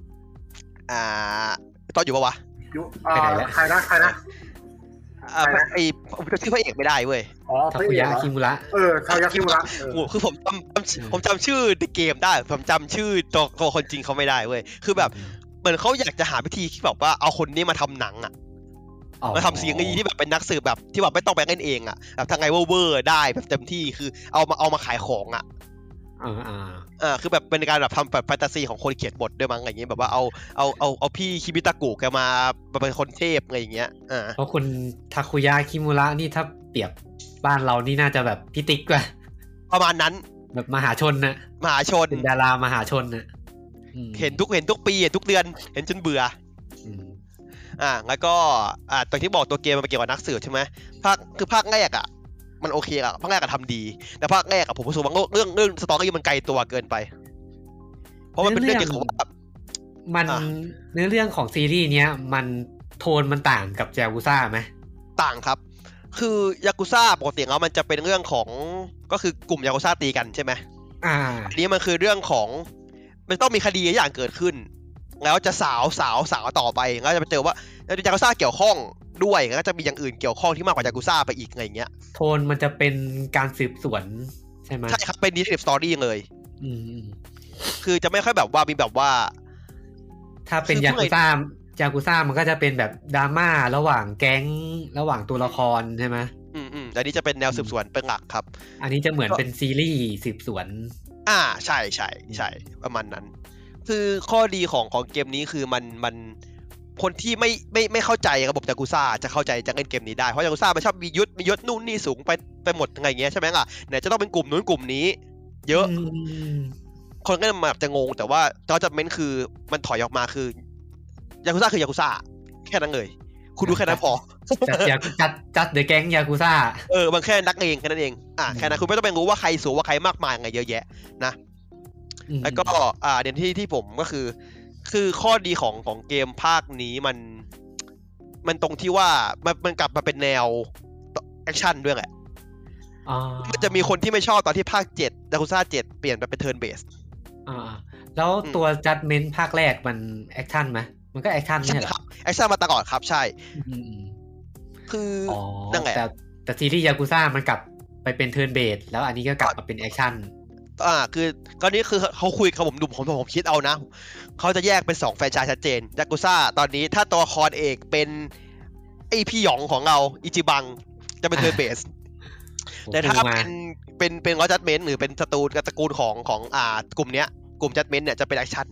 พี่ต๊ออยู่ปะวะอยู่ใครนะไอ้ชื่อพระเอกไม่ได้เว้ยทาคุยะคิมุระทาคุยะคิมุระคือผมจำชื่อในเกมได้ผมจำชื่อตัวคนจริงเขาไม่ได้เว้ยคือแบบเหมือนเขาอยากจะหาวิธีที่แบบว่าเอาคนนี้มาทำหนังมาทำซีรีส์ที่แบบเป็นนักสืบแบบที่แบบไม่ต้องไปเล่นเองแบบทางไงเวอร์ได้แบบเต็มที่คือเอามาขายของคือแบบเป็นการแบบทำแบบแฟนตาซีของคนเขียนบทด้วยมั้งอะไรอย่างเงี้ยแบบว่าเอาพี่คิมิตะกุแกมาเป็นคนเทพอะไรอย่างเงี้ยเพราะคุณทาคุยะคิมุระนี่ถ้าเปรียบบ้านเรานี่น่าจะแบบพิติกกว่าประมาณนั้นแบบมหาชนนะมหาชนเป็นดารามหาชนนะเห็นทุกปีทุกเดือนเห็นจนเบื่อแล้วก็ตัวที่บอกตัวเกมมันเกี่ยวกับนักสืบใช่ไหมภาคแรกมันโอเคภาคแรกทำดีแต่ภาคแรกผมรู้สึกว่าเรื่องสตอรี่มันไกลตัวเกินไปเพราะมันเป็นเรื่องเกี่ยวกับมันเนื้อเรื่องของซีรีส์เนี้ยมันโทนมันต่างกับยากุซ่าไหมต่างครับคือยากุซ่าปกติแล้วมันจะเป็นเรื่องของก็คือกลุ่มยากุซ่าตีกันใช่ไหมอันนี้มันคือเรื่องของมันต้องมีคดีอย่างเกิดขึ้นแล้วจะสาวต่อไปแล้วจะไปเจอว่ายากุซ่าเกี่ยวข้องด้วยแล้วก็จะมีอย่างอื่นเกี่ยวข้องที่มากกว่ายากุซ่าไปอีกอะไรเงี้ยโทนมันจะเป็นการสืบสวนใช่ไหมใช่ครับเป็นดีเทคสตอรี่เลยคือจะไม่ค่อยแบบว่ามีแบบว่าถ้าเป็นยากุซ่ามันก็จะเป็นแบบดราม่าระหว่างแก๊งระหว่างตัวละครใช่ไหมอันนี้จะเป็นแนวสืบสวนเป็นหลักครับอันนี้จะเหมือนเป็นซีรีส์สืบสวนใช่ประมาณนั้นคือข้อดีของเกมนี้คือมันคนที่ไม่เข้าใจระบบยากุซ่าจะเข้าใจจะเล่นเกมนี้ได้เพราะยากุซ่ามันชอบมียศนู่นนี่สูงไปหมดไงเงี้ยใช่ไหมล่ะไหนจะต้องเป็นกลุ่มนู้นกลุ่มนี้เยอะคนก็จะงงแต่ว่าJudgmentคือมันถอยออกมาคือยากุซ่าคือยากุซ่าแค่นั้นเลยคุณดูแค่นั้นพอจัดเดอะแก๊งยากุซ่ามันแค่นักเลงแค่นั้นเองแค่นั้นคุณไม่ต้องไปรู้ว่าใครสูงว่าใครมากมายไงเยอะแยะนะแล้วก็เด่นที่ผมก็คือข้อดีของเกมภาคนี้มันตรงที่ว่ามันกลับมาเป็นแนวแอคชั่นด้วยแหละมันจะมีคนที่ไม่ชอบตอนที่ภาค7 Yakuza 7เปลี่ยนไปเป็นเทิร์นเบสแล้วตัว Judgment ภาคแรกมันแอคชั่นไหมมันก็แอคชั่นใช่ครับแอคชั่นมาตลอดครับใช่คือนั่นแหละแต่ซีรีส์ Yakuza มันกลับไปเป็นเทิร์นเบสแล้วอันนี้ก็กลับมาเป็นแอคชั่นคือก็นี่คือเขาคุยกับผมดูผมคิดเอานะเขาจะแยกเป็น2แฟรนไชส์ชัดเจนยากุซ่าตอนนี้ถ้าตัวละครเอกเป็นไอพี่หยองของเราอิจิบังจะเป็นเทิร์นเบสแต่ถ้าเป็นรอจัดเมนต์หรือเป็นตระกูลของกลุ่มเนี้ยกลุ่มจัดเมนต์เนี่ยจะเป็นแอคชั่น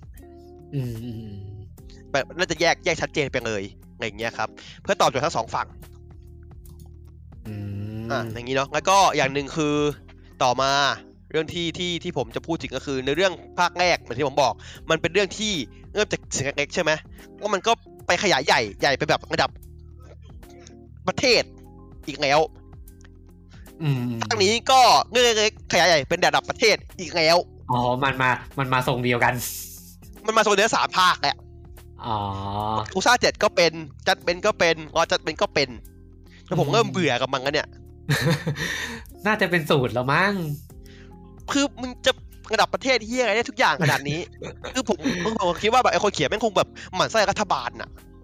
แบบน่าจะแยกชัดเจนไปเลยอย่างเงี้ยครับเพื่อตอบโจทย์ทั้ง2ฝั่งอย่างนี้เนาะแล้วก็อย่างนึงคือต่อมาเรื่องที่ผมจะพูดถึงก็คือในเรื่องภาคแรกเหมือนที่ผมบอกมันเป็นเรื่องที่เริ่มจากสิ่งเล็กใช่ไหมแล้วมันก็ไปขยายใหญ่ไปแบบระดับประเทศอีกแล้วภาคนี้ก็เล็กขยายใหญ่เป็นระดับประเทศอีกแล้วมันมาทรงเดียวกันมันมาทรงเดียว3ภาคแหละYakuza 7ก็เป็นJudgmentก็เป็นJudgmentก็เป็นแล้วผมเริ่มเบื่อกับมันแล้วเนี่ยน่าจะเป็นสูตรแล้วมั้งคือมึงจะระดับประเทศเฮียอะไรได้ทุกอย่างขนาดนี้คือผมคิดว่าแบบไอ้คนเขียนแม่งคงแบบหมั่นไส้รัฐบาลน่ะ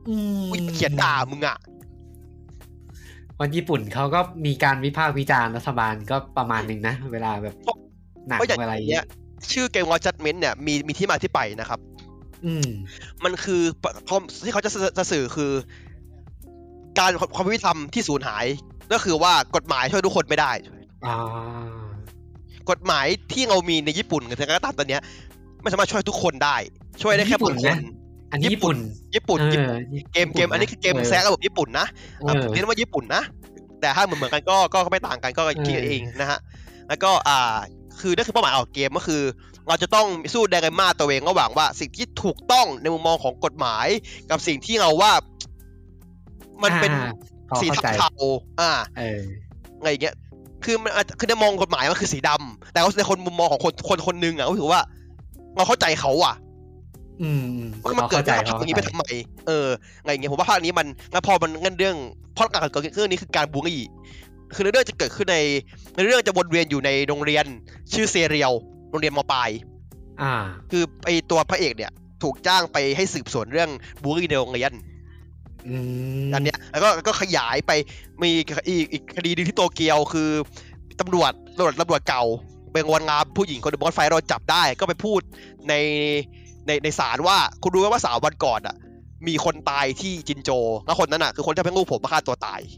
เขียนด่ามึงอ่ะวันญี่ปุ่นเขาก็มีการวิพากษ์วิจารณ์รัฐบาลก็ประมาณนึงนะเวลาแบบหนักอะไรเงี้ยชื่อเกมวอลจัดเมนต์เนี่ยมีที่มาที่ไปนะครับมันคือที่เขาจะสื่อคือการความยุติธรรมที่สูญหายก็คือว่ากฎหมายช่วยทุกคนไม่ได้กฎหมายที่เรามีในญี่ปุ่นกับทางการตอนนี้ไม่สามารถช่วยทุกคนได้ช่วยได้แค่บางคนอันนี้ญี่ปุ่นเกมอันนี้คือเกมแซงระบบญี่ปุ่นนะผมเรียกว่าญี่ปุ่นนะแต่ถ้าเหมือนกันก็ไม่ต่างกันก็คิดเองนะฮะแล้วก็คือนั่นคือเป้าหมายของเกมก็คือเราจะต้องสู้ไดราม่าตัวเองระหว่างว่าสิ่งที่ถูกต้องในมุมมองของกฎหมายกับสิ่งที่เราว่ามันเป็นสีเทาอะไรอย่างเงี้ยคือมันคือในมองกฎหมายมันคือสีดำแต่ในคนมุมมองของคนนึงอ่ะก็ถือว่าเราเข้าใจเขาอ่ะว่ามันเกิดจากอย่างนี้ไปทำไมอะไรอย่างเงี้ยผมว่าภาคนี้มันแล้วพอมันเรื่องเพราะการเกิดเรื่องนี้คือการบูลลี่คือเรื่องจะเกิดขึ้นในเรื่องจะวนเวียนอยู่ในโรงเรียนชื่อเซเรียลโรงเรียนม.ปลายคือไอตัวพระเอกเนี่ยถูกจ้างไปให้สืบสวนเรื่องบูลลี่ในโรงเรียนอันเนี้ยแล้วก็ขยายไปมีอีกคดีนึงที่โตเกียวคือตำรวจเก่าเป็นวันงามผู้หญิงคนบอสไฟเราจับได้ก็ไปพูดในศาลว่าคุณรู้ไหมว่า3 วันก่อนอ่ะมีคนตายที่จินโจแล้วคนนั้นอ่ะคือคนที่เป็นลูกผมมาฆ่าตัวตาย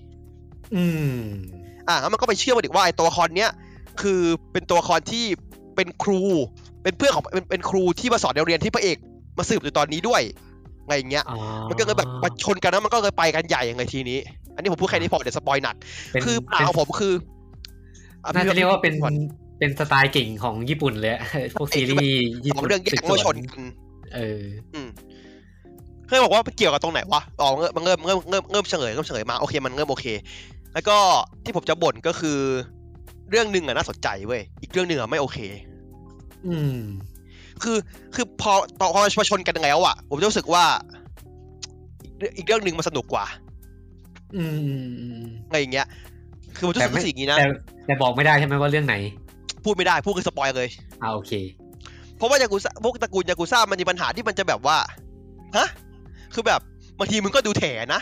แล้วมันก็ไปเชื่อมาดิว่าไอ้ตัวละครเนี้ยคือเป็นตัวละครที่เป็นครูเป็นเพื่อนของเป็นครูที่มาสอนในโรงเรียนที่พระเอกมาสืบอยู่ตอนนี้ด้วยอะไรอย่างเงี้ยมันก็เลยแบบมาชนกันแล้วมันก็เลยไปกันใหญ่อย่างไรทีนี้อันนี้ผมพูดแค่นี้พอเดี๋ยวสปอยหนักคือปัญหาของผมคือน่าจะเรียกว่าเป็นสไตล์เก่งของญี่ปุ่นเลยพวกซีรีส์ญี่ปุ่นเรื่องแย่งมาชนกันเคยบอกว่าเกี่ยวกับตรงไหนวะมันเริ่มเฉลยมาโอเคมันเริ่มโอเคแล้วก็ที่ผมจะบ่นก็คือเรื่องนึงอ่ะน่าสนใจเว้ยอีกเรื่องนึงอ่ะไม่โอเคคือพอมาชนกันแล้วอ่ะผมรู้สึกว่าอีกเรื่องนึงมันสนุกกว่าอะไรอย่างเงี้ยคือผมรู้สึกสิ่งนี้นะแต่บอกไม่ได้ใช่ไหมว่าเรื่องไหนพูดไม่ได้พูดคือสปอยเลยโอเคเพราะว่ายากุซ่าพวกตระกูลยากุซ่ามันมีปัญหาที่มันจะแบบว่าฮะคือแบบบางทีมึงก็ดูแถนะ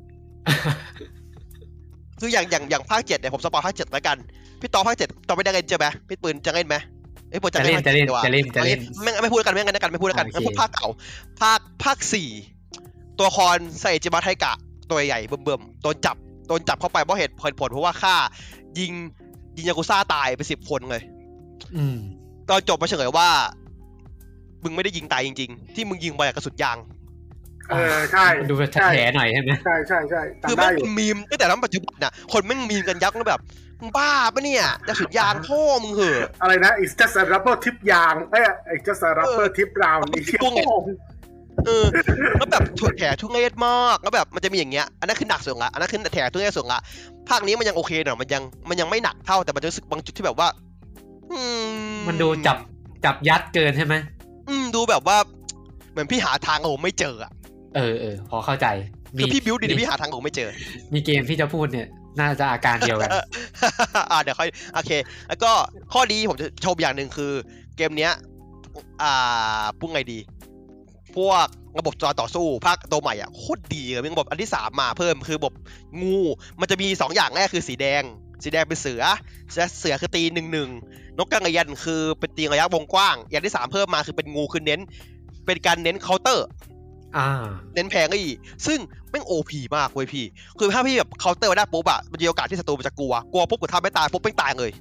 คืออย่างภาค7เนี่ยผมสปอยภาค7แล้วกันพี่ต่อภาค7ต่อไปได้เล่นใช่ไหมพี่ปืนจะเล่นไหมผมจะเล่นไม่พูดกันไม่พูดกันพูดภาคเก่าภาค4ตัวละครไซจิมะไทกะตัวใหญ่เบิ่มๆโดนจับเข้าไปเพราะเหตุผลเพราะว่าฆ่ายิงยากุซ่าตายไป10 คนเลยตอนจบมาเฉลยว่ามึงไม่ได้ยิงตายจริงๆที่มึงยิงไปกระสุนยางใช่ดูแบบแฉะหน่อยใช่ไหมใช่คือไม่เป็นมีมตั้งแต่ปัจจุบันน่ะคนแม่งมีมกันยักษ์แล้วแบบมึงบ้าปะเนี่ยกระสุนยางพ่อมึงเหอะอะไรนะ it's just a rubber tip ยางit's just a rubber tip round นี่เชี่ยแล้วแบบแถทุเรศมากแล้วแบบมันจะมีอย่างเงี้ยอันนั้นคือหนักสุดละอันนั้นคือแถทุเรศสุดละภาคนี้มันยังโอเคหน่อยมันยังไม่หนักเท่าแต่มันจะรู้สึกบางจุดที่แบบว่ามันดูจับยัดเกินใช่ไหมดูแบบว่าเหมือนพี่หาทางผมไม่เจออ่ะพอเข้าใจคือพี่บิวดีพี่หาทางผมไม่เจอมีเกมที่จะพูดเนี่ยน่าจะอาการเดียวกันเดี๋ยวค่อยโอเคแล้วก็ข้อดีผมจะชมอย่างหนึ่งคือเกมเนี้ยพูดไงดีพวกระบบจอต่อสู้ภาคตัวใหม่อ่ะโคตรดีเลยมีระบบอันที่3มาเพิ่มคือระบบงูมันจะมี2อย่างแรกคือสีแดงเป็นเสือคือตี1-1นกกระเรียนคือเป็นตีระยะวงกว้างอย่างที่3เพิ่มมาคือเป็นงูคือเป็นการเน้นเคาน์เตอร์เน้นแพงอีกซึ่งแม่ง OP มากเว้ยพี่คือถ้าพี่แบบเคาน์เตอร์ได้ปุ๊บอ่ะมันมีโอกาสที่ศัตรูมันจะกลัวปุ๊บกูทำไม่ตายปุ๊บไม่ตายเลย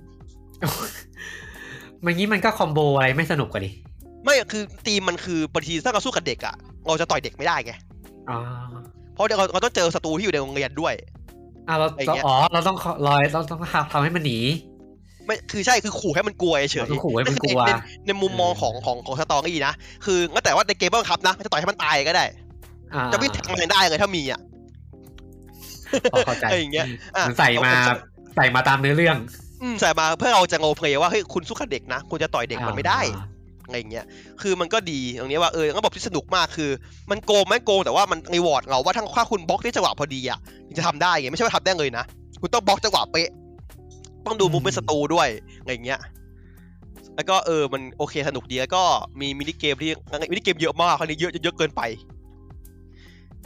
มันงี้มันก็คอมโบอะไรไม่สนุกกว่าดิไม่คือทีมมันคือบางทีถ้าเราสู้กับเด็กอ่ะเราจะต่อยเด็กไม่ได้ไงเพราะเราต้องเจอศัตรูที่อยู่ในโรงเรียนด้วยเราต้องทำให้มันหนีไม่คือใช่คือขู่ให้มันกลัวเฉยในมุมมองของสตอรี่นะคือแต่ว่าในเกมบังคับนะจะต่อยให้มันตายก็ได้จะไม่ทำอะไรได้เลยถ้ามีอ่ะเข้าใจอย่างเงี้ยใส่มาตามเนื้อเรื่องใส่มาเพื่อเราจะโง่เพลย์ว่าเฮ้ยคุณสู้กับเด็กนะคุณจะต่อยเด็กมันไม่ได้อะไรอย่างเงี้ยคือมันก็ดีตรงนี้ว่าระบบที่สนุกมากคือมันโกงแต่ว่ามันรีวอร์ดเราว่าถ้าคุณบล็อกได้จังหวะพอดีอ่ะจะทำได้ไงไม่ใช่ว่าทำได้เลยนะคุณต้องบล็อกจังหวะเป๊ะต้องดูมุมเป็นศัตรูด้วยอะไรอย่างเงี้ยแล้วก็มันโอเคสนุกดีแล้วก็มีมินิเกมที่มินิเกมเยอะมากครั้งนี้เยอะเกินไป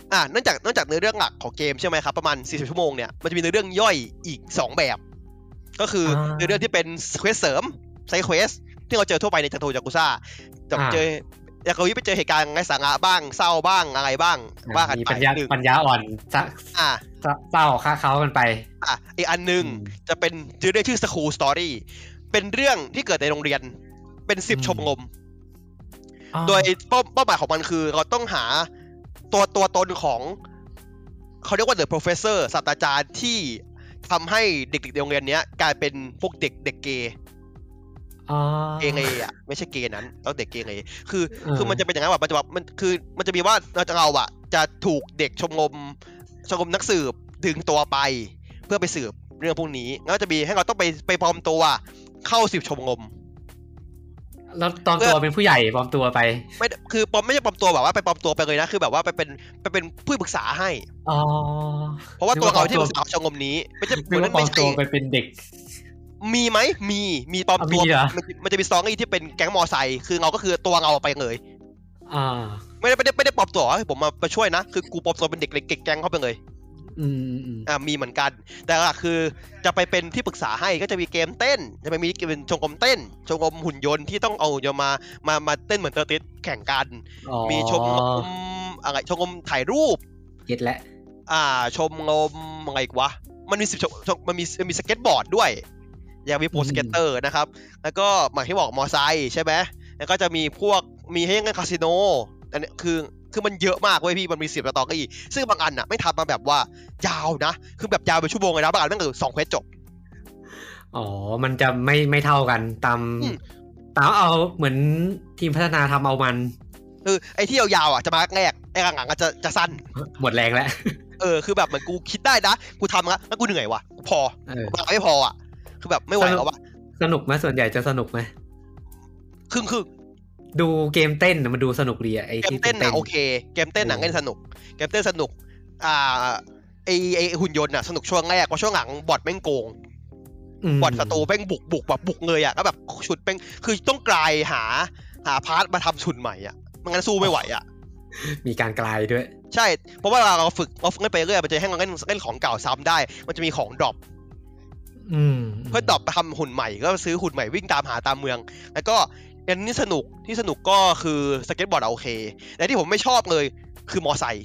เนื่องจากเนื้อเรื่องหลักของเกมใช่ไหมครับประมาณ40ชั่วโมงเนี่ยมันจะมีเนื้อเรื่องย่อยอีก2แบบก็คือเนื้อเรื่องที่เป็นเควสเสริมไซด์เควสที่เราเจอทั่วไปในจักรกุซ่าเจออยากรู้ไปเจอเหตุการณ์ไร้สาระบ้างเศร้าบ้างอะไรบ้างว่ากันไปปัญญาอ่อนเศร้าค่าเขากันไปอีกอันนึงจะเป็นเรื่องชื่อ School Story เป็นเรื่องที่เกิดในโรงเรียนเป็น10ชมรมโดยเป้าหมายของมันคือเราต้องหาตัวตนของเขาเรียกว่า The Professor ศาสตราจารย์ที่ทำให้เด็กๆในโรงเรียนนี้กลายเป็นพวกเด็กเกย์เกย์อ่ะไม่ใช่เกย์นั้นต้องเด็กเกย์คือมันจะเป็นอย่างนั้นว่ามันจะมีว่าเราอ่ะจะถูกเด็กชมรมนักสืบดึงตัวไปเพื่อไปสืบเรื่องพวกนี้แล้วจะมีให้เราต้องไปปลอมตัวเข้า10ชมรมแล้วตอนตัวเป็นผู้ใหญ่ปลอมตัวไปไม่คือปลอมไม่ใช่ปลอมตัวแบบว่าไปปลอมตัวไปเลยนะคือแบบว่าไปเป็นผู้ปรึกษาให้เพราะว่าตัวเราที่ปรึกษาชมรมนี้ไม่ใช่ปลอมตัวไปเป็นเด็กมีไหมมีปลอมตัวมันจะมีสตอรี่ที่เป็นแก๊งมอไซค์คือเราก็คือตัวเราไปเลยไม่ได้ปลอมตัวให้ผมมาช่วยนะคือกูปลอมตัวเป็นเด็กแก๊งเข้าไปเลยมีเหมือนกันแต่หลักคือจะไปเป็นที่ปรึกษาให้ก็จะมีเกมเต้นจะมีเป็นชมรมเต้นชมรมหุ่นยนต์ที่ต้องเอามาเต้นเหมือนเตอร์ติสแข่งกันมีชมรมอะไรชมรมถ่ายรูปเก็ตแล้วชมรมอะไรอีกวะมันมีมันมีสเก็ตบอร์ดด้วยอย่างมีโปรสเก็ตเตอร์นะครับแล้วก็หมายที่บอกมอไซค์ใช่ไหมแล้วก็จะมีพวกมีให้เล่นคาสิโนอันนี้คือมันเยอะมากเว้ยพี่มันมี10สตอรี่ซึ่งบางอันน่ะไม่ทำมาแบบว่ายาวนะคือแบบยาวเป็นชั่วโมงเลยนะบางอันแม่ง2เควสจบมันจะไม่เท่ากันตามเอาเหมือนทีมพัฒนาทำเอามันไอ้ที่ยาวๆอ่ะจะมาแรกไอ้หลังๆก็จะสั้นหมดแรงแล้วคือแบบเหมือนกูคิดได้นะกูทำแล้วกูเหนื่อยว่ะพอไม่พออ่ะคือแบบไม่ไหวแล้วว่ะสนุกไหมส่วนใหญ่จะสนุกไหมครึ่งดูเกมเต้นมันดูสนุกดีไอ้เกมเต้นน่ะโอเคเกมเต้นหนังเล่นสนุกเกมเต้นสนุกไอ้หุ่นยนต์น่ะสนุกช่วงแรกพอช่วงหลังบอทแม่งโกงบอทศัตรูแม่งบุกแบบบุกเลยอ่ะก็แบบชุดแม่งคือต้องกลายหาพาร์ทมาทำชุดใหม่อ่ะไม่งั้นสู้ไม่ไหวอ่ะมีการกลายด้วยใช่เพราะว่าเราฝึกเล่นไปเรื่อยมันจะให้เราเล่นของเก่าซ้ำได้มันจะมีของดรอปเพื่อดรอปไปทำหุ่นใหม่ก็ซื้อหุ่นใหม่วิ่งตามหาตามเมืองแล้วก็อันนี้สนุกก็คือสเก็ตบอร์ดโอเคแต่ที่ผมไม่ชอบเลยคือมอไซค์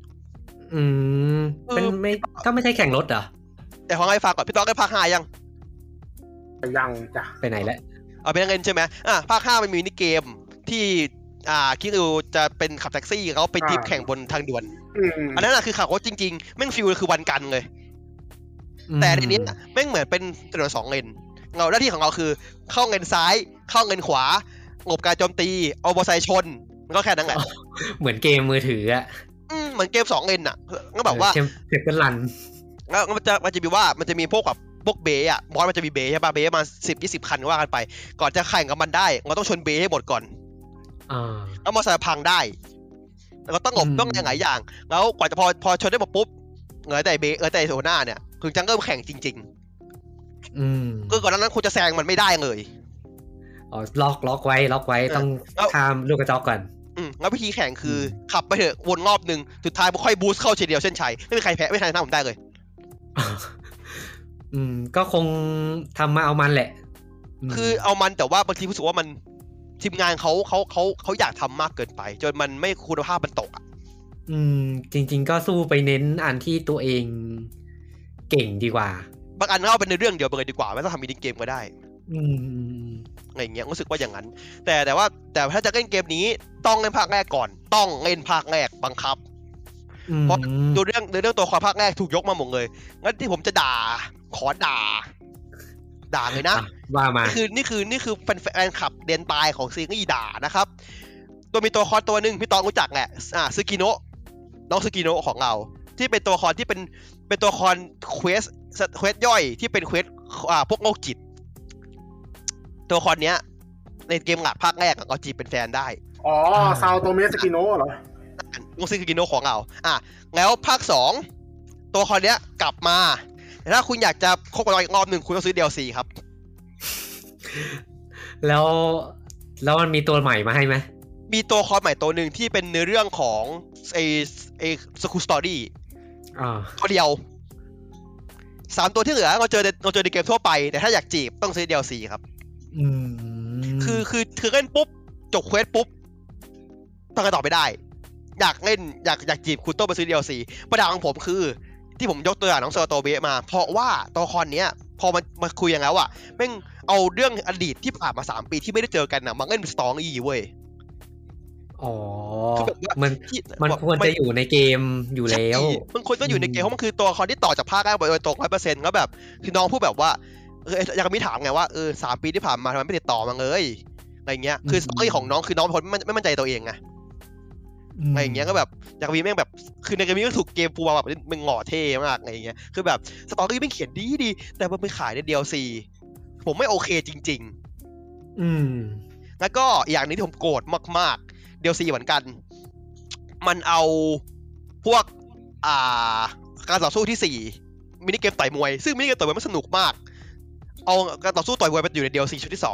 เป็นไม่ก็ไม่ใช่แข่งรถเหรอแต่ของไอ้ฝากก่อนพี่ต๊อกได้ภาค5ยังจ้ะไปไหนแล้วเอาเป็นเงินใช่ไหมภาค5มันมีมินิเกมที่คิดดูจะเป็นขับแท็กซี่เขาไปดิฟแข่งบนทางด่วนอันนั้นคือขับรถจริงๆแม่งฟิลคือวันกันเลยแต่ในนี้แม่งเหมือนเป็นถนน2 เลนหน้าที่ของเราคือเข้าเลนซ้ายเข้าเลนขวาหลบการโจมตีเอามอเตอร์ไซค์ชนก็แค่นั้นแหละเหมือนเกมมือถืออ่ะเหมือนเกม2 เลนอ่ะก็แบบว่าเก็บกันลันแล้วมันจะมีพวกเบย์อ่ะบอสมันจะมีเบย์ใช่ป่ะเบย์มา10-20 คันว่ากันไปก่อนจะแข่งกับมันได้เราต้องชนเบย์ให้หมดก่อนแล้วมอเตอร์ไซค์พังได้แล้วก็ต้องหลบต้องอย่างไรอย่างแล้วกว่าจะพอชนได้หมดปุ๊บเหลือแต่เบย์แต่โซน่าเนี่ยคือจังเริ่มแข่งจริงๆก็ก่อนนั้นคุณจะแซงมันไม่ได้เลยล็อกไว้ต้องข้ามลูกกระจกก่อนแล้ววิธีแข่งคือขับไปเถอะวนรอบนึงสุดท้ายค่อยบูสต์เข้าเฉยเดียวเส้นชัยไม่มีใครแพ้ไม่มีใครชนะผมได้เลยก็คงทำมาเอามันแหละคือเอามันแต่ว่าบางทีรู้สึกว่ามันทีมงานเขาอยากทำมากเกินไปจนมันไม่คุณภาพมันตกจริงๆก็สู้ไปเน้นอันที่ตัวเองเก่งดีกว่าบางอันก็เอาเป็นในเรื่องเดียวไปเลยดีกว่าไม่ต้องทำมินิเกมก็ได้อะไรอย่างเงี้ยรู้สึกว่าอย่างนั้นแต่ถ้าจะเล่นเกมนี้ต้องเล่นภาคแรกก่อนต้องเล่นภาคแรกบังคับเพราะดูเรื่องตัวความภาคแรกถูกยกมาหมดเลยงั้นที่ผมจะขอด่าเลยนะว่ามานี่คือแฟนคลับเดนตายของซีรีส์ด่านะครับมีตัวคอตัวนึงพี่ตองรู้จักแหละซึกิโนะน้องซึกิโนะของเราที่เป็นตัวคอนที่เป็นตัวคอนเควสย่อยที่เป็นเควสพวกโรคจิตตัวคอนเนี้ยในเกมหลักภาคแรกเราจีบเป็นแฟนได้ซาวโตเมสกิโนะเหรอน้องซึกิโนะของเราแล้วภาค2ตัวคอนเนี้ยกลับมาแต่ถ้าคุณอยากจะคบกันอีกรอบนึงคุณต้องซื้อ DLC ครับแล้วมันมีตัวใหม่มาให้ไหมมีตัวละครใหม่ตัวหนึ่งที่เป็นเนื้อเรื่องของไอ้สกูสตอรี่ตัวเดียว3ตัวที่เหลือเราเจอในเกมทั่วไปแต่ถ้าอยากจีบต้องซื้อ DLC ครับคือเล่นปุ๊บจบเควสปุ๊บต้องกันต่อไม่ได้อยากเล่นอยากจีบคุณต้องไปซื้อ DLC ประเด็นของผมคือที่ผมยกตัวอย่างน้องโซโตเบะมาเพราะว่าตัวละครเนี้ยพอมาคุยกันแล้วอ่ะแม่งเอาเรื่องอดีตที่ผ่านมา3 ปีที่ไม่ได้เจอกันน่ะมาเล่นเป็นสตอรี่เว้ยอ๋อมันควรจะอยู่ในเกมอยู่แล้วมันควรจะอยู่ในเกมเพราะมันคือตัวละครที่ต่อจากภาคแรกโดยตรง 100% แล้วแบบคือน้องพูดแบบว่าอยากมีถามไงว่า3 ปีที่ผ่านมาทำไมไม่ติดต่อมาเลยอะไรเงี้ยคือสตอรี่ของน้องคือน้องไม่มั่นใจตัวเองไงอะไรอย่างเงี้ยก็แบบอยากมีแม่งแบบคือในเกมนี้ก็ถูกเกมปูมาแบบมันหล่อเท่มากอะไรอย่างเงี้ยคือแบบสตอรี่ไม่เขียนดีแต่มันไปขายใน DLC ผมไม่โอเคจริงๆแล้วก็อย่างนึงที่ผมโกรธมากๆ DLC เหมือนกันมันเอาพวกการต่อสู้ที่4มินิเกมต่อยมวยซึ่งมินิเกมต่อยมวยมันสนุกมากเอาการต่อสู้ต่อยมวยไปอยู่ใน DLC ชุดที่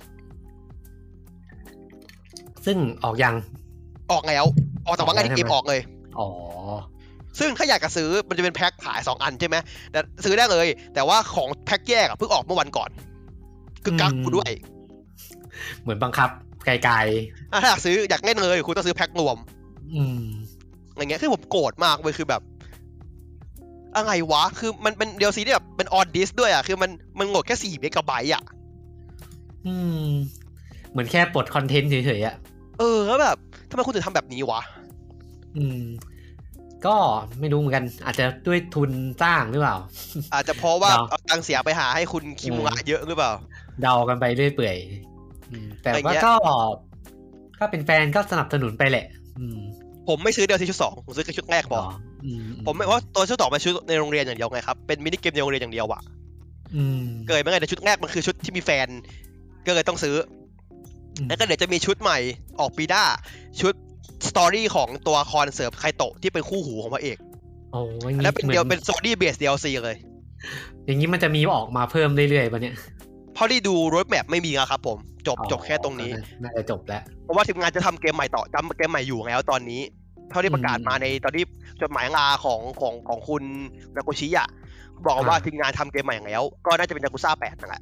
2 ซึ่งออกยังออกแล้วออกแต่ว่าไงที่เกมออกเลยอ๋อซึ่งถ้าอยากจะซื้อมันจะเป็นแพ็คขาย2 อันใช่ไหมแต่ซื้อได้เลยแต่ว่าของแพ็คแยกเพิ่งออกเมื่อวันก่อนคือกักกูด้วยเหมือนบังคับไกลๆถ้าอยากซื้ออยากเล่นเลยคุณต้องซื้อแพ็ครวมอย่างเงี้ยคือผมโกรธมากเลยคือแบบอะไรวะคือมันเป็น DLC ที่แบบเป็น on disk ด้วยอ่ะคือมันโหลดแค่4 เมกะไบต์อ่ะเหมือนแค่ปลดคอนเทนต์เฉยๆอ่ะแล้วแบบทำไมคุณถึงทำแบบนี้วะก็ไม่รู้เหมือนกันอาจจะด้วยทุนสร้างหรือเปล่าอาจจะเพราะว่าเอาตังค์เสียไปหาให้คุณคิมุระเยอะหรือเปล่าเดากันไปเรื่อยเปื่อยแต่ว่าก็ถ้าเป็นแฟนก็สนับสนุนไปแหละผมไม่ซื้อDLC ชุด2ผมซื้อแค่ชุดแรกพอผมไม่ว่าตัวชุด2เป็นชุดในโรงเรียนอย่างเดียวไงครับเป็นมินิเกมในโรงเรียนอย่างเดียวอ่ะเกิดไม่ไงแต่ชุดแรกมันคือชุดที่มีแฟนก็เลยต้องซื้อแล้วก็เดี๋ยวจะมีชุดใหม่ออกปีหน้าชุดสตอรี่ของตัวคอนเสิร์ฟไคโตะที่เป็นคู่หูของพระเอกแล้วเป็นสตอรี่เบส DLC เลยอย่างนี้มันจะมีออกมาเพิ่มเรื่อยๆป่ะเนี่ยพอที่ดูโรดแมปไม่มีครับผมจบแค่ตรงนี้น่าจะจบแล้วเพราะว่าทีมงานจะทำเกมใหม่ต่อทำเกมใหม่อยู่แล้วตอนนี้เท่าที่ประกาศมาในตอนที่จดหมายลาของคุณนาโกชิอ่ะบอกว่าทีมงานทำเกมใหม่แล้วก็น่าจะเป็นยากุซ่า8นั่นแหละ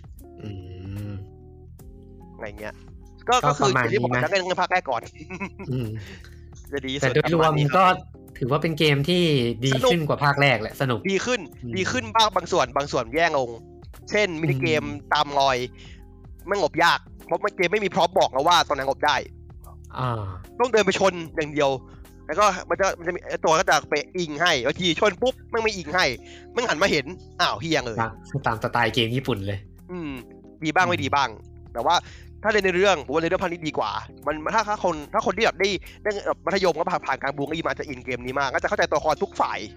อะไรเงี้ยก็คือที่ผมจะเล่นภาคแรกก่อนจะดีสุดแต่โดยรวมก็ถือว่าเป็นเกมที่ดีขึ้นกว่าภาคแรกแหละสนุกดีขึ้นบ้างบางส่วนแย่ลงเช่นมินิเกมตามรอยไม่งบยากเพราะเกมไม่มีพร็อพบอกแล้วว่าตอนนั้นงบได้ต้องเดินไปชนอย่างเดียวแล้วก็มันจะมีตัวก็จะไปอิงให้บางทีชนปุ๊บไม่อิงให้ไม่หันมาเห็นเฮียเลยตามสไตล์เกมญี่ปุ่นเลยดีบ้างไม่ดีบ้างแต่ว่าถ้าในเรื่องผมว่าในเรื่องพันนี้ดีกว่ามันถ้าคนที่แบบได้มัธยมก็ผ่านการบูงอีมาจะอินเกมนี้มากก็จะเข้าใจตัวละครทุกฝ่าย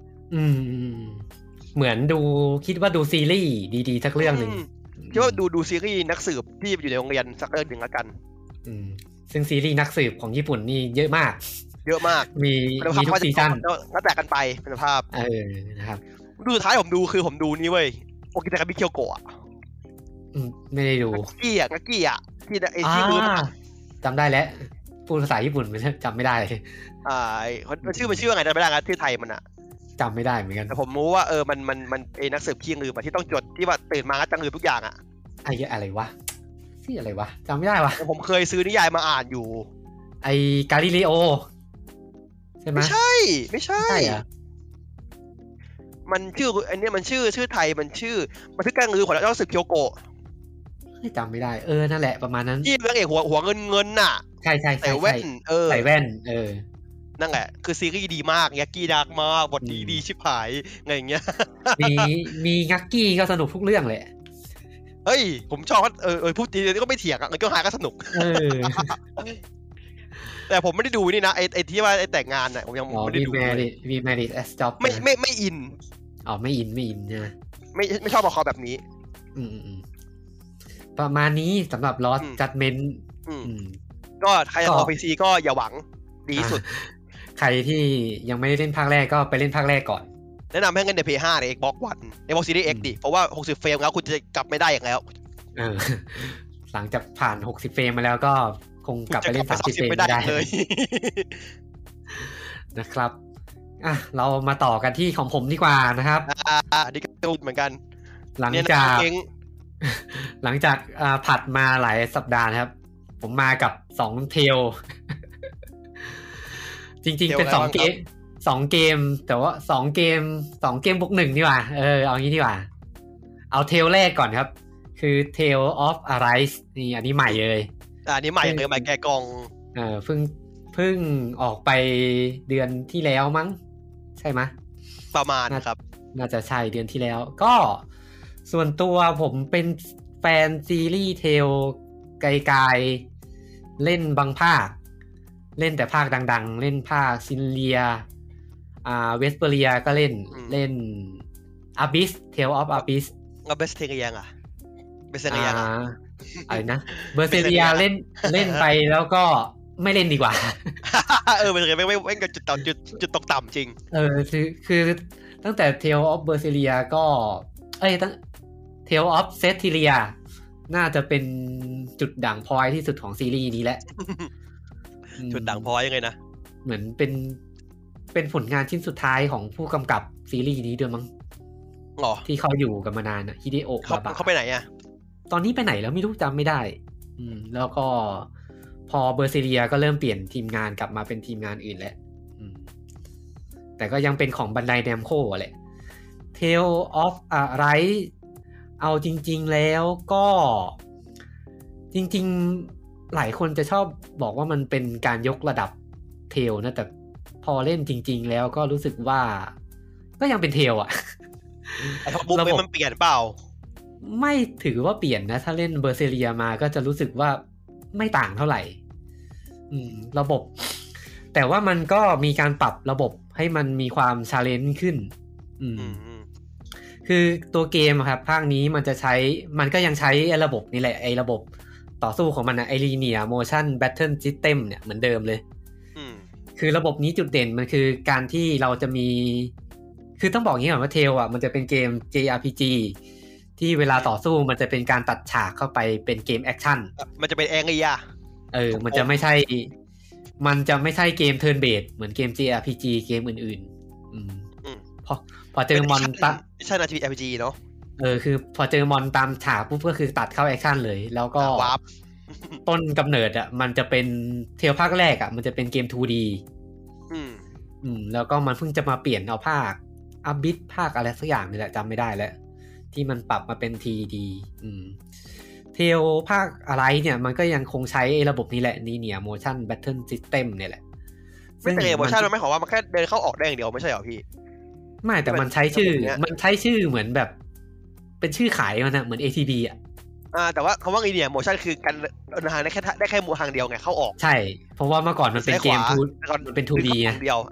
เหมือนคิดว่าดูซีรีส์ดีๆสักเรื่องนึงคิดว่าดูซีรีส์นักสืบที่อยู่ในโรงเรียนสักเรื่องนึงแล้วกันซึ่งซีรีส์นักสืบของญี่ปุ่นนี่เยอะมากมีทุกซีซั่นแล้วแตกกันไปเป็นภาพนะครับดูสุดท้ายผมดูนี่เว้ยโอกิตะกามิเคียวโกะไม่ได้ดูงักกี้ที่มือจำได้แล้วพูดภาษาญี่ปุ่นมันจำไม่ได้มันชื่อว่าไงจำไม่ได้ครับที่ไทยมันจำไม่ได้เหมือนกันแต่ผมรู้ว่ามันนักสืบขี้ลืมที่ต้องจดที่ว่าตื่นมาก็จะลืมทุกอย่างอะไรวะที่อะไรวะจำไม่ได้วะผมเคยซื้อนิยายมาอ่านอยู่กาลิเลโอใช่ไหมไม่ใช่มันชื่ออันนี้มันชื่อไทยมันชื่อบันทึกการลือของนักสืบเคียวโกะจำไม่ได้นั่นแหละประมาณนั้นที่เรื่องเอกหัวเงินน่ะใช่ใส่แว่นใส่แว่นนั่นแหละคือซีรีส์ดีมากยักกี้ดักมากบทดีชิบหายอะไรอย่างเงี้ยมียักกี้ก็สนุกทุกเรื่องเลยเฮ้ยผมชอบพูดดีก็ไม่เถียงก็หาก็สนุกแต่ผมไม่ได้ดูนี่นะไอ้ที่ว่าไอ้แต่งงานน่ะผมยังไม่ได้ดูวีแมริสแอสจ็อบไม่อินไม่อินใช่ไหมไม่ชอบละครแบบนี้ประมาณนี้สำหรับ Lost Judgment ก็ใครจะเอา PC ก็อย่าหวังดีสุดใครที่ยังไม่ได้เล่นภาคแรกก็ไปเล่นภาคแรกก่อนแนะนำให้เล่นใน PS5 ใน Xbox One Xbox Series X ดิเพราะว่า60เฟรมแล้วคุณจะกลับไม่ได้อีกแล้วหลังจากผ่าน60เฟรมมาแล้วก็คงกลับไปเล่น30 เฟรมไม่ได้เลยนะครับเรามาต่อกันที่ของผมดีกว่านะครับนี่ก็เหมือนกันหลังจากผัดมาหลายสัปดาห์นะครับผมมากับ2เทลจริงๆเป็น2เกมแต่ว่า2เกมบวก1ดีกว่าเอางี้ดีกว่าเอาเทลแรกก่อนครับคือ Tale of Arise นี่อันนี้ใหม่เลยอันนี้ใหม่เลยใหม่แกะกล่องเพิ่งออกไปเดือนที่แล้วมั้งใช่ไหมประมาณครับน่าจะใช่เดือนที่แล้วก็ส่วนตัวผมเป็นแฟนซีรีส์เทลไกลๆเล่นบางภาคเล่นแต่ภาคดังๆเล่นภาคซินเลียเวสเปอเรียก็เล่น Abyss Tale of Abyss เบสเทเรียงเบสเทเรียงอะไรนะเบอร์เซเรียเล่นไปแล้วก็ไม่เล่นดีกว่ามันเลยไม่กับจุดตกต่ำจริงคือตั้งแต่ Tale of Berseria ก็ตั้ง Tale of Cestiria น่าจะเป็นจุดด่างพร้อยที่สุดของซีรีส์นี้แหละจุดด่างพร้อยยังไงนะเหมือนเป็นผลงานชิ้นสุดท้ายของผู้กำกับซีรีส์นี้ด้วยมั้งที่เขาอยู่กันมานานฮิเดโอะเขาไปไหนตอนนี้ไปไหนแล้วไม่รู้จำไม่ได้แล้วก็พอเบอร์เซเรียก็เริ่มเปลี่ยนทีมงานกลับมาเป็นทีมงานอื่นแล้วแต่ก็ยังเป็นของบันไดแนมโคแหละ Tale of Arise เอาจริงๆแล้วก็จริงๆหลายคนจะชอบบอกว่ามันเป็นการยกระดับเทลนะแต่พอเล่นจริงๆแล้วก็รู้สึกว่าก็ยังเป็นเทลระบบมันเปลี่ยนเปล่าไม่ถือว่าเปลี่ยนนะถ้าเล่นเบอร์เซเรียมาก็จะรู้สึกว่าไม่ต่างเท่าไหร่ระบบแต่ว่ามันก็มีการปรับระบบให้มันมีความชาเลนจ์ขึ้นคือตัวเกมครับภาคนี้มันก็ยังใช้ระบบนี่แหละระบบต่อสู้ของมันนะLinear Motion Battle System เนี่ยเหมือนเดิมเลยคือระบบนี้จุดเด่นมันคือการที่เราจะมีคือต้องบอกอย่างนี้ก่อนว่าเทลมันจะเป็นเกม JRPG ที่เวลาต่อสู้มันจะเป็นการตัดฉากเข้าไปเป็นเกมแอคชั่นมันจะเป็นแองเอียมันจะไม่ใช่เกมเทิร์นเบสเหมือนเกม JRPG เกมอื่นๆพอเจอมอนใช่นะ JRPG เนาะคือพอเจอมอนตามฉากปุ๊บก็คือตัดเข้าแอคชั่นเลยแล้วก็ต้นกำเนิดมันจะเป็นเทลภาคแรกมันจะเป็นเกม 2D แล้วก็มันเพิ่งจะมาเปลี่ยนเอาภาคAbyss ภาคอะไรสักอย่างนี่แหละจำไม่ได้แล้วที่มันปรับมาเป็น 3D เทลภาคอะไรเนี่ยมันก็ยังคงใช้ระบบนี้แหละLinear Motion Battle System เนี่ยแหละซึ่งLinear Motionมันไม่ขอว่ามันแค่เดินเข้าออกได้อย่างเดียวไม่ใช่หรอพี่ไม่แต่มันใช้ชื่อเหมือนแบบเป็นชื่อขายมันนะเหมือน ATB แต่ว่าคำว่าLinear Motion คือการเดินทางได้แค่มุมทางเดียวไงเข้าออกใช่เพราะว่าเมื่อก่อนมันเป็นเกมมันเป็น 2D เดียว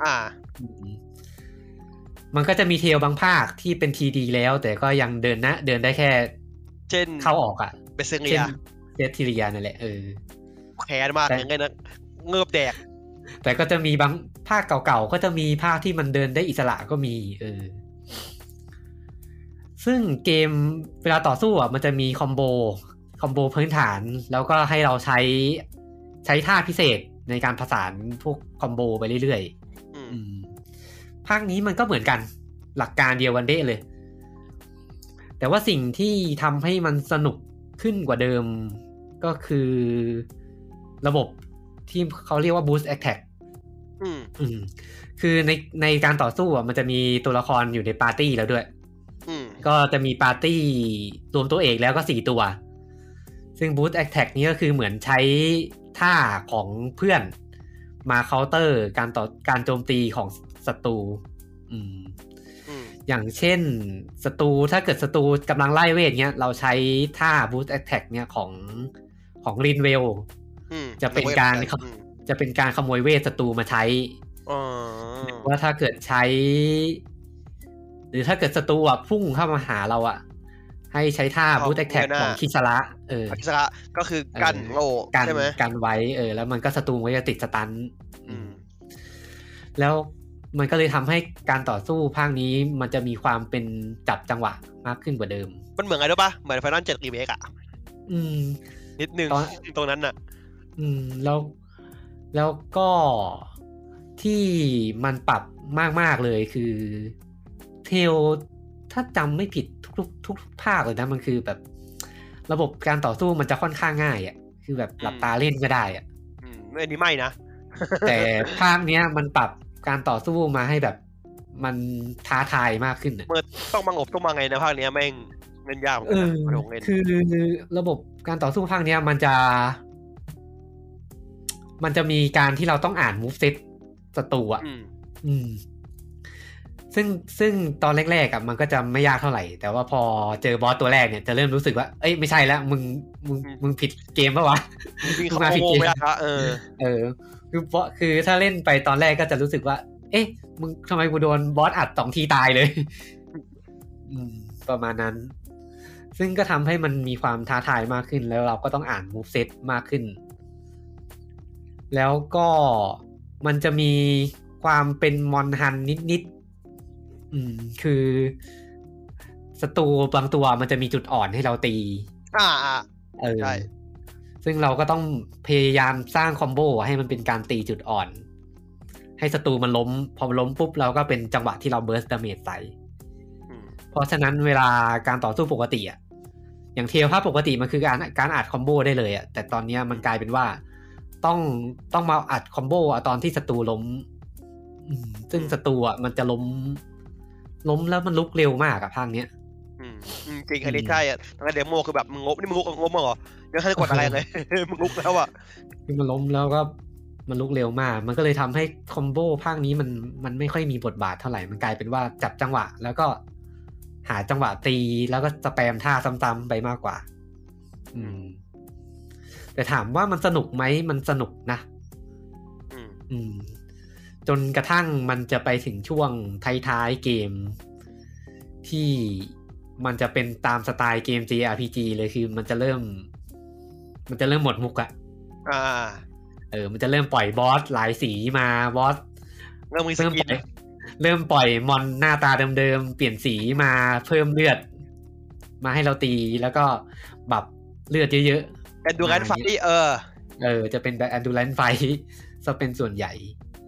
มันก็จะมีเทลบางภาคที่เป็น 3D แล้วแต่ก็ยังเดินได้แค่เช่นเข้าออกเบสเรียนั่นแหละแค้นมากอย่างเงี้ยนะเงือบแดกแต่ก็จะมีบางภาคเก่าๆก็จะมีภาคที่มันเดินได้อิสระก็มีซึ่งเกมเวลาต่อสู้มันจะมีคอมโบพื้นฐานแล้วก็ให้เราใช้ท่าพิเศษในการผสานพวกคอมโบไปเรื่อยๆภาคนี้มันก็เหมือนกันหลักการเดียวกันเด้เลยแต่ว่าสิ่งที่ทำให้มันสนุกขึ้นกว่าเดิมก็คือระบบที่เขาเรียกว่า Boost Attack คือในการต่อสู้มันจะมีตัวละครอยู่ในปาร์ตี้แล้วด้วยก็จะมีปาร์ตี้รวมตัวเอกแล้วก็4ตัวซึ่ง Boost Attack นี้ก็คือเหมือนใช้ท่าของเพื่อนมาเคาน์เตอร์การโจมตีของศัตรูอย่างเช่นถ้าเกิดศัตรูกำลังไล่เวทเงี้ยเราใช้ท่า Boost Attack เนี่ยของลินเวลจะเป็นการขโมยเวทศัตรูมาใช้ว่าถ้าเกิดใช้หรือถ้าเกิดศัตรูพุ่งเข้ามาหาเราให้ใช้ท่า Boost Attack ของคิซาระคิซาระก็คือกันโง่ใช่ไหมกันไว้แล้วมันก็ศัตรูก็จะติดสตันแล้วมันก็เลยทำให้การต่อสู้ภาคนี้มันจะมีความเป็นจับจังหวะมากขึ้นกว่าเดิมมันเหมือนไงรู้ป่ะเหมือน Final 7 Remake นิดนึงตรงนั้นน่ะแล้วก็ที่มันปรับมากๆเลยคือเทลถ้าจำไม่ผิดทุกภาคเลยนะมันคือแบบระบบการต่อสู้มันจะค่อนข้างง่ายอ่ะคือแบบหลับตาเล่นก็ได้อ่ะอันนี้ไม่นะแต่ภาคเนี้ยมันปรับการต่อสู้มาให้แบบมันท้าทายมากขึ้นอ่ะเมื่อต้องมางบต้องมาไงนะภาคเนี้ยแม่งเล่นยากเหมือนกันนะคือระบบการต่อสู้ภาคเนี้ยมันจะมีการที่เราต้องอ่านมูฟเซตศัตรูอ่ะซึ่งตอนแรกๆอ่ะมันก็จะไม่ยากเท่าไหร่แต่ว่าพอเจอบอสตัวแรกเนี่ยจะเริ่มรู้สึกว่าเอ้ยไม่ใช่แล้วมึงผิดเกมป่ะวะมึงมาผิดเกมละคือถ้าเล่นไปตอนแรกก็จะรู้สึกว่าเอ๊ะมึงทำไมกูโดนบอสอัด2 ทีตายเลยประมาณนั้นซึ่งก็ทำให้มันมีความท้าทายมากขึ้นแล้วเราก็ต้องอ่านมูฟเซตมากขึ้นแล้วก็มันจะมีความเป็นมอนฮันนิดคือศัตรูบางตัวมันจะมีจุดอ่อนให้เราตีใช่ซึ่งเราก็ต้องพยายามสร้างคอมโบให้มันเป็นการตีจุดอ่อนให้ศัตรูมันล้มพอล้มปุ๊บเราก็เป็นจังหวะที่เราเบิร์สดาเมจใส่เพราะฉะนั้นเวลาการต่อสู้ปกติอ่ะอย่างเทลภาพปกติมันคือการอัดคอมโบได้เลยอ่ะแต่ตอนนี้มันกลายเป็นว่าต้องมาอัดคอมโบตอนที่ศัตรูล้มซึ่งศัตรูอ่ะมันจะล้มแล้วมันลุกเร็วมากอะภาคเนี้ยจริงอันนี้ใช่อ่ะตอนเดโมคือแบบมึงงบนี่มึงงบมั้งเหรอยังให้กดอะไรเลยมึงลุกแล้วอ่ะคือมันล้มแล้วก็มันลุกเร็วมากมันก็เลยทำให้คอมโบภาคนี้มันไม่ค่อยมีบทบาทเท่าไหร่มันกลายเป็นว่าจับจังหวะแล้วก็หาจังหวะตีแล้วก็สแปมท่าซ้ำๆไปมากกว่าแต่ถามว่ามันสนุกไหมมันสนุกนะจนกระทั่งมันจะไปถึงช่วงท้ายๆเกมที่มันจะเป็นตามสไตล์เกม JRPG เลยคือมันจะเริ่มหมดมุกอะมันจะเริ่มปล่อยบอสหลายสีมาบอสเริ่มปล่อยมอนหน้าตาเดิมๆเปลี่ยนสีมาเพิ่มเลือดมาให้เราตีแล้วก็แบบเลือดเยอะๆ Endurance Fight จะเป็นแบบ Endurance Fight ซะเป็นส่วนใหญ่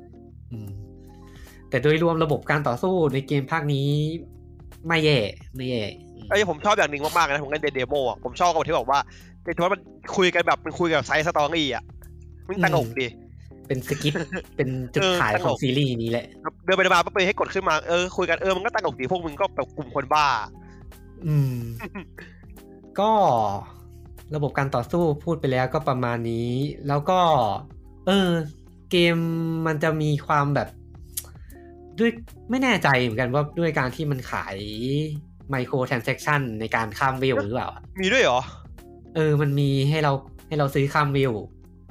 แต่โดยรวมระบบการต่อสู้ในเกมภาคนี้ไม่แย่ผมชอบอย่างหนึ่งมากๆนะผมเล่นเดโมอ่ะผมชอบกับที่บอกว่าในที่ว่ามันคุยกันแบบมันคุยกับไซส์สตอรี่อ่ะมันตลกดีเป็นสกิปเป็นจุดขายของซีรีส์นี้แหละเดินไปมาปุ๊บไปให้กดขึ้นมาคุยกันมันก็ตลกดีพวกมึงก็แบบกลุ่มคนบ้าก็ระบบการต่อสู้พูดไปแล้วก็ประมาณนี้แล้วก็เกมมันจะมีความแบบด้วยไม่แน่ใจเหมือนกันว่าด้วยการที่มันขายไมโครทรานแซคชั่นในการข้ามเวลหรือเปล่ามีด้วยเหรอมันมีให้เราซื้อข้ามเวล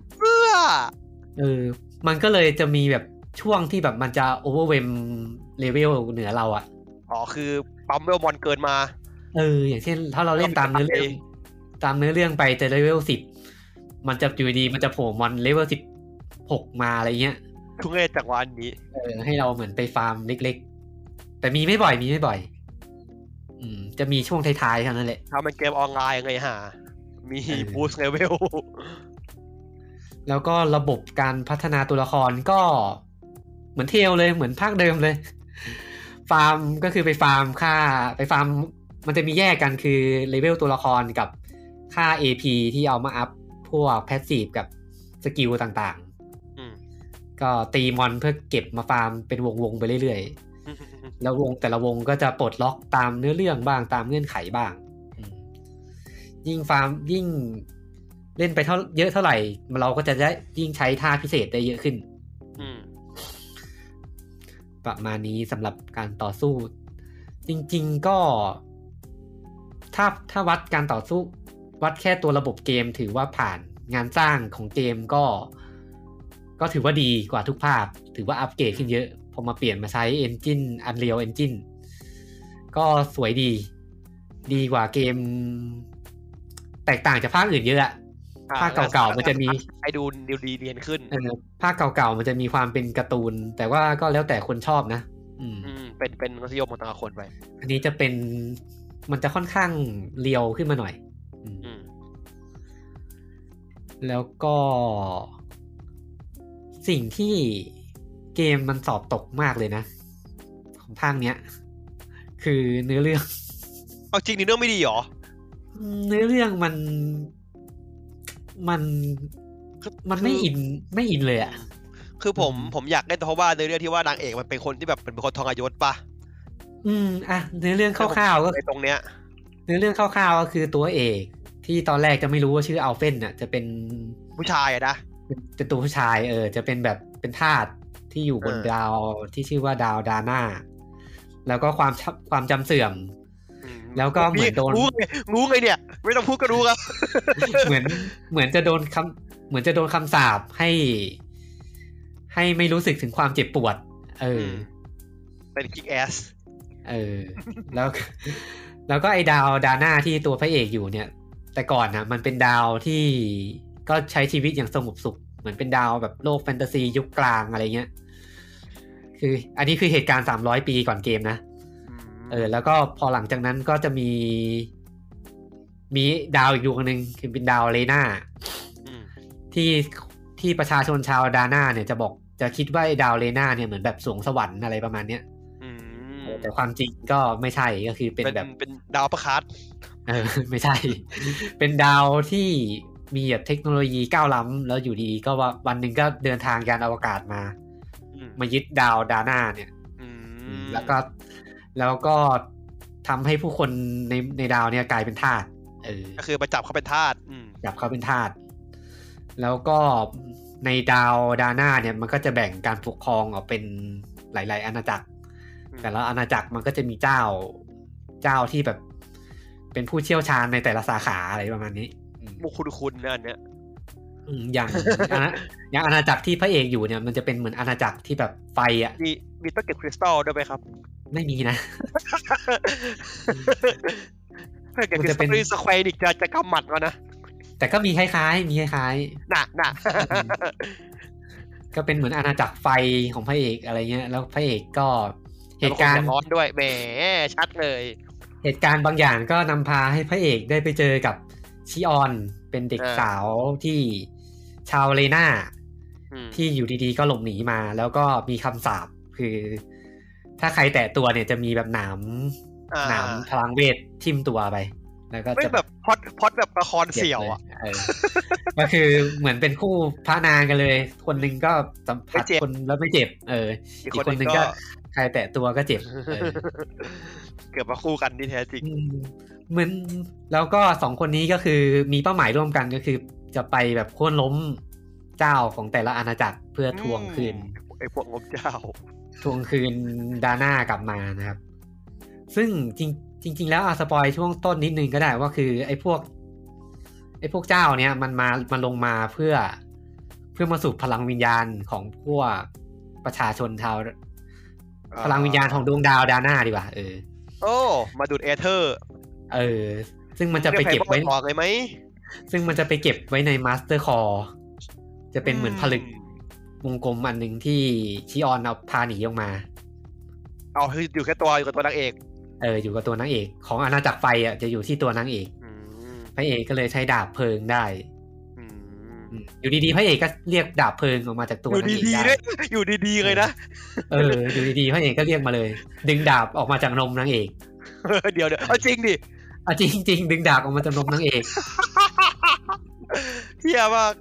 มันก็เลยจะมีแบบช่วงที่แบบมันจะโอเวอร์เวมเลเวลเหนือเราอ่ะคือปั๊มเวลมอนเกินมาอย่างเช่นถ้าเราเล่นตามเนื้อเรื่องไปแต่เลเวล10มันจะอยู่ดีมันจะโผล่มอนเลเวล16มาอะไรเงี้ยทุกเรื่องจากวันนี้ให้เราเหมือนไปฟาร์มเล็กๆแต่มีไม่บ่อยจะมีช่วงท้ายๆเท่านั้นแหละถ้ามันเกมออนไลน์ไงฮะมีบูสต์เลเวลแล้วก็ระบบการพัฒนาตัวละครก็เหมือนเทลเลยเหมือนภาคเดิมเลยฟาร์มก็คือไปฟาร์มมันจะมีแยกกันคือเลเวลตัวละครกับค่า AP ที่เอามาอัพพวกแพสซีฟกับสกิลต่างๆก็ตีมอนเพื่อเก็บมาฟาร์มเป็นวงๆไปเรื่อยๆแล้วแต่ละวงก็จะปลดล็อกตามเนื้อเรื่องบ้างตามเงื่อนไขบ้างยิ่งฟาร์มยิ่งเล่นไปเยอะเท่าไหร่เราก็จะได้ยิ่งใช้ท่าพิเศษได้เยอะขึ้นประมาณนี้สำหรับการต่อสู้จริงๆก็ถ้าวัดการต่อสู้วัดแค่ตัวระบบเกมถือว่าผ่านงานสร้างของเกมก็ถือว่าดีกว่าทุกภาคถือว่าอัปเกรดขึ้นเยอะพอมาเปลี่ยนมาใช้ Engine Unreal Engine ก็สวยดีกว่าเกมแตกต่างจากภาคอื่นเยอะอะภาคเก่าๆมันจะมีให้ดูดีเรียนขึ้นภาคเก่าๆมันจะมีความเป็นการ์ตูนแต่ว่าก็แล้วแต่คนชอบนะเป็นรสนิยมของแต่ละคนไปอันนี้จะเป็นมันจะค่อนข้างเรียวขึ้นมาหน่อยแล้วก็สิ่งที่เกมมันสอบตกมากเลยนะของภาคเนี้ยคือเนื้อเรื่องเอาจริงนี่เรื่องไม่ดีหรอเนื้อเรื่องมันไม่อินเลยอ่ะคือผมอยากได้เพราะว่าเนื้อเรื่องที่ว่านางเอกมันเป็นคนที่แบบเป็นคนทรยศป่ะอ่ะเนื้อเรื่องคร่าวๆก็ในตรงเนี้ยเนื้อเรื่องคร่าวๆก็คือตัวเอกที่ตอนแรกจะไม่รู้ว่าชื่ออัลเฟนน่ะจะเป็นผู้ชายนะเป็นตัวผู้ชายจะเป็นแบบเป็นทาสที่อยู่บนดาวที่ชื่อว่าดาวดาน่าแล้วก็ความจำเสื่อมแล้วก็เหมือนโดนรู้ไงเนี่ยไม่ต้องพูดก็รู้ครับเหมือนจะโดนคำสาปให้ไม่รู้สึกถึงความเจ็บปวดเป็นคิกแอสแล้วก็ไอ้ดาวดาน่าที่ตัวพระเอกอยู่เนี่ยแต่ก่อนนะมันเป็นดาวที่ก็ใช้ชีวิตอย่างสงบสุขเหมือนเป็นดาวแบบโลกแฟนตาซียุคกลางอะไรเงี้ยคืออันนี้คือเหตุการณ์300ปีก่อนเกมนะแล้วก็พอหลังจากนั้นก็จะมีดาวอีกดวงนึงคือเป็นดาวเลน่าที่ประชาชนชาวดาน่าเนี่ยจะคิดว่าดาวเลน่าเนี่ยเหมือนแบบสวงสวรรค์อะไรประมาณเนี้ยแต่ความจริงก็ไม่ใช่ก็คือเป็นแบบเป็นดาวประคัดไม่ใช่เป็นดาวที่มีแบบเทคโนโลยีก้าวล้ำแล้วอยู่ดีก็ว่าวันหนึ่งก็เดินทางยานอวกาศมายึดดาวดาน่าเนี่ยแล้วก็ทำให้ผู้คนในดาวเนี่ยกลายเป็นทาสก็คือมาจับเขาเป็นทาสจับเขาเป็นทาสแล้วก็ในดาวดาน่าเนี่ยมันก็จะแบ่งการปกครองออกเป็นหลายๆอาณาจักรแต่ละอาณาจักรมันก็จะมีเจ้าที่แบบเป็นผู้เชี่ยวชาญในแต่ละสาขาอะไรประมาณนี้มุขคุณนะอันเนี้ยอย่างอาณาจักรที่พระเอกอยู่เนี่ยมันจะเป็นเหมือนอาณาจักรที่แบบไฟอ่ะมีต้องเก็บคริสตัลด้วยไหมครับไม่มีนะมันจะเป็นสแควร์นิกจะกำหมัดวะนะแต่ก็มีคล้ายๆน่ะก็เป็นเหมือนอาณาจักรไฟของพระเอกอะไรเงี้ยแล้วพระเอกก็เหตุการณ์ร้อนด้วยแหมชัดเลยเหตุการณ์บางอย่างก็นำพาให้พระเอกได้ไปเจอกับชิออนเป็นเด็กสาวที่ชาวเลน่าที่อยู่ดีๆก็หลบหนีมาแล้วก็มีคำสาปคือถ้าใครแตะตัวเนี่ยจะมีแบบหนามพลังเวททิ่มตัวไปแล้วก็จะแบบพอดแบบละครเสี่ยวอ่ะก็คือเหมือนเป็นคู่พระนางกันเลยคนนึงก็สัมผัสคนแล้วไม่เจ็บอีกคนนึงก็ใครแตะตัวก็เจ็บเกิดมาคู่กันที่แท้จริงเหมือนแล้วก็2คนนี้ก็คือมีเป้าหมายร่วมกันก็คือจะไปแบบโค่นล้มเจ้าของแต่ละอาณาจักรเพื่อทวงคืนไอ้พวกงบเจ้าทวงคืนดาน่ากลับมานะครับซึ่งจริงแล้วสปอยช่วงต้นนิดนึงก็ได้ว่าคือไอ้พวกเจ้าเนี้ยมันลงมาเพื่อมาสูบพลังวิญญาณของพวกประชาชนชาวพลังวิญญาณของดวงดาวดาน่าดีกว่ามาดูดเอเธอร์ซึ่งมันจะไปเก็บไว้เลยไหมซึ่งมันจะไปเก็บไว้ในมาสเตอร์คอร์จะเป็นเหมือนผลึกวงกลมอันนึงที่ชิออนเอาพาหนีออกมาคืออยู่แค่อยู่กับตัวนางเอกอยู่กับตัวนางเอกของอาณาจักรไฟอ่ะจะอยู่ที่ตัวนางเอกพระเอกก็เลยใช้ดาบเพลิงได้อยู่ดีๆพระเอกก็เรียกดาบเพลิงออกมาจากตัวนางเอกได้อยู่ดีๆเลยนะอยู่ดีๆพระเอกก็เรียกมาเลยดึงดาบออกมาจากนมนางเอกเดี๋ยวเอาจริงดิจริงดึงดาบออกมาจากนมนางเอกเหี้ยมาก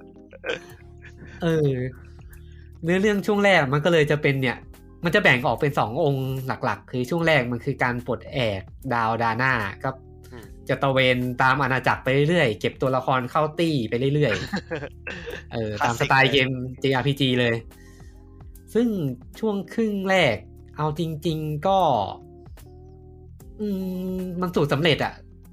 เนื้อเรื่องช่วงแรกมันก็เลยจะเป็นเนี่ยมันจะแบ่งออกเป็น2องค์หลักๆคือช่วงแรกมันคือการปลดแอกดาวดาน่าก็จะตะเวนตามอาณาจักรไปเรื่อยๆเก็บตัวละครเข้าตี้ไปเรื่อยๆตามสไตล์เกม JRPG เลยซึ่งช่วงครึ่งแรกเอาจริงๆก็มันสูตรสำเร็จอ่ะ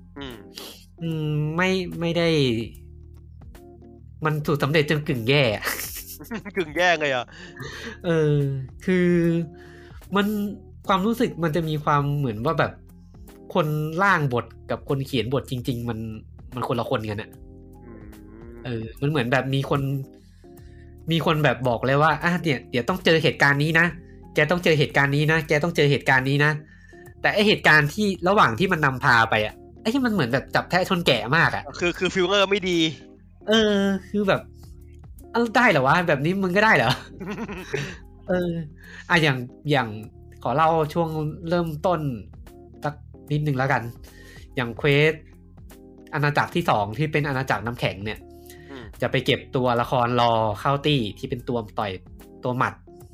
ไม่ได้มันสูตรสำเร็จจนกึ่งแย่กึ่งแย่เลยอ่ะคือมันความรู้สึกมันจะมีความเหมือนว่าแบบคนร่างบทกับคนเขียนบทจริงๆมันคนละคนกันอ่ะมันเหมือนแบบมีคนแบบบอกเลยว่าเนี่ยเดี๋ยวต้องเจอเหตุการณ์นี้นะแกต้องเจอเหตุการณ์นี้นะแกต้องเจอเหตุการณ์นี้นะแต่ไอเหตุการณ์ที่ระหว่างที่มันนำพาไปอ่ะไอ้ที่มันเหมือนแบบจับแทะชนแกะมากอ่ะคือฟิลเลอร์ไม่ดีคือแบบได้เหรอวะแบบนี้มึงก็ได้เหรอ อย่างขอเล่าช่วงเริ่มต้นสักนิดนึงแล้วกันอย่างเควสอาณาจักรที่2ที่เป็นอาณาจักรน้ำแข็งเนี่ยจะไปเก็บตัวละครรอเข้าตี้ที่เป็นตัวต่อยตัวหมัด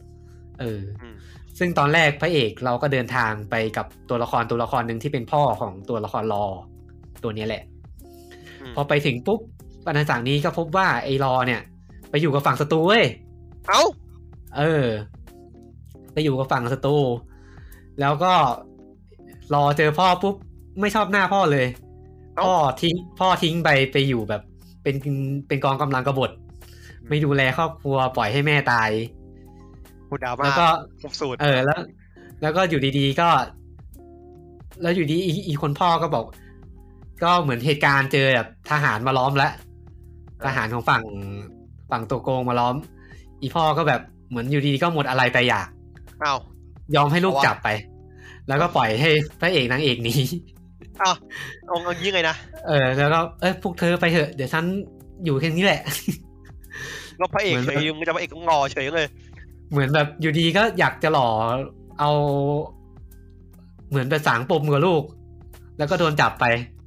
ซึ่งตอนแรกพระเอกเราก็เดินทางไปกับตัวละครหนึ่งที่เป็นพ่อของตัวละครรอตัวนี้แหละพอไปถึงปุ๊บอาณาจักรนี้ก็พบว่าไอ้รอเนี่ยไปอยู่กับฝั่งศัตรูเว้ยไปอยู่กับฝั่งศัตรูแล้วก็รอเจอพ่อปุ๊บไม่ชอบหน้าพ่อเลยพ่อทิ้งไปอยู่แบบเป็นกองกำลังกบฏไม่ดูแลครอบครัวปล่อยให้แม่ตายแล้วก็สูตรแล้วก็อยู่ดีๆก็แล้วอยู่ดีอีคนพ่อก็บอกก็เหมือนเหตุการณ์เจอแบบทหารมาล้อมแล้วทหารของฝั่งตัวโกงมาล้อมอีพ่อก็แบบเหมือนอยู่ดีก็หมดอะไรไปอยากยอมให้ลูกจับไปแล้วก็ปล่อยให้พระเอกนางเอกหนีเอางี้ไงนะแล้วก็พวกเธอไปเถอะเดี๋ยวฉันอยู่แค่นี้แหละก็พระเอกเลยมึงจะพระเอกก็งอเฉยเลยเหมือนแบบอยู่ดีก็อยากจะหล่อเอาเหมือนไปสางปมกับลูกแล้วก็โดนจับไป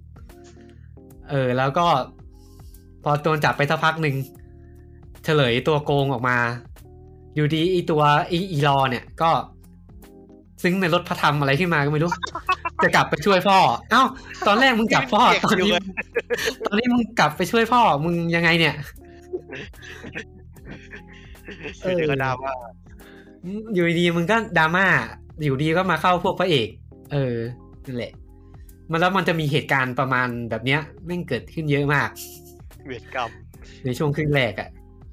แล้วก็พอโดนจับไปสักพักหนึ่งเฉลยตัวโกงออกมาอยู่ดีอีรอเนี่ยก็ซึ้งในรถพระธรรมอะไรขึ้นมาก็ไม่รู้ จะกลับไปช่วยพ่อตอนแรกมึงจับพ่อตอนนี้มึงกลับไปช่วยพ่อมึงยังไงเนี่ยก็ดราม่าอยู่ดีมึงก็ดราม่าอยู่ดีก็มาเข้าพวกพระเอกนั่นแหละแล้วมันจะมีเหตุการณ์ประมาณแบบเนี้ยแม่งเกิดขึ้นเยอะมากเวรกรรมในช่วงครึ่งแรก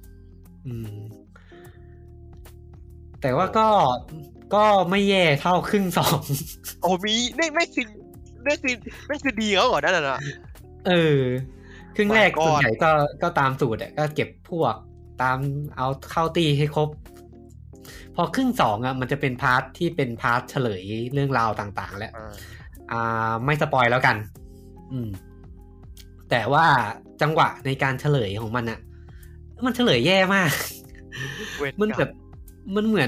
แต่ว่าก็ไม่แย่เท่าครึ่ง2 มีไม่คือดีแล้วเหรอนั่นน่ะครึ่งแรกส่วนใหญ่ก็ตามสูตรก็เก็บพวกตามเอาเข้าตีให้ครบพอครึ่ง2มันจะเป็นพาร์ทที่เป็นพาร์ทเฉลยเรื่องราวต่างๆแล้วไม่สปอยแล้วกันแต่ว่าจังหวะในการเฉลยของมันมันเฉลยแย่มากมันแบบมันเหมือน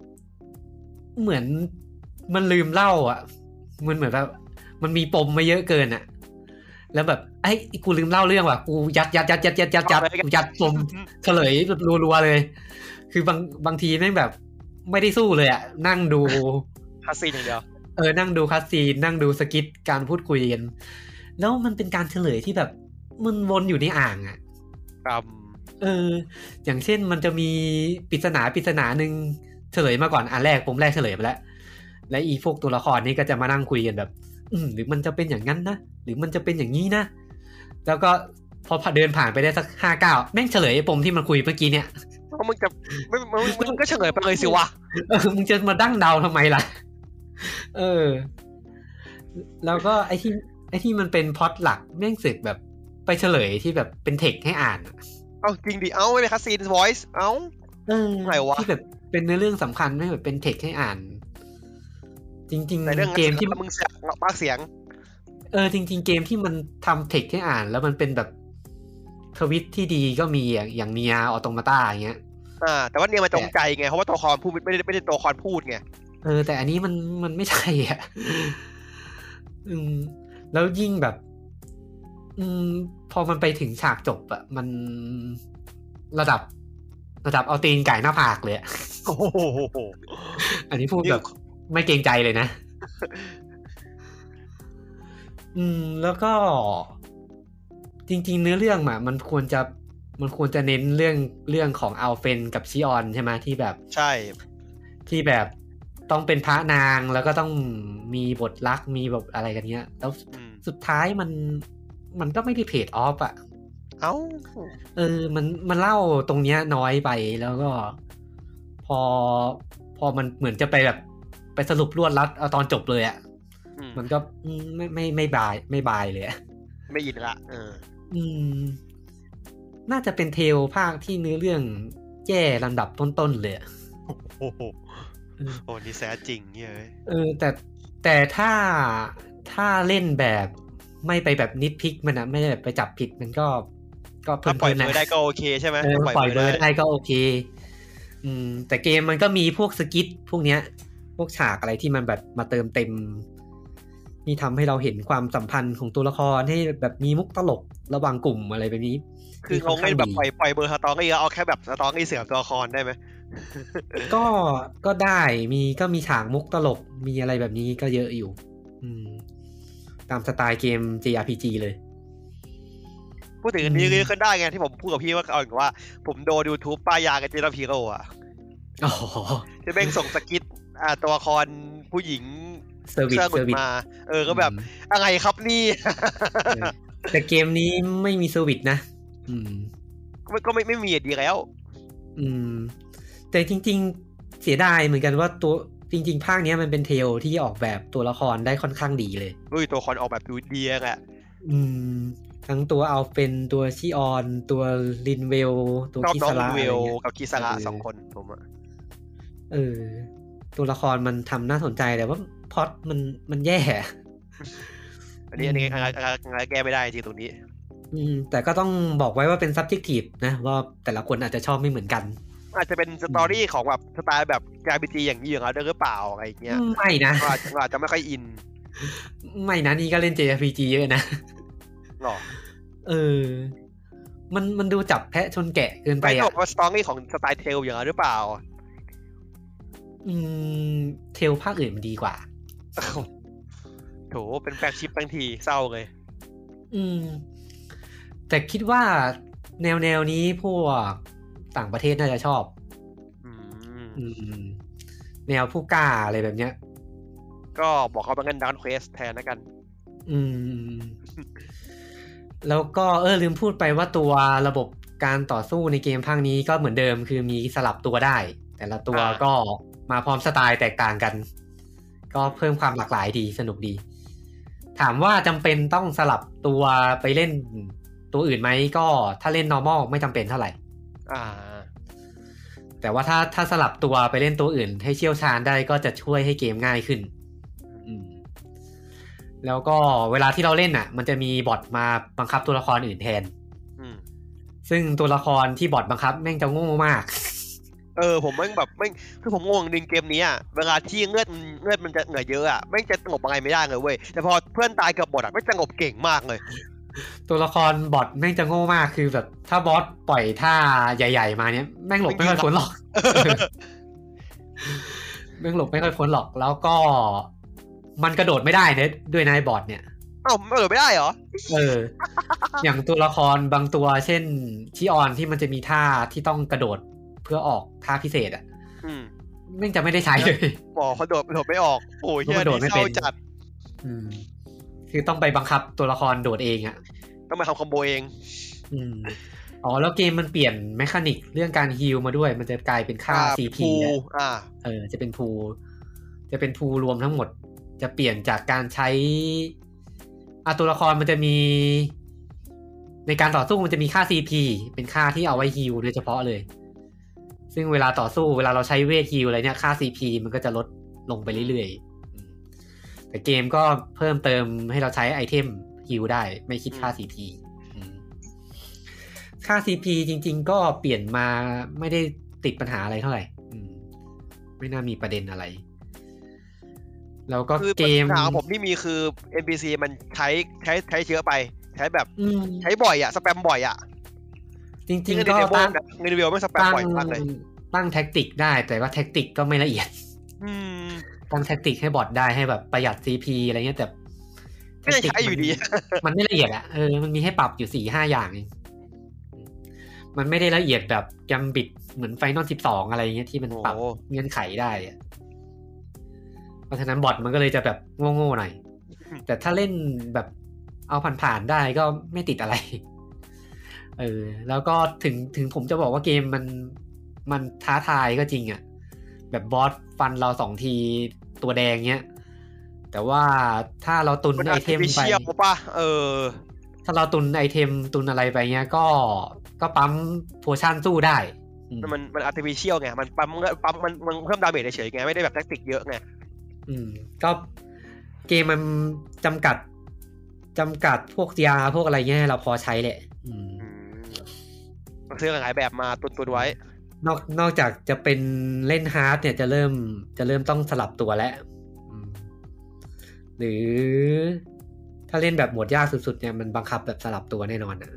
มันลืมเล่ามันเหมือนแบบมันมีปมมาเยอะเกินแล้วแบบกูลืมเล่าเรื่องว่ะกูยัดปมเฉลยแบบรัวๆเลยคือบางทีแม่งแบบไม่ได้สู้เลยนั่งดูคัสซีนอย่างเดียวนั่งดูคัสซีนนั่งดูสกิทการพูดคุยกันแล้วมันเป็นการเฉลยที่แบบมันวนอยู่ในอ่างครับอย่างเช่นมันจะมีปริศนานึงเฉลยมาก่อนอันแรกผมแรกเฉลยไปแล้วและอีพวกตัวละครนี่ก็จะมานั่งคุยกันแบบหรือมันจะเป็นอย่างนั้นนะหรือมันจะเป็นอย่างนี้นะแล้วก็พอเดินผ่านไปได้สัก5-9แม่งเฉลยปมที่มันคุยเมื่อกี้เนี่ยมึงจะมึงก็เฉลยไปเลยสิวะมึงจะมาดั้งเดาทำไมล่ะแล้วก็ไอ้ที่มันเป็นพล็อตหลักแม่งสึกแบบไปเฉลยที่แบบเป็นเทคให้อ่านจริงดิไม่เป็นคัสซีนวอยซ์ไงวะที่แบบเป็นเนื้อเรื่องสำคัญไม่แบบเป็นเทคให้อ่านจริงๆเกมที่มึงเสียงปากเสียงจริงๆเกมที่มันทำเทคให้อ่านแล้วมันเป็นแบบทวิตที่ดีก็มีอย่างเนียออโตมาตาอย่างเงี้ยแต่ว่าเนียมาจงใจไงเพราะว่าตัวละครพูดไม่ได้ตัวละครพูดไงแต่อันนี้มันไม่ใช่แล้วยิ่งแบบพอมันไปถึงฉากจบมันระดับเอาตีนไก่หน้าผากเลยโอ้โหอันนี้พูดแบบไม่เกรงใจเลยนะแล้วก็จริงๆเนื้อเรื่องมันควรจะเน้นเรื่องของอัลเฟนกับชิออนใช่ไหมที่แบบใช่ที่แบบต้องเป็นพระนางแล้วก็ต้องมีบทรักมีแบบอะไรกันเงี้ยแล้วสุดท้ายมันก็ไม่ได้เพจออฟมันเล่าตรงเนี้ยน้อยไปแล้วก็พอมันเหมือนจะไปแบบไปสรุปรวดรัดเอาตอนจบเลยมันก็ไม่บายเลยไม่ยินละน่าจะเป็นเทลภาคที่เนื้อเรื่องแย่ลำดับต้นๆเลยโอ้นี่แซ่จริงเนี่ยแต่ถ้าเล่นแบบไม่ไปแบบนิดพิกมันไม่ได้แบบไปจับผิดมันก็ก็เพลิปล่อยนๆเบอนะร์ได้ก็โอเคใช่ไหมปล่อยเบอร์ได้ก็โอเคแต่เกมมันก็มีพวกสกิทพวกเนี้ยพวกฉากอะไรที่มันแบบมาเติมเต็มนี่ทำให้เราเห็นความสัมพันธ์ของตัวละครให้แบบมีมุกตลกระหว่างกลุ่มอะไรแบบนี้คือเขาไม่แบบปล่อยเบอร์สตอรี่เอาแค่แบบสตอรี่เสือตัวละครได้ไหมก็ได้ก็มีฉากมุกตลกมีอะไรแบบนี้ก็เยอะอยู่ตามสไตล์เกม JRPG เลยพูดถึงอันนี้ก็ได้ไงที่ผมพูดกับพี่ว่าเอาอย่างว่าผมโดน YouTube ป้ายากับเจนพีโร่อะที่แม่งส่งสกิทตัวละครผู้หญิงเซอร์วิสมาก็แบบอะไรครับนี่แต่เกมนี้ไม่มีเซอร์วิสนะก็ไม่มีดีแล้วแต่จริงๆเสียดายเหมือนกันว่าตัวจริงๆภาคนี้มันเป็นเทลที่ออกแบบตัวละครได้ค่อนข้างดีเลยตัวละครออกแบบดูดีอ่ะทั้งตัวอัลเฟนตัวชิออนตัวลินเวลตัวคิสระกับคิสระ2คนผมอ่ะตัวละครมันทำน่าสนใจแต่ว่าพล็อตมันแย่อันนี้แก้ไม่ได้จริงตรงนี้แต่ก็ต้องบอกไว้ว่าเป็น subjective นะว่าแต่ละคนอาจจะชอบไม่เหมือนกันอาจจะเป็นสตอรี่ของแบบสไตล์แบบ JRPG อย่างนี้อย่างนั้นหรือเปล่าอะไรอย่างเงี้ยไม่นะอาจจะไม่ค่อยอินไม่นะนี่ก็เล่น JRPG เยอะนะหรอมันดูจับแพะชนแกะเกินไปอ่ะว่าสตอรี่ของสไตล์เทลอย่างนั้นหรือเปล่าเทลภาคอื่นมันดีกว่าโถเป็นแฟลกชิพทั้งทีเศร้าเลยแต่คิดว่าแนวนี้พวกต่างประเทศน่าจะชอบแนวผู้กล้าอะไรแบบเนี้ยก็บอกเขาเป็นเงินดันเควสแทนแล้วกันแล้วก็ลืมพูดไปว่าตัวระบบการต่อสู้ในเกมภาคนี้ก็เหมือนเดิมคือมีสลับตัวได้แต่ละตัวก็มาพร้อมสไตล์แตกต่างกันก็เพิ่มความหลากหลายดีสนุกดีถามว่าจำเป็นต้องสลับตัวไปเล่นตัวอื่นไหมก็ถ้าเล่น normal ไม่จำเป็นเท่าไหร่แต่ว่าถ้าสลับตัวไปเล่นตัวอื่นให้เชี่ยวชาญได้ก็จะช่วยให้เกมง่ายขึ้นแล้วก็เวลาที่เราเล่นอ่ะมันจะมีบอทมาบังคับตัวละครอื่นแทนซึ่งตัวละครที่บอทบังคับแม่งจะโง่มากผมแม่งแบบแม่งคือผมงงจริงเกมนี้อ่ะเวลาที่เลือดมันจะเหนื่อยเยอะอ่ะแม่งจะสงบอะไรไม่ได้เลยเว้ยแต่พอเพื่อนตายกับบอทอ่ะแม่งสงบเก่งมากเลยตัวละครบอทแม่งจะโง่มากคือแบบถ้าบอสปล่อยท่าใหญ่ๆมาเนี้ยแม่งหลบไม่ค่อยพ้นหรอกแม่งหลบไม่ค่อยพ้นหรอกแล้วก็มันกระโดดไม่ได้เนี่ยด้วยนายบอทเนี่ยไม่กระโดดไม่ได้เหรออย่างตัวละครบางตัวเช่นชิออนที่มันจะมีท่าที่ต้องกระโดดเพื่อออกท่าพิเศษอ่ะแม่งจะไม่ได้ใช้เลยเขาโดดไม่ออกโอ้ยเหี้ยนี่เศร้าจัดคือต้องไปบังคับตัวละครโดดเองอ่ะต้องไปทำคอมโบเองแล้วเกมมันเปลี่ยนเมคานิกเรื่องการฮีลมาด้วยมันจะกลายเป็นค่า CP จะเป็นพูลรวมทั้งหมดจะเปลี่ยนจากการใช้ตัวละครมันจะมีในการต่อสู้มันจะมีค่า CP เป็นค่าที่เอาไว้ฮีลโดยเฉพาะเลยซึ่งเวลาต่อสู้เวลาเราใช้เวทฮีลอะไรเนี่ยค่า CP มันก็จะลดลงไปเรื่อยๆแต่เกมก็เพิ่มเติมให้เราใช้ไอเทมฮิลได้ไม่คิดค่า CP ค่า CP จริงๆก็เปลี่ยนมาไม่ได้ติดปัญหาอะไรเท่าไหร่ไม่น่ามีประเด็นอะไรแล้วก็เกมปัญหาของผมที่มีคือ NPC มันใช้เชื้อไปใช้แบบใช้บ่อยอ่ะสแปมบ่อยอ่ะจริงๆก็ตั้งเงินเวลไม่สแปมบ่อยมากเลยตั้งแท็กติกได้แต่ว่าแท็กติกก็ไม่ละเอียดตั้งแท็กติกให้บอทได้ให้แบบประหยัด CP อะไรเงี้ยแต่ไม่ได้ใช้อยู่ดีมันไม่ละเอียดอ่ะมันมีให้ปรับอยู่ 4-5 อย่างเองมันไม่ได้ละเอียดแบบจัมบิดเหมือน Final 12อะไรเงี้ยที่มันปรับเงื่อนไขได้อ่ะเพราะฉะนั้นบอทมันก็เลยจะแบบโง่ๆหน่อยแต่ถ้าเล่นแบบเอาผ่านๆได้ก็ไม่ติดอะไรแล้วก็ถึงผมจะบอกว่าเกมมันท้าทายก็จริงอ่ะแบบบอสฟันเรา2ทีตัวแดงเงี้ยแต่ว่าถ้าเราตุนไอเทมไปถ้าเราตุนไอเทมตุนอะไรไปเงี้ยก็ปั๊มโพชั่นสู้ได้มันอาร์ติฟิเชียลไงมันปั๊มมันเพิ่มดาเมจเฉยๆไงไม่ได้แบบแท็กติกเยอะไงก็เกมมันจำกัดพวกยาพวกอะไรเงี้ยเราพอใช้แหละซื้อหลายแบบมาตุนไว้นอกจากจะเป็นเล่นฮาร์ดเนี่ยจะเริ่มต้องสลับตัวแล้วหรือถ้าเล่นแบบโหมดยากสุดๆเนี่ยมันบังคับแบบสลับตัวแน่นอนอ่ะ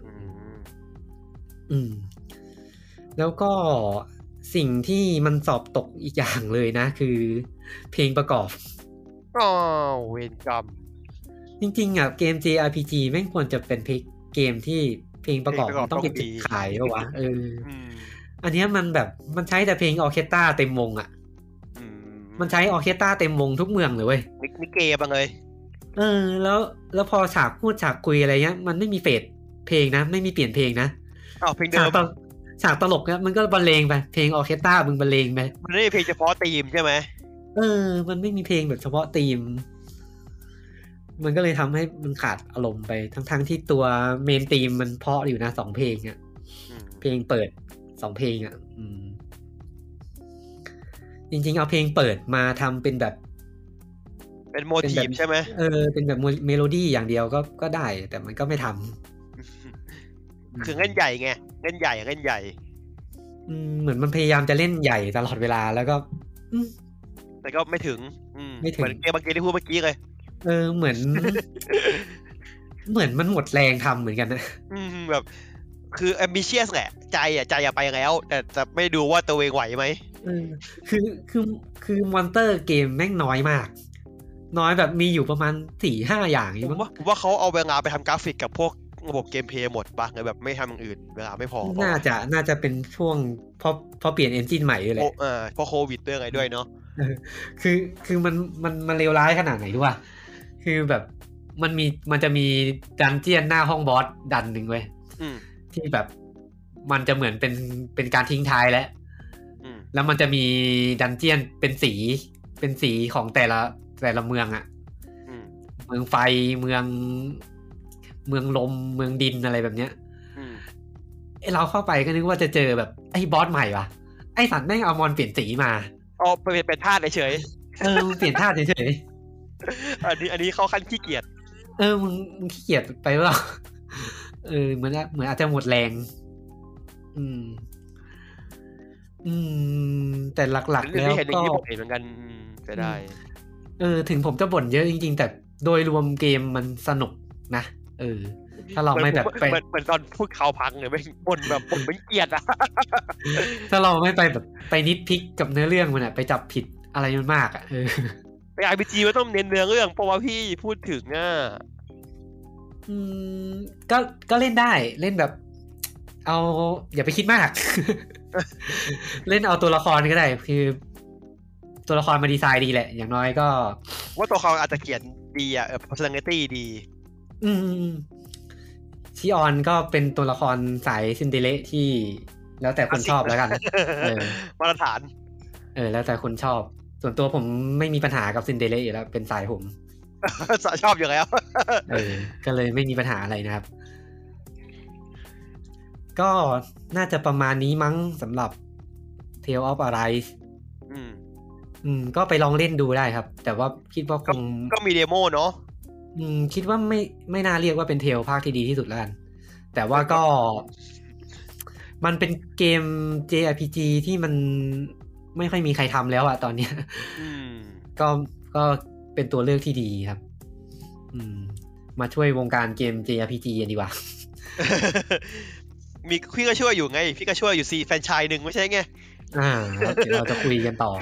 แล้วก็สิ่งที่มันสอบตกอีกอย่างเลยนะคือเพลงประกอบเวรกรรมจริงๆอ่ะเกม JRPG แม่งควรจะเป็นเกมที่เพลงประกอบมันต้องเป็นจุดขายป่ะวะอันนี้มันแบบมันใช้แต่เพลงออร์เคสตราเต็มวงอ่ะมันใช้ออร์เคสตราเต็มวงทุกเมืองเลยเว้ยมิเกมเลยแล้วพอฉากพูดฉากคุยอะไรเงี้ยมันไม่มีเฟดเพลงนะไม่มีเปลี่ยนเพลงนะเพลงเดิมฉากตลกเนี่ยมันก็บรรเลงไปเพลงออร์เคสตรามึงบรรเลงไปมันไม่มีเพลงเฉพาะธีมใช่ไหมมันไม่มีเพลงแบบเฉพาะธีมมันก็เลยทำให้มันขาดอารมณ์ไปทั้งที่ตัวเมนธีมมันเพราะอยู่นะ2เพลงอ่ะเพลงเปิด2เพลงอ่ะจริงๆเอาเพลงเปิดมาทำเป็นแบบเป็นโมทีฟใช่ไหมเป็นแบบเมโลดี้อย่างเดียวก็ได้แต่มันก็ไม่ทำคือเล่นใหญ่ไงเล่นใหญ่เหมือนมันพยายามจะเล่นใหญ่ตลอดเวลาแล้วก็แต่ก็ไม่ถึงเหมือนเกมบางเกมที่พูดเมื่อกี้เลยเหมือนมันหมดแรงทำเหมือนกันนะแบบคือ ambitious แหละใจไปแล้วแต่จะไม่ดูว่าตัวเองไหวไหมคือมอนเตอร์เกมแม่งน้อยมากน้อยแบบมีอยู่ประมาณ 4-5 อย่างผมว่าเขาเอาเวลาไปทำกราฟิกกับพวกระบบเกมเพลย์หมดป่ะเลยแบบไม่ทำอย่างอื่นเวลาไม่พอน่าจะเป็นช่วงพอเปลี่ยนเอนจินใหม่ด้วยแหละเพราะโควิดด้วยไงด้วยเนาะคือมันเลวร้ายขนาดไหนด้วยคือแบบมันจะมีดันเจียนหน้าห้องบอสดันหนึ่งเว้ยที่แบบมันจะเหมือนเป็นการทิ้งท้ายแล้วมันจะมีดันเจียนเป็นสีของแต่ละเมืองอ่ะเมืองไฟเมืองลมเมืองดินอะไรแบบเนี้ยเราเข้าไปก็นึกว่าจะเจอแบบไอ้บอสใหม่ว่ะไอ้สัตว์แม่งเอามอนเปลี่ยนสีมาเป็นธาตุเฉยเปลี่ยนธาตุเฉยอันนี้เขาขั้นขี้เกียจมึงขี้เกียจไปหรือเปล่าเหมือนอาจจะหมดแรงแต่หลักๆแล้วก็เหมือนกันจะได้ถึงผมจะบ่นเยอะจริงๆแต่โดยรวมเกมมันสนุกนะถ้าเราไม่แบบไปเหมือนตอนพูดข่าวพังเลยไม่บ่นแบบบ่นไม่เกียดอ่ะถ้าเราไม่ไปแบบไปนิดพิกกับเนื้อเรื่องมันไปจับผิดอะไรมันมากไป RPG มันต้องเน้นเนื้อเรื่องเพราะว่าพี่พูดถึงก็เล่นได้เล่นแบบเอาอย่าไปคิดมากเล่นเอาตัวละครก็ได้คือตัวละครมาดีไซน์ดีแหละอย่างน้อยก็ว่าตัวเขาอาจจะเขียนดีpersonality ดีชิออนก็เป็นตัวละครสายซินเดอเรลล่าที่แล้วแต่คนชอบแล้วกันมาตรฐานแล้วแต่คนชอบส่วนตัวผมไม่มีปัญหากับซินเดอเรลล่าอยู่แล้วเป็นสายผมชอบอยู่แล้วก็เลยไม่มีปัญหาอะไรนะครับก็น่าจะประมาณนี้มั้งสำหรับ Tale of Arise ก็ไปลองเล่นดูได้ครับแต่ว่าคิดว่าคงก็มีเดโมเนาะคิดว่าไม่น่าเรียกว่าเป็นเทลภาคที่ดีที่สุดแล้วกันแต่ว่าก็มันเป็นเกม JRPG ที่มันไม่ค่อยมีใครทำแล้วอะตอนนี้ก็เป็นตัวเลือกที่ดีครับมาช่วยวงการเกม JRPG กันดีกว่ามีพี่ก็ช่วยอยู่ไงพี่ก็ช่วยอยู่4แฟรนไชส์นึงไม่ใช่ไงเดี๋ยวเราจะคุยกันต่อ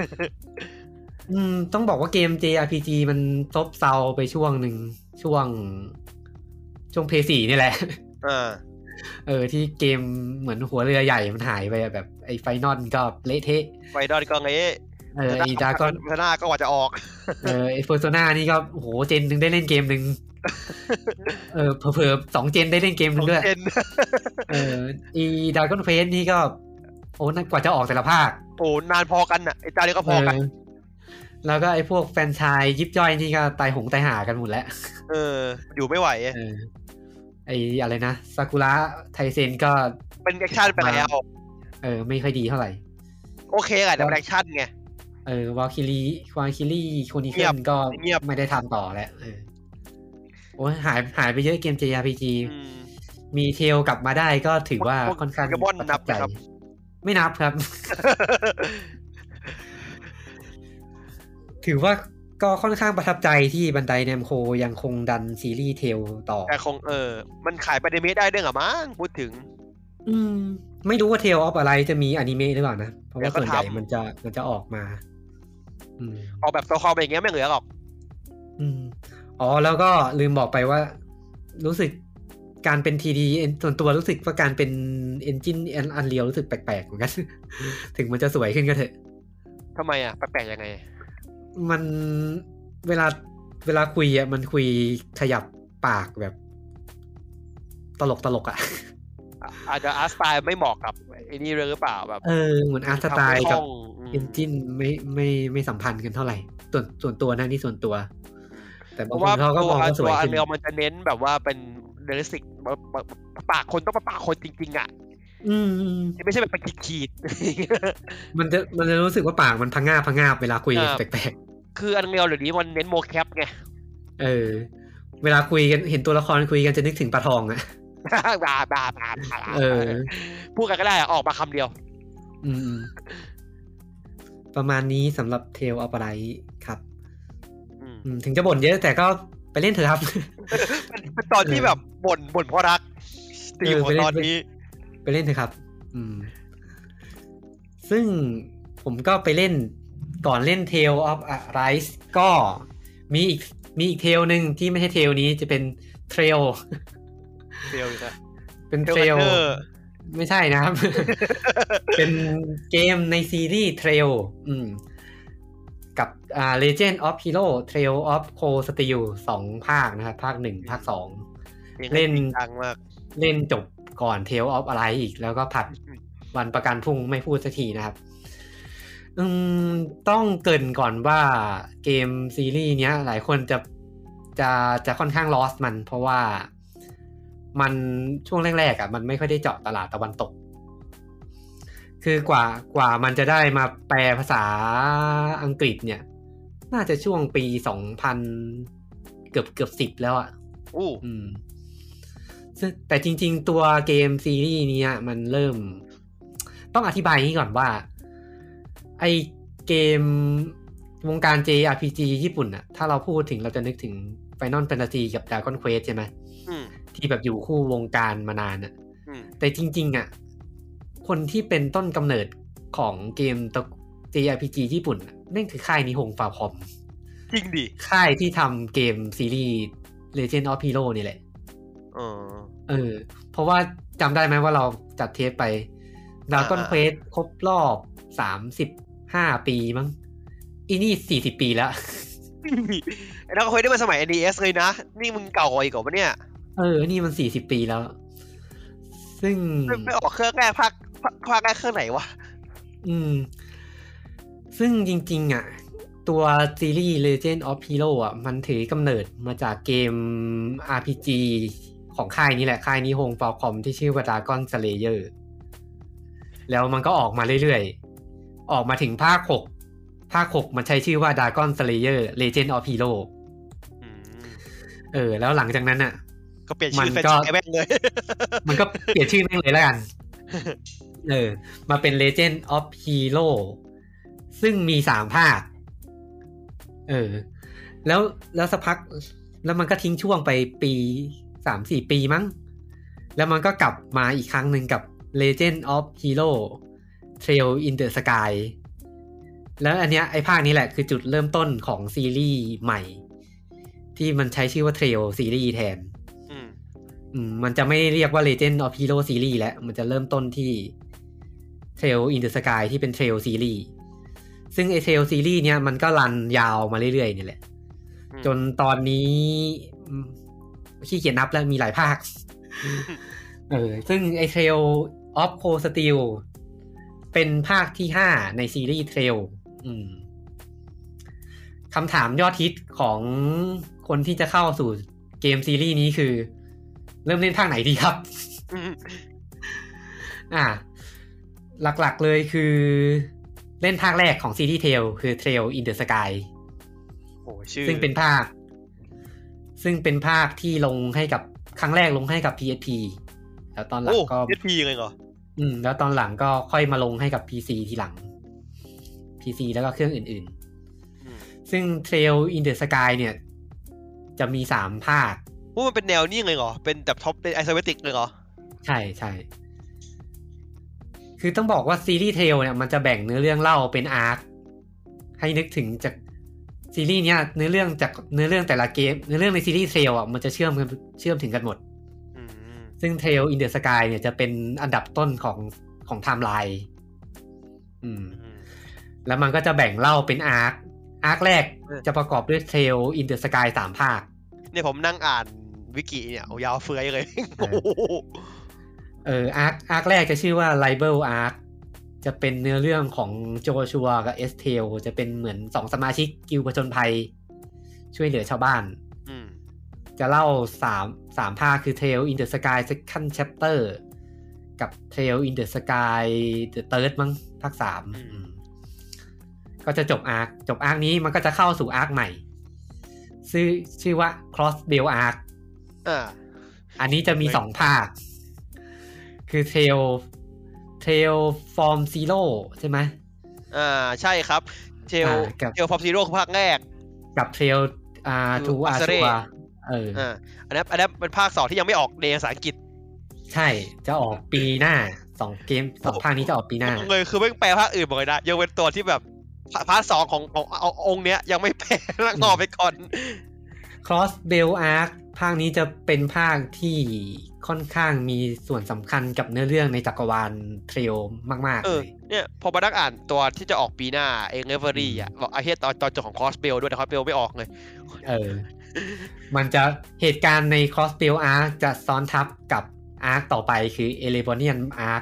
ต้องบอกว่าเกม JRPG มันซบเซาไปช่วงหนึ่งช่วง PS4 นี่แหละที่เกมเหมือนหัวเรือใหญ่มันหายไปแบบไอ้ไฟนอลก็เละเทะไฟนอลก็เละไอ้ดาก้อนพนาก็ว่าจะออกไอ้เพอร์โซนานี่ก็โอ้โหเจนนึงได้เล่นเกมนึงเผลอๆ2เจนได้เล่นเกมนึงด้วยอีดาก้อนเฟสนี่ก็โอ้กว่าจะออกแต่ละภาคโอ้นานพอกันน่ะไอ้เจ้านี่ก็พอกันแล้วก็ไอ้พวกแฟนชายยิบย่อยนี่ก็ตายหงตายหากันหมดแล้วอยู่ไม่ไหวไอ้อะไรนะซากุระไทเซนก็เป็นแอคชั่นไปแล้วไม่ค่อยดีเท่าไหร่โอเคแหละแต่แอคชั่นไงวาคิรี่โคนิเคิลก็ไม่ได้ทำต่อแล้วโอ้ยหายไปเยอะเกม JRPG มีเทลกลับมาได้ก็ถือว่าค่อนข้างประทับใจไม่นับครับ ถือว่าก็ค่อนข้างประทับใจที่บันไดเนมโคยังคงดันซีรีส์เทลต่อแต่คงมันขายไปในเมได้ด้วยเหรอมั้งพูดถึงไม่รู้ว่าเทลออฟอะไรจะมีอนิเมะหรือเปล่านะเพราะว่าส่วนใหญ่มันจะออกมาออกแบบตัวคอมอย่างเงี้ยไม่เหลือหรอกอ๋อแล้วก็ลืมบอกไปว่ารู้สึกการเป็น TD ส่วนตัวรู้สึกว่าการเป็น Engine Unreal รู้สึกแปลกๆเหมือนกัน ถึงมันจะสวยขึ้นก็เถอะทำไมอ่ะแปลกๆยังไงมันเวลาคุยอ่ะมันคุยขยับปากแบบตลกอ่ะอาจจะอาร์ตสไตล์ไม่เหมาะกับไอ้นี่หรือเปล่าแบบเหมือนอาร์ตสไตล์กับ Engine ไม่สัมพันธ์กันเท่าไหร่ส่วนตัวนะนี่ส่วนตัวแต่บางคนเขาก็มองว่าสวยขึ้นมันจะเน้นแบบว่าเป็นเรียลลิสติกปากคนต้องปากคนจริงๆอ่ะไม่ใช่แบบไปขีดมันจะรู้สึกว่าปากมันพังงาบเวลาคุยแปลกๆคืออันเรียวเดี๋ยวนี้มันเน้นโมแคปไงเวลาคุยกันเห็นตัวละครคุยกันจะนึกถึงปลาทองอ่ะบาพูดกันก็ได้ออกมาคำเดียวประมาณนี้สำหรับ Tale of Arise ครับถึงจะบ่นเยอะแต่ก็ไปเล่นเถอะครับเป็นตอนที่แบบบ่นเพราะรักตีหัวตอนนี้ไปเล่นเถอะครับซึ่งผมก็ไปเล่นก่อนเล่น Tale of Arise ก็มีอีกเทลนึงที่ไม่ใช่เทลนี้จะเป็นเทรลเป็นเทรลไม่ใช่นะครับ เป็นเกมในซีรีส์เทรลกับLegend of Hero Trail of Cold Steel 2 ภาคนะครับภาค1ภาค2เล่นดังมากเล่นจบก่อน Tale of Arise อีกแล้วก็ผัดวันประกันพรุ่งไม่พูดสักทีนะครับต้องเกริ่นก่อนว่าเกมซีรีส์เนี้ยหลายคนจะค่อนข้างลอสมันเพราะว่ามันช่วงแรกๆอ่ะมันไม่ค่อยได้เจาะตลาดตะวันตกคือกว่ามันจะได้มาแปลภาษาอังกฤษเนี่ยน่าจะช่วงปี2000เกือบ10แล้วอ่ะแต่จริงๆตัวเกมซีรีส์นี้มันเริ่มต้องอธิบายนี้ก่อนว่าไอเกมวงการ JRPG ญี่ปุ่นน่ะถ้าเราพูดถึงเราจะนึกถึง Final Fantasy กับ Dragon Quest ใช่ไหมที่แบบอยู่คู่วงการมานานน่ะแต่จริงๆอ่ะคนที่เป็นต้นกำเนิดของเกม JRPG ญี่ปุ่นนั่นคือค่ายนิฮงฟาคอมจริงดิค่ายที่ทำเกมซีรีส์ Legend of Hero นี่แหละเพราะว่าจำได้ไหมว่าเราจัดเทปไป Dragon Quest ครบรอบ35 ปีมั้งอีนี่40 ปีแล้ว Dragon Quest ได้มาสมัย NDS เลยนะนี่มึงเก่ากว่าอีกเหรอเนี่ยนี่มัน40 ปีแล้วซึ่งไม่ออกเครื่องแรกภาคแรกเครื่องไหนวะซึ่งจริงๆอ่ะตัวซีรีส์ Legend of Hero อ่ะมันถือกำเนิดมาจากเกม RPG ของค่ายนี้แหละค่ายนิฮงฟาคอมที่ชื่อว่า Dragon Slayer แล้วมันก็ออกมาเรื่อยๆออกมาถึงภาค6มันใช้ชื่อว่า Dragon Slayer Legend of Hero แล้วหลังจากนั้นอ่ะก็เปลี่ยนชื่อเป็นแม่งเลยมันก็เปลี่ยนชื่อแม่งเลยแล้วกันมาเป็น Legend of Hero ซึ่งมี3 ภาคแล้วสักพักแล้วมันก็ทิ้งช่วงไปปี 3-4 ปีมั้งแล้วมันก็กลับมาอีกครั้งหนึ่งกับ Legend of Hero Trail in the Sky แล้วอันเนี้ยไอ้ภาคนี้แหละคือจุดเริ่มต้นของซีรีส์ใหม่ที่มันใช้ชื่อว่า Trail ซีรีส์แทนมันจะไม่เรียกว่า Legend of Hero Series แล้วมันจะเริ่มต้นที่ Trail in the Sky ที่เป็น Trail Series ซึ่งไอ้ Trail Series เนี้ยมันก็รันยาวมาเรื่อยๆนี่แหละจนตอนนี้ขี้เกียจนับแล้วมีหลายภาคซึ่งไอ้ Trail of Cold Steel เป็นภาคที่5ในซีรีส์ Trail คำถามยอดฮิตของคนที่จะเข้าสู่เกมซีรีส์นี้คือเริ่มเล่นภาคไหนดีครับหลักๆเลยคือเล่นภาคแรกของซีรีส์ Trail คือ Trail in the Sky ซึ่งเป็นภาคที่ลงให้กับครั้งแรกลงให้กับ PSP แล้วตอนหลังก็ SP เลยเหรอแล้วตอนหลังก็ค่อยมาลงให้กับ PC ทีหลัง PC แล้วก็เครื่องอื่นๆซึ่ง Trail in the Sky เนี่ยจะมี3ภาคมันเป็นแนวนี้เลยเหรอเป็นแบบท็อปเป็นไอโซเมตริกเลยเหรอใช่คือต้องบอกว่าซีรีส์ Trail เนี่ยมันจะแบ่งเนื้อเรื่องเล่าเป็นอาร์คให้นึกถึงจากซีรีส์เนี้ยเนื้อเรื่องแต่ละเกมเนื้อเรื่องในซีรีส์ Trail อ่ะมันจะเชื่อมถึงกันหมดซึ่ง Trail in the Sky เนี่ยจะเป็นอันดับต้นของไทม์ไลน์แล้วมันก็จะแบ่งเล่าเป็นอาร์คแรกจะประกอบด้วย Trail in the Sky 3 ภาคเนี่ยผมนั่งอ่านวิกิเนี่ยยาวเฟือยเลยอาร์คแรกจะชื่อว่า Libel Arc จะเป็นเนื้อเรื่องของโจชัวกับเอสเทลจะเป็นเหมือน2สมาชิกกิลด์ผจญภัยช่วยเหลือชาวบ้านจะเล่า3ภาคคือ Trail in the Sky Second Chapter กับ Trail in the Sky The Third มั้งภาค3ก็จะจบอาร์คนี้มันก็จะเข้าสู่อาร์คใหม่ชื่อว่า Crossbell Arc อันนี้จะมี2ภาคคือ Trail from Zero ใช่ไหมใช่ครับ Trail from Zero คือภาคแรกกับ Trail to Azure อันนั้นเป็นภาค2ที่ยังไม่ออกในภาษาอังกฤษใช่จะออกปีหน้า2เกม2ภาคนี้จะออกปีหน้าเลยคือไม่แปลภาคอื่นหมดเลยนะยังเป็นตัวที่แบบภาค2ขององค์เนี้ยยังไม่แปลแล้วงอไปก่อน Crossbell Arc ภาคนี้จะเป็นภาคที่ค่อนข้างมีส่วนสำคัญกับเนื้อเรื่องในจักรวาล Trail มากๆเลยเนี่ยพอมาดักอ่านตัวที่จะออกปีหน้าReverie อ่ะบอกไอ้เหี้ยตอนจบของ Crossbell ด้วยแต่ Crossbell ไม่ออกเลยมันจะเหตุการณ์ใน Crossbell Arc จะซ้อนทับกับอาร์คต่อไปคือ Elevonian Arc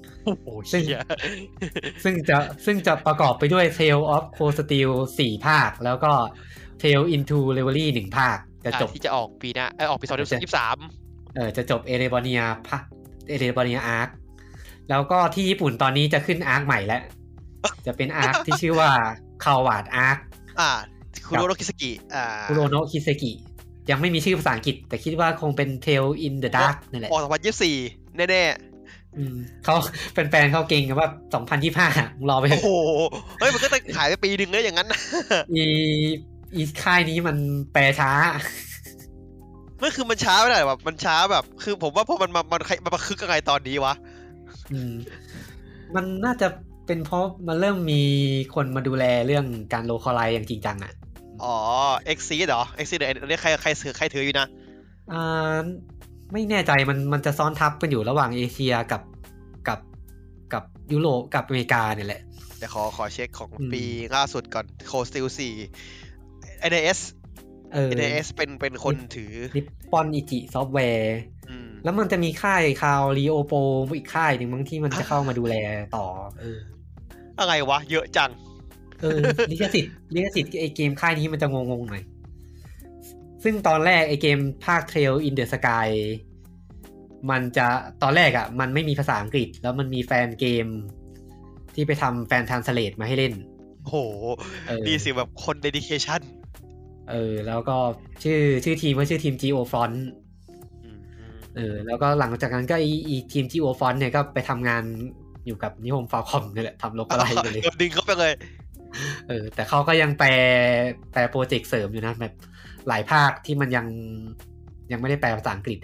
ซึ่งจะประกอบไปด้วย Tale of Cold Steel 4 ภาคแล้วก็ Tale into Reverie 1 ภาคจะจบที่จะออกปีหน้าออกปี2023 จะจบ Elevonian Arc แล้วก็ที่ญี่ปุ่นตอนนี้จะขึ้นอาร์คใหม่แล้วจะเป็นอาร์คที่ชื่อว่า Coward Arc คุโรโนคิเซกิคุโรโนคิเซกิยังไม่มีชื่อภาษาอังกฤษแต่คิดว่าคงเป็น Tale in the Dark นั่นแหละ 2024แน่ๆเขาแฟนๆเขาเก่งกันว่า2025รอไปโอ้โหเฮ้ยมันก็จะขายไปปีนึงแล้วอย่างนั้นอีค่ายนี้มันแปลช้าไม่คือมันช้าไม่ได้แบบมันช้าแบบคือผมว่าพอมันมาคึกยังไงตอนนี้วะมันน่าจะเป็นเพราะมันเริ่มมีคนมาดูแลเรื่องการโลคอลไลซ์อย่างจริงจังอ่ะ Exceed เหรอ Exceed อันนี้ใครถืออยู่นะไม่แน่ใจมันจะซ้อนทับกันอยู่ระหว่างเอเชียกับยุโรปกับอเมริกาเนี่ยแหละเดี๋ยวขอเช็คของปีล่าสุดก่อน Cold Steel 4 NAS เป็นคนถือ Nippon Ichi Software แล้วมันจะมีค่ายคาวรีโอโปอีกค่ายหนึ่งบางที่มันจะเข้ามาดูแลต่ออะไรวะเยอะจังลิขสิทธิ์ไอเกมค่ายนี้มันจะงงๆหน่อยซึ่งตอนแรกไอเกมภาค Trail in the Sky มันจะตอนแรกอ่ะมันไม่มีภาษาอังกฤษแล้วมันมีแฟนเกมที่ไปทำแฟนทรานสเลทมาให้เล่นโหดีสิแบบคน dedication แล้วก็ชื่อทีมว่าชื่อทีม Geo Front แล้วก็หลังจากนั้นก็อีทีม Geo Front เนี่ยก็ไปทำงานอยู่กับนิฮงฟาคอมนี่แหละทำโลกอะไรไปเลยดึงเข้าไปเลยแต่เขาก็ยังแปลโปรเจกต์เสริมอยู่นะแบบหลายภาคที่มันยังไม่ได้แปลภาษาอังกฤษ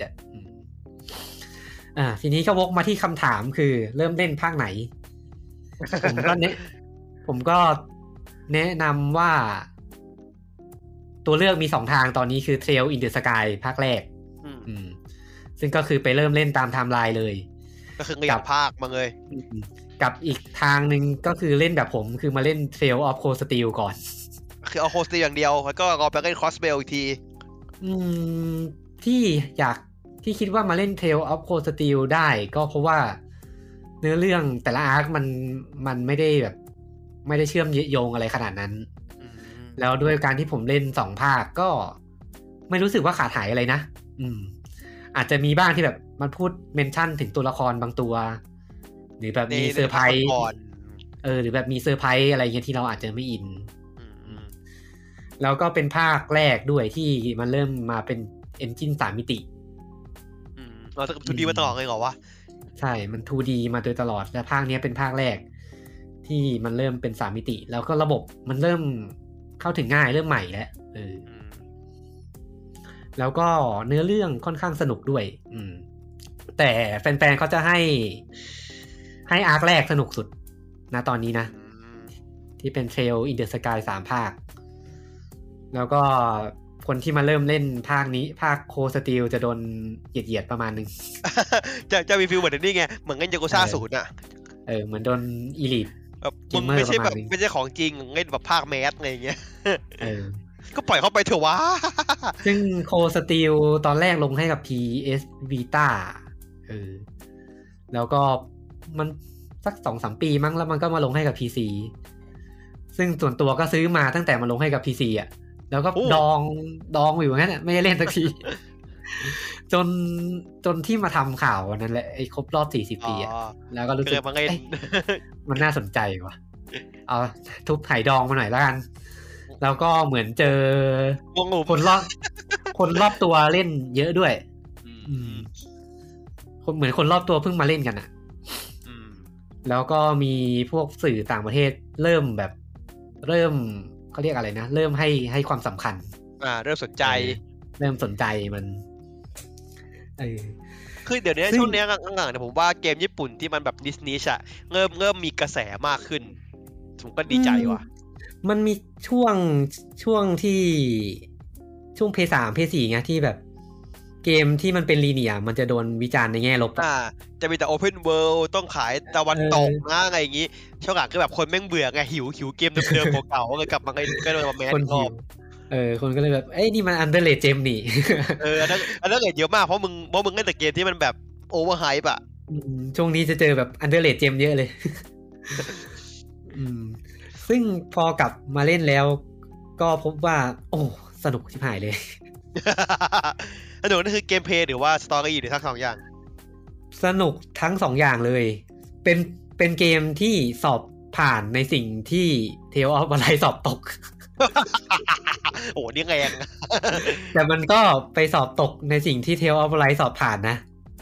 ทีนี้ก็วกมาที่คำถามคือเริ่มเล่นภาคไหน ผมก็แนะนำว่าตัวเลือกมี2ทางตอนนี้คือ Trail in the Sky ภาคแรกซึ่งก็คือไปเริ่มเล่นตามไทม์ไลน์เลยก็คือกับภาคมาเลยกับอีกทางนึงก็คือเล่นแบบผมคือมาเล่น Trail of Cold Steel ก่อนคือเอา Cold Steel อย่างเดียวแล้วก็รอไปเล่น Crossbell อีกทีที่คิดว่ามาเล่น Trail of Cold Steel ได้ก็เพราะว่าเนื้อเรื่องแต่ละอาร์คมันไม่ได้แบบไม่ได้เชื่อมโยงอะไรขนาดนั้นแล้วด้วยการที่ผมเล่น2ภาคก็ไม่รู้สึกว่าขาดหายอะไรนะอาจจะมีบ้างที่แบบมันพูดเมนชั่นถึงตัวละครบางตัวหรือแบบมีเซอร์ไพรส์หรือแบบมีเซอร์ไพรส์อะไรเงี้ยที่เราอาจจะไม่อินแล้วก็เป็นภาคแรกด้วยที่มันเริ่มมาเป็นเอนจิน3 มิติเราจะ2D มาตลอดเลยเหรอวะใช่มัน 2D มาโดยตลอดและภาคนี้เป็นภาคแรกที่มันเริ่มเป็น3มิติแล้วก็ระบบมันเริ่มเข้าถึงง่ายเริ่มใหม่แล้วแล้วก็เนื้อเรื่องค่อนข้างสนุกด้วยแต่แฟนๆเขาจะให้อาร์คแรกสนุกสุดนะตอนนี้นะที่เป็น Trail in the Sky 3 ภาคแล้วก็คนที่มาเริ่มเล่นภาคนี้ภาคโคสตีลจะโดนเหยียดประมาณนึงจะมีฟีลเหมือนนี่ไงเหมือนกันยากุซ่า0อ่ะเหมือนโดนอีลิทมึงไม่ใช่แบบไม่ใช่ของจริงเล่นแบบภาคแมสอะไรอย่างเงี้ยก็ปล่อยเข้าไปเถอะวะซึ่งโคสตีลตอนแรกลงให้กับ PS Vita แล้วก็มันสัก 2-3 ปีมั้งแล้วมันก็มาลงให้กับ PC ซึ่งส่วนตัวก็ซื้อมาตั้งแต่มาลงให้กับ PC อ่ะแล้วก็ดองอยู่งั้นน่ะไม่ได้เล่นสักที จนที่มาทำข่าววันนั้นแหละไอ้ครบรอบ40 ปีอ่ะแล้วก็รู้สึกมันน่าสนใจว่ะเอาทุบไถ่ดองมาหน่อยแล้วกันแล้วก็เหมือนเจอคนรอบตัวเล่นเยอะด้วยเหมือนคนรอบตัวเพิ่งมาเล่นกันอ่ะแล้วก็มีพวกสื่อต่างประเทศเริ่มเขาเรียกอะไรนะเริ่มให้ความสำคัญเริ่มสนใจมันคือเดี๋ยวนี้ช่วงนี้หลังๆเนี่ยผมว่าเกมญี่ปุ่นที่มันแบบนิชอะเริ่มมีกระแสมากขึ้นผมก็ดีใจว่ะมันมีช่วงที่ช่วง PS3 PS4 ไงที่แบบเกมที่มันเป็นลีเนียร์มันจะโดนวิจารณ์ในแง่ลบจะมีแต่ Open World ต้องขายตะวันตกนะอะไรอย่างงี้ช่วงหลังก็แบบคนแม่งเบื่อไงหิวเกมเดิมๆเก่าๆก็เลยกลับมาก็เลยมาแมสคนหิวคนก็เลยแบบนี่มัน Underrated Gem นี่อันนั้นเยอะมากเพราะมึงเล่นแต่เกมที่มันแบบโอเวอร์ไฮป์อ่ะช่วงนี้จะเจอแบบ Underrated Gem เยอะเลยซึ่งพอกลับมาเล่นแล้วก็พบว่าโอ้สนุกชิบหายเลยสนุกนั่นคือเกมเพลย์หรือว่าสตอรี่หรือทั้ง2อย่างสนุกทั้ง2อย่างเลยเป็นเกมที่สอบผ่านในสิ่งที่ Tale of Arise สอบตกโอ้นี่แรงแต่มันก็ไปสอบตกในสิ่งที่ Tale of Arise สอบผ่านนะ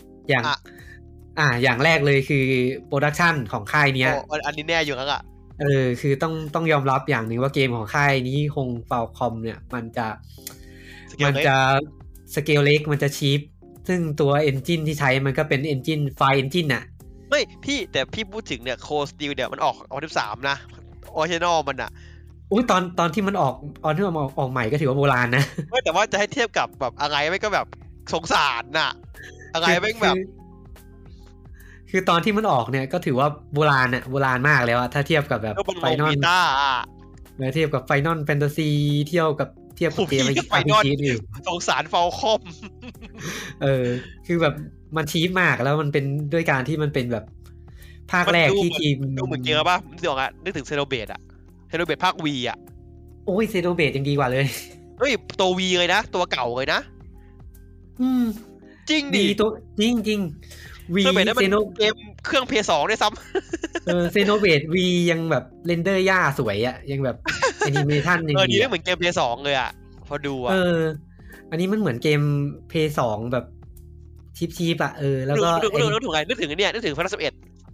อย่างแรกเลยคือโปรดักชันของค่ายเนี้ยอันนี้แน่อยู่แล้วอ่ะคือต้องยอมรับอย่างนึงว่าเกมของค่ายนี้คงเฟลคอมเนี่ยมันจะสเกลเล็กมันจะชีพซึ่งตัวเอนจินที่ใช้มันก็เป็นเอนจินไฟเอนจินน่ะไม่พี่แต่พี่พูดถึงเนี่ยโคสตีลเนี่ยมันออก13นะออริจินอลมันอ่ะอุ้ยตอนที่มันออกใหม่ก็ถือว่าโบราณนะไม่แต่ว่าจะให้เทียบกับแบบอะไรไม่ก็แบบสงสารน่ะอะไรไม่แบบคือตอนที่มันออกเนี่ยก็ถือว่าโบราณมากแล้วอะถ้าเทียบกับแบบไฟนอลเทียบกับไฟนอลแฟนตาซีเทียบกับเกมไฟนอลสงสารฟอลคอมคือแบบมันชีพมากแล้วมันเป็นด้วยการที่มันเป็นแบบภาคแรกที่ทีมดูเหมือนเกมป่ะนึกถึงเซโนเบตอะเซโนเบตภาค V อ่ะโอ้ยเซโนเบตยังดีกว่าเลยเฮ้ยตัว V เลยนะตัวเก่าเลยนะจริงดิตัวจริง V เซโนเกมเครื่อง PS2 ด้วยซ้ำเซโนเบต V ยังแบบเรนเดอร์ย่าสวยอ่ะยังแบบแอนิเมชั่นยังดีนี่เหมือนเกม PS2 เลยอ่ะพอดูอ่ะอันนี้มันเหมือนเกม PS2 แบบชีพๆอ่ะแล้วก็นึกถึงไงนึกถึงอันเนี้ยนึกถึง Final 11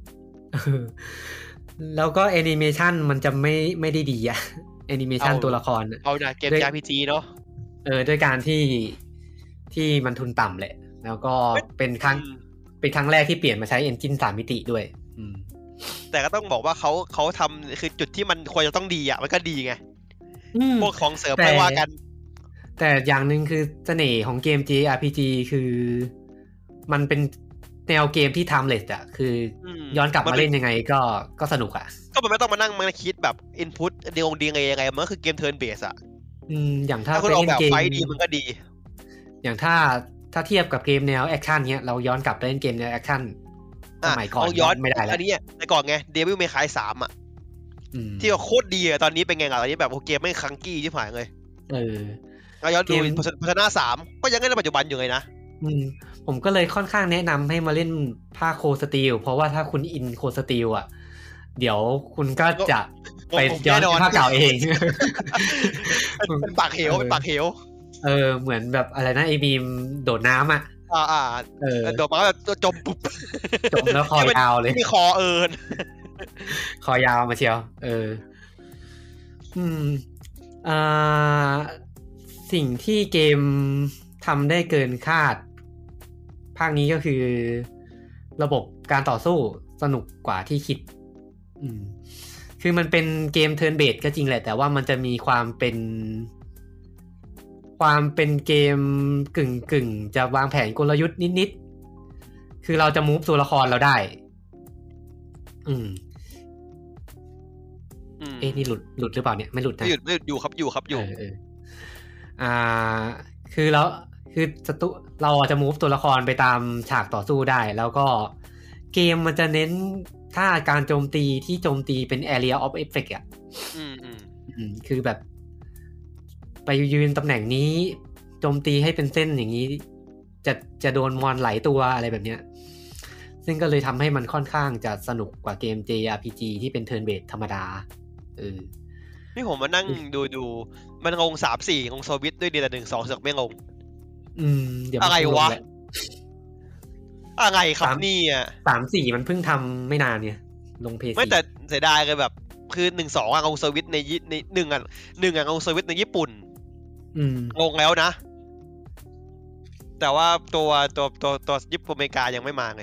แล้วก็แอนิเมชันมันจะไม่ได้ดีอะแอนิเมชันตัวละครเอาจากเกม RPG เนาะด้วยการที่มันทุนต่ำแหละแล้วก็เป็นครั้งแรกที่เปลี่ยนมาใช้เอนจิน3มิติด้วยแต่ก็ต้องบอกว่าเขาทำคือจุดที่มันควรจะต้องดีอ่ะมันก็ดีไงพวกของเสริมไม่ว่ากันแต่อย่างนึงคือเสน่ห์ของเกม JRPG คือมันเป็นแนวเกมที่ timeless อ่ะคือย้อนกลับมาเล่นยังไงก็สนุกอ่ะก็มันไม่ต้องมานั่งมาคิดแบบ input ดียังไงมันก็คือเกม turn based อ่ะอย่างถ้าไปเล่นเกมไฟดีมันก็ดีอย่างถ้าเทียบกับเกมแนวแอคชั่นเนี้ยเราย้อนกลับไปเล่นเกมแนวแอคชั่นสมัยก่อนย้อนไม่ได้แล้วอันนี้แต่ก่อนไง Devil May Cry 3อ่ะที่โคตรดีอ่ะตอนนี้เป็นไงอ่ะตอนนี้แบบเกมไม่คังกี้ชิบหายเลยเราย้อนดูPersona 3ก็ยังเล่นในปัจจุบันอยู่เลยนะผมก็เลยค่อนข้างแนะนำให้มาเล่นภาคโคสตีลเพราะว่าถ้าคุณอินโคสตีลอ่ะเดี๋ยวคุณก็จะไปย้อนภาคเก่าเองเป็นปากเหวเหมือนแบบอะไรนะไอ้บีมโดดน้ำอ่ะโดดมาก็จมปุ๊บจมแล้วคอยาวเลยมีคอคอยาวมาเชียวสิ่งที่เกมทำได้เกินคาดภาคนี้ก็คือระบบการต่อสู้สนุกกว่าที่คิดคือมันเป็นเกมเทิร์นเบสก็จริงแหละแต่ว่ามันจะมีความเป็นเกมกึ่งจะวางแผนกลยุทธ์นิดๆคือเราจะมูฟตัวละครเราได้นี่หลุดหรือเปล่าเนี่ยไม่หลุดนะอยู่ครับอยู่คือแล้วคือเราจะมูฟตัวละครไปตามฉากต่อสู้ได้แล้วก็เกมมันจะเน้นถ้าการโจมตีที่โจมตีเป็น area of effect อ่ะคือแบบไปยืนตำแหน่งนี้โจมตีให้เป็นเส้นอย่างนี้จะโดนมอนไหลตัวอะไรแบบเนี้ยซึ่งก็เลยทำให้มันค่อนข้างจะสนุกกว่าเกม JRPG ที่เป็น turn based ธรรมดานี่ผมมานั่งดูมันงง 3-4 งงโซวิตด้วยดีแต่ 1-2 เสือกไม่งงอะไรวะอะไรครับนี่อ่ะ 3-4 มันเพิ่งทำไม่นานเนี่ยลงเพจไม่แต่เสียดายเลยแบบคือ 1-2 อ่ะงงโซวิตใน1อ่ะงงโซวิตในญี่ปุ่นงงแล้วนะแต่ว่าตัวญี่ปุ่นอเมริกายังไม่มาไง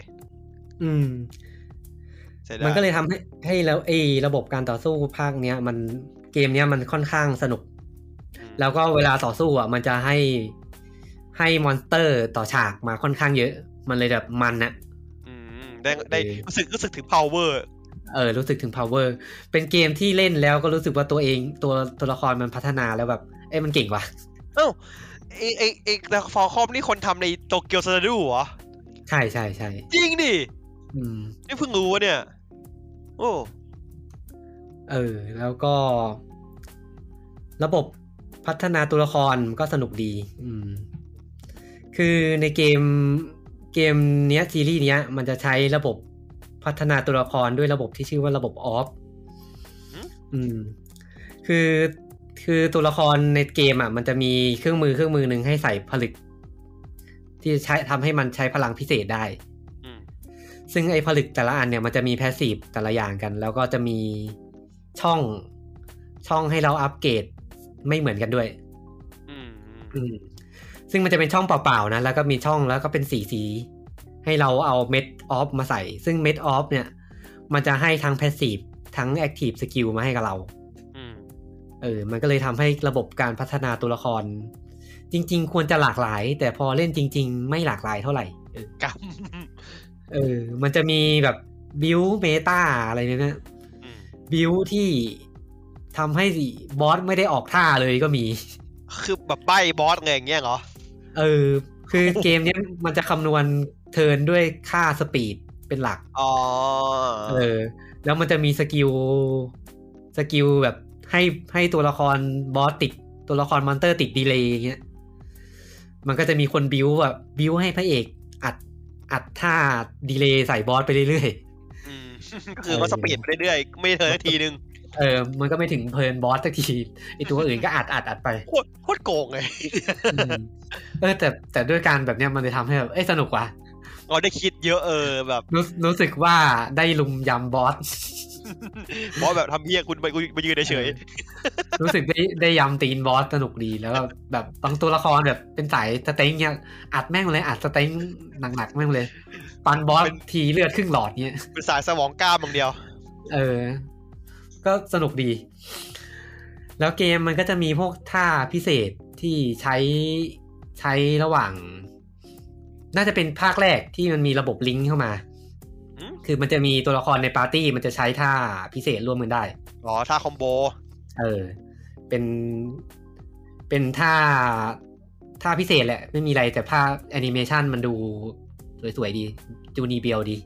มันก็เลยทำให้แล้วระบบการต่อสู้ภาคเนี้ยมันเกมเนี้ยมันค่อนข้างสนุกแล้วก็เวลาต่อสู้อ่ะมันจะให้มอนสเตอร์ต่อฉากมาค่อนข้างเยอะมันเลยแบบมันนะได้รู้สึกถึง power รู้สึกถึง power เป็นเกมที่เล่นแล้วก็รู้สึกว่าตัวเองตัวละครมันพัฒนาแล้วแบบมันเก่งว่ะแต่ฟอร์คอมนี่คนทำในโตเกียวซานาดูเหรอใช่จริงดินี่เพิ่งรู้เนี่ยโอ้แล้วก็ระบบพัฒนาตัวละครก็สนุกดีคือในเกมเนี้ยซีรีส์เนี้ยมันจะใช้ระบบพัฒนาตัวละครด้วยระบบที่ชื่อว่าระบบออฟคือตัวละครในเกมอ่ะมันจะมีเครื่องมือนึงให้ใส่ผลึกที่ใช้ทำให้มันใช้พลังพิเศษได้ซึ่งไอ้ผลึกแต่ละอันเนี่ยมันจะมีแพสซีฟแต่ละอย่างกันแล้วก็จะมีช่องให้เราอัปเกรดไม่เหมือนกันด้วยซึ่งมันจะเป็นช่องเปล่าๆนะแล้วก็มีช่องแล้วก็เป็นสีให้เราเอาเม็ดออฟมาใส่ซึ่งเม็ดออฟเนี่ยมันจะให้ทั้งแพสซีฟทั้งแอคทีฟสกิลมาให้กับเรามันก็เลยทำให้ระบบการพัฒนาตัวละครจริงๆควรจะหลากหลายแต่พอเล่นจริงๆไม่หลากหลายเท่าไหร่มันจะมีแบบบิวเมตาอะไรเนี่ยบิวที่ทำให้บอสไม่ได้ออกท่าเลยก็มีคือแบบใบบอสไงอย่างเงี้ยเหรอคือเกมนี้มันจะคำนวณเทิร์นด้วยค่าสปีดเป็นหลักแล้วมันจะมีสกิลแบบให้ตัวละครบอสติดตัวละครมอนเตอร์ติดดีเลย์อย่างเงี้ยมันก็จะมีคนบิวแบบบิวให้พระเอกอัดท่าดีเลย์ใส่บอสไปเรื่อยๆก็คือเขาสปีดไปเรื่อยๆไม่เทิร์นทีนึงมันก็ไม่ถึงเพลินบอสสักทีไอตัวอื่นก็อัดไปโคตรโกงเลยแต่ด้วยการแบบเนี้ยมันเลยทำให้แบบสนุกว่ะได้คิดเยอะแบบรู้สึกว่าได้ลุมยำบอสแบบทำเหี้ยคุณไปยืนเฉยรู้สึกได้ยำตีนบอสสนุกดีแล้วแบบบางตัวละครแบบเป็นสายสเต็งเนี้ยอัดแม่งเลยอัดสเต็งหนักๆแม่งเลยปันบอสทีเลือดครึ่งหลอดเนี้ยเป็นสายสมองกล้ามอย่างเดียวก็สนุกดีแล้วเกมมันก็จะมีพวกท่าพิเศษที่ใช้ระหว่างน่าจะเป็นภาคแรกที่มันมีระบบลิงก์เข้ามาคือมันจะมีตัวละครในปาร์ตี้มันจะใช้ท่าพิเศษร่วมกันได้ท่าคอมโบเป็นท่าพิเศษแหละไม่มีอะไรแต่ภาพแอนิเมชันมันดูสวยๆดีจูนีเบียลดี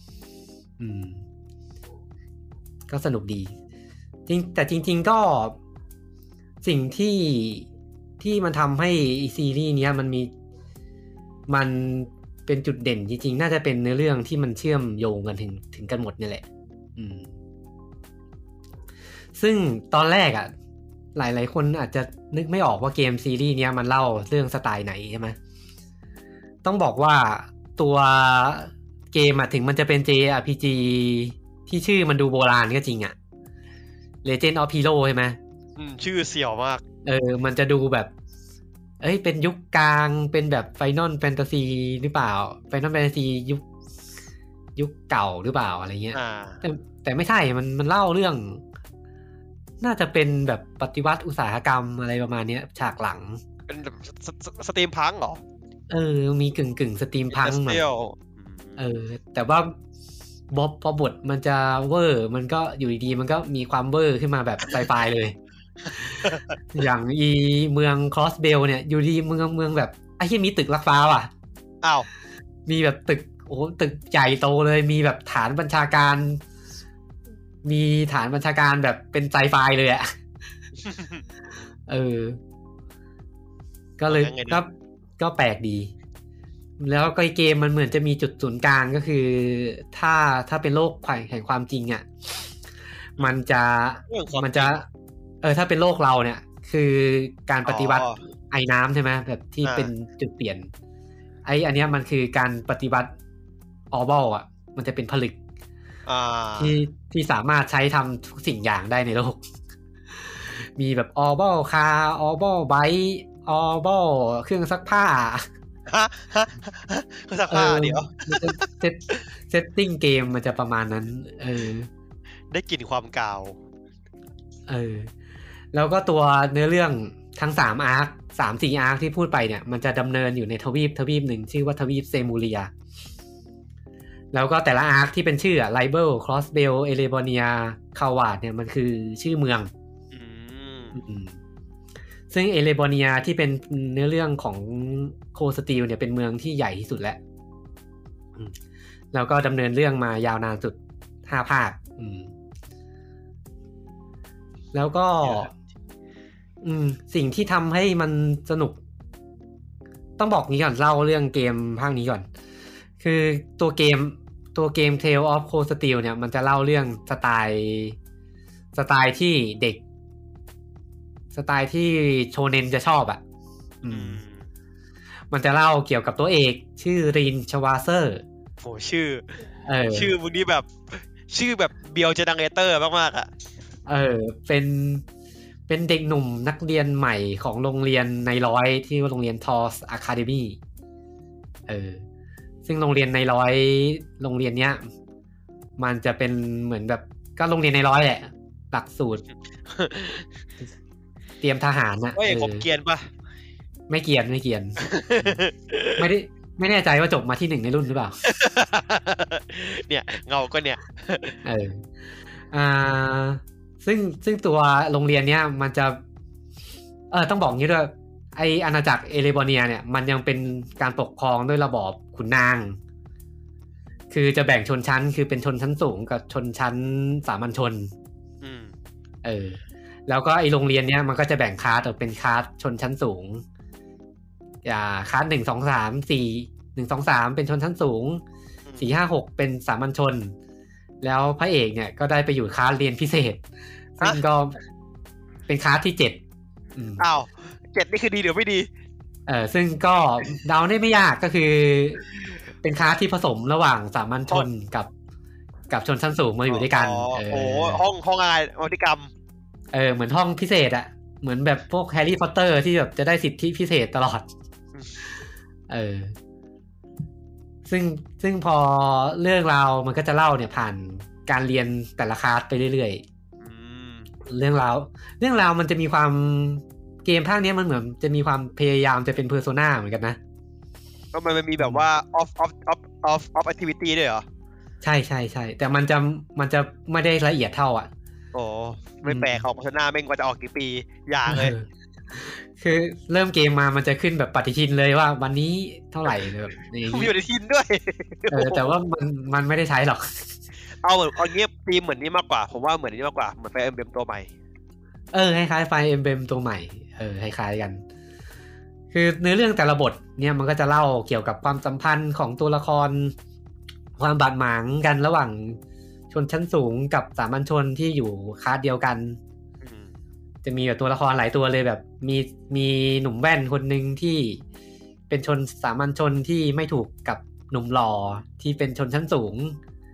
ก็สนุกดีแต่จริงๆก็สิ่งที่มันทำให้ซีรีส์นี้มันเป็นจุดเด่นจริงๆน่าจะเป็นเนื้อเรื่องที่มันเชื่อมโยงกันถึงกันหมดนี่แหละซึ่งตอนแรกหลายๆคนอาจจะนึกไม่ออกว่าเกมซีรีส์นี้มันเล่าเรื่องสไตล์ไหนใช่ไหมต้องบอกว่าตัวเกมถึงมันจะเป็น JRPG ที่ชื่อมันดูโบราณก็จริงLegend of Hero ใช่ไหมชื่อเสี่ยวมากมันจะดูแบบเป็นยุคกลางเป็นแบบ Final Fantasy หรือเปล่า Final Fantasy ยุคเก่าหรือเปล่าอะไรเงี้ยแต่ไม่ใช่มันเล่าเรื่องน่าจะเป็นแบบปฏิวัติอุตสาหกรรมอะไรประมาณนี้ฉากหลังเป็นแบบสตรีมพังเหรอมีกึ่งสตรีมพังหน่อยแต่ว่าพอบทมันจะเวอร์มันก็อยู่ดีๆมันก็มีความเวอร์ขึ้นมาแบบไซไฟเลย อย่างเมืองครอสเบลเนี่ยอยู่ดีเมืองแบบไอ้ที่มีตึกลักฟ้าว่ะมีแบบตึกตึกใหญ่โตเลยมีแบบฐานบัญชาการแบบเป็นไซไฟเลยก็เลยก็แปลกดีแล้วก็เกมมันเหมือนจะมีจุดศูนย์กลางก็คือถ้าเป็นโลกแห่งความจริงมันจะถ้าเป็นโลกเราเนี่ยคือการปฏิวัติไอ้น้ำใช่ไหมแบบที่เป็นจุดเปลี่ยนอันเนี้ยมันคือการปฏิวัติออร์บอลมันจะเป็นผลึกที่สามารถใช้ทำทุกสิ่งอย่างได้ในโลกมีแบบออร์บอลคาร์ออร์บอลไบค์ออร์บอลเครื่องซักผ้าเครื่องซักผ้าเดี๋ยวเซตติ้งเกมมันจะประมาณนั้นได้กลิ่นความกาวแล้วก็ตัวเนื้อเรื่องทั้ง3อาร์ค 3-4 อาร์คที่พูดไปเนี่ยมันจะดำเนินอยู่ในทวีปหนึ่งชื่อว่าทวีปเซมูเรียแล้วก็แต่ละอาร์คที่เป็นชื่อไลเบิลครอสเบลเอเลบอเนียคาวาดเนี่ยมันคือชื่อเมืองซึ่งเอเลบอเนียที่เป็นเนื้อเรื่องของโคสตีลเนี่ยเป็นเมืองที่ใหญ่ที่สุดแล้วแล้วก็ดำเนินเรื่องมายาวนานสุด5 ภาคแล้วก็สิ่งที่ทำให้มันสนุกต้องบอกงี้ก่อนเล่าเรื่องเกมภาคนี้ก่อนคือตัวเกม Tale of Cold Steel เนี่ยมันจะเล่าเรื่องสไตล์ที่เด็กสไตล์ที่โชเน็นจะชอบมันจะเล่าเกี่ยวกับตัวเอกชื่อรินชวาเซอร์โหชื่อมึงนี่แบบชื่อแบบเบียวเจเนเรเตอร์มากเป็นเด็กหนุ่มนักเรียนใหม่ของโรงเรียนในร้อยที่ว่าโรงเรียนทอสอะคาเดมี่ซึ่งโรงเรียนในร้อยโรงเรียนเนี้ยมันจะเป็นเหมือนแบบก็โรงเรียนในร้อยแหละหลักสูตรเตรียมทหารผมเกียนปะไม่เกียน ไม่แน่ใจว่าจบมาที่1ในรุ่นหรือเปล่าเนี่ยเงาก็เนี่ยซึ่งตัวโรงเรียนเนี้ยมันจะต้องบอกงี้ด้วยไออาณาจักรเอเลบอเนียเนี่ยมันยังเป็นการปกครองด้วยระบอบขุนนางคือจะแบ่งชนชั้นคือเป็นชนชั้นสูงกับชนชั้นสามัญชนแล้วก็ไอโรงเรียนเนี้ยมันก็จะแบ่งคลาสออกเป็นคลาสชนชั้นสูงคลาส1 2 3 4 1 2 3เป็นชนชั้นสูง4 5 6เป็นสามัญชนแล้วพระเอกเนี่ยก็ได้ไปอยู่คลาสเรียนพิเศษซึ่งก็เป็นคลาสที่7 อ้าว7นี่คือดีหรือไม่ดีซึ่งก็เดาได้ไม่ยากก็คือเป็นคลาสที่ผสมระหว่างสามัญชนกับชนชั้นสูงมาอยู่ด้วยกันห้องอะไรวรรณกรรมเหมือนห้องพิเศษเหมือนแบบพวกแฮร์รี่พอตเตอร์ที่แบบจะได้สิทธิพิเศษตลอดซึ่งพอเรื่องราวมันก็จะเล่าเนี่ยผ่านการเรียนแต่ละคลาสไปเรื่อยๆเรื่องราวมันจะมีความเกมภาคนี้มันเหมือนจะมีความพยายามจะเป็นเพอร์โซน่าเหมือนกันนะก็มันมีแบบว่า off activity ด้วยเหรอใช่แต่มันจะไม่ได้ละเอียดเท่าไม่แปลกของเพอร์โซน่าแม่งกว่าจะออกกี่ปีอย่างเลยคือเริ่มเกมมามันจะขึ้นแบบปฏิทินเลยว่าวันนี้เท่าไหร่แบบนี้มีปฏิทินด้วยแต่ว่ามันไม่ได้ใช้หรอกเอาเงียบธีมเหมือนนี้มากกว่าผมว่าเหมือนนี้มากกว่าเหมือนไฟเอ็มเบมตัวใหม่คล้ายๆไฟเอ็มเบมตัวใหม่คล้ายๆกันคือเนื้อเรื่องแต่ละบทเนี่ยมันก็จะเล่าเกี่ยวกับความสัมพันธ์ของตัวละครความบาดหมางกันระหว่างชนชั้นสูงกับสามัญชนที่อยู่คลาสเดียวกันจะมีแบบตัวละครหลายตัวเลยแบบมีหนุ่มแว่นคนนึงที่เเป็นชนสามัญชนที่ไม่ถูกกับหนุ่มหล่อที่เป็นชนชั้นสูง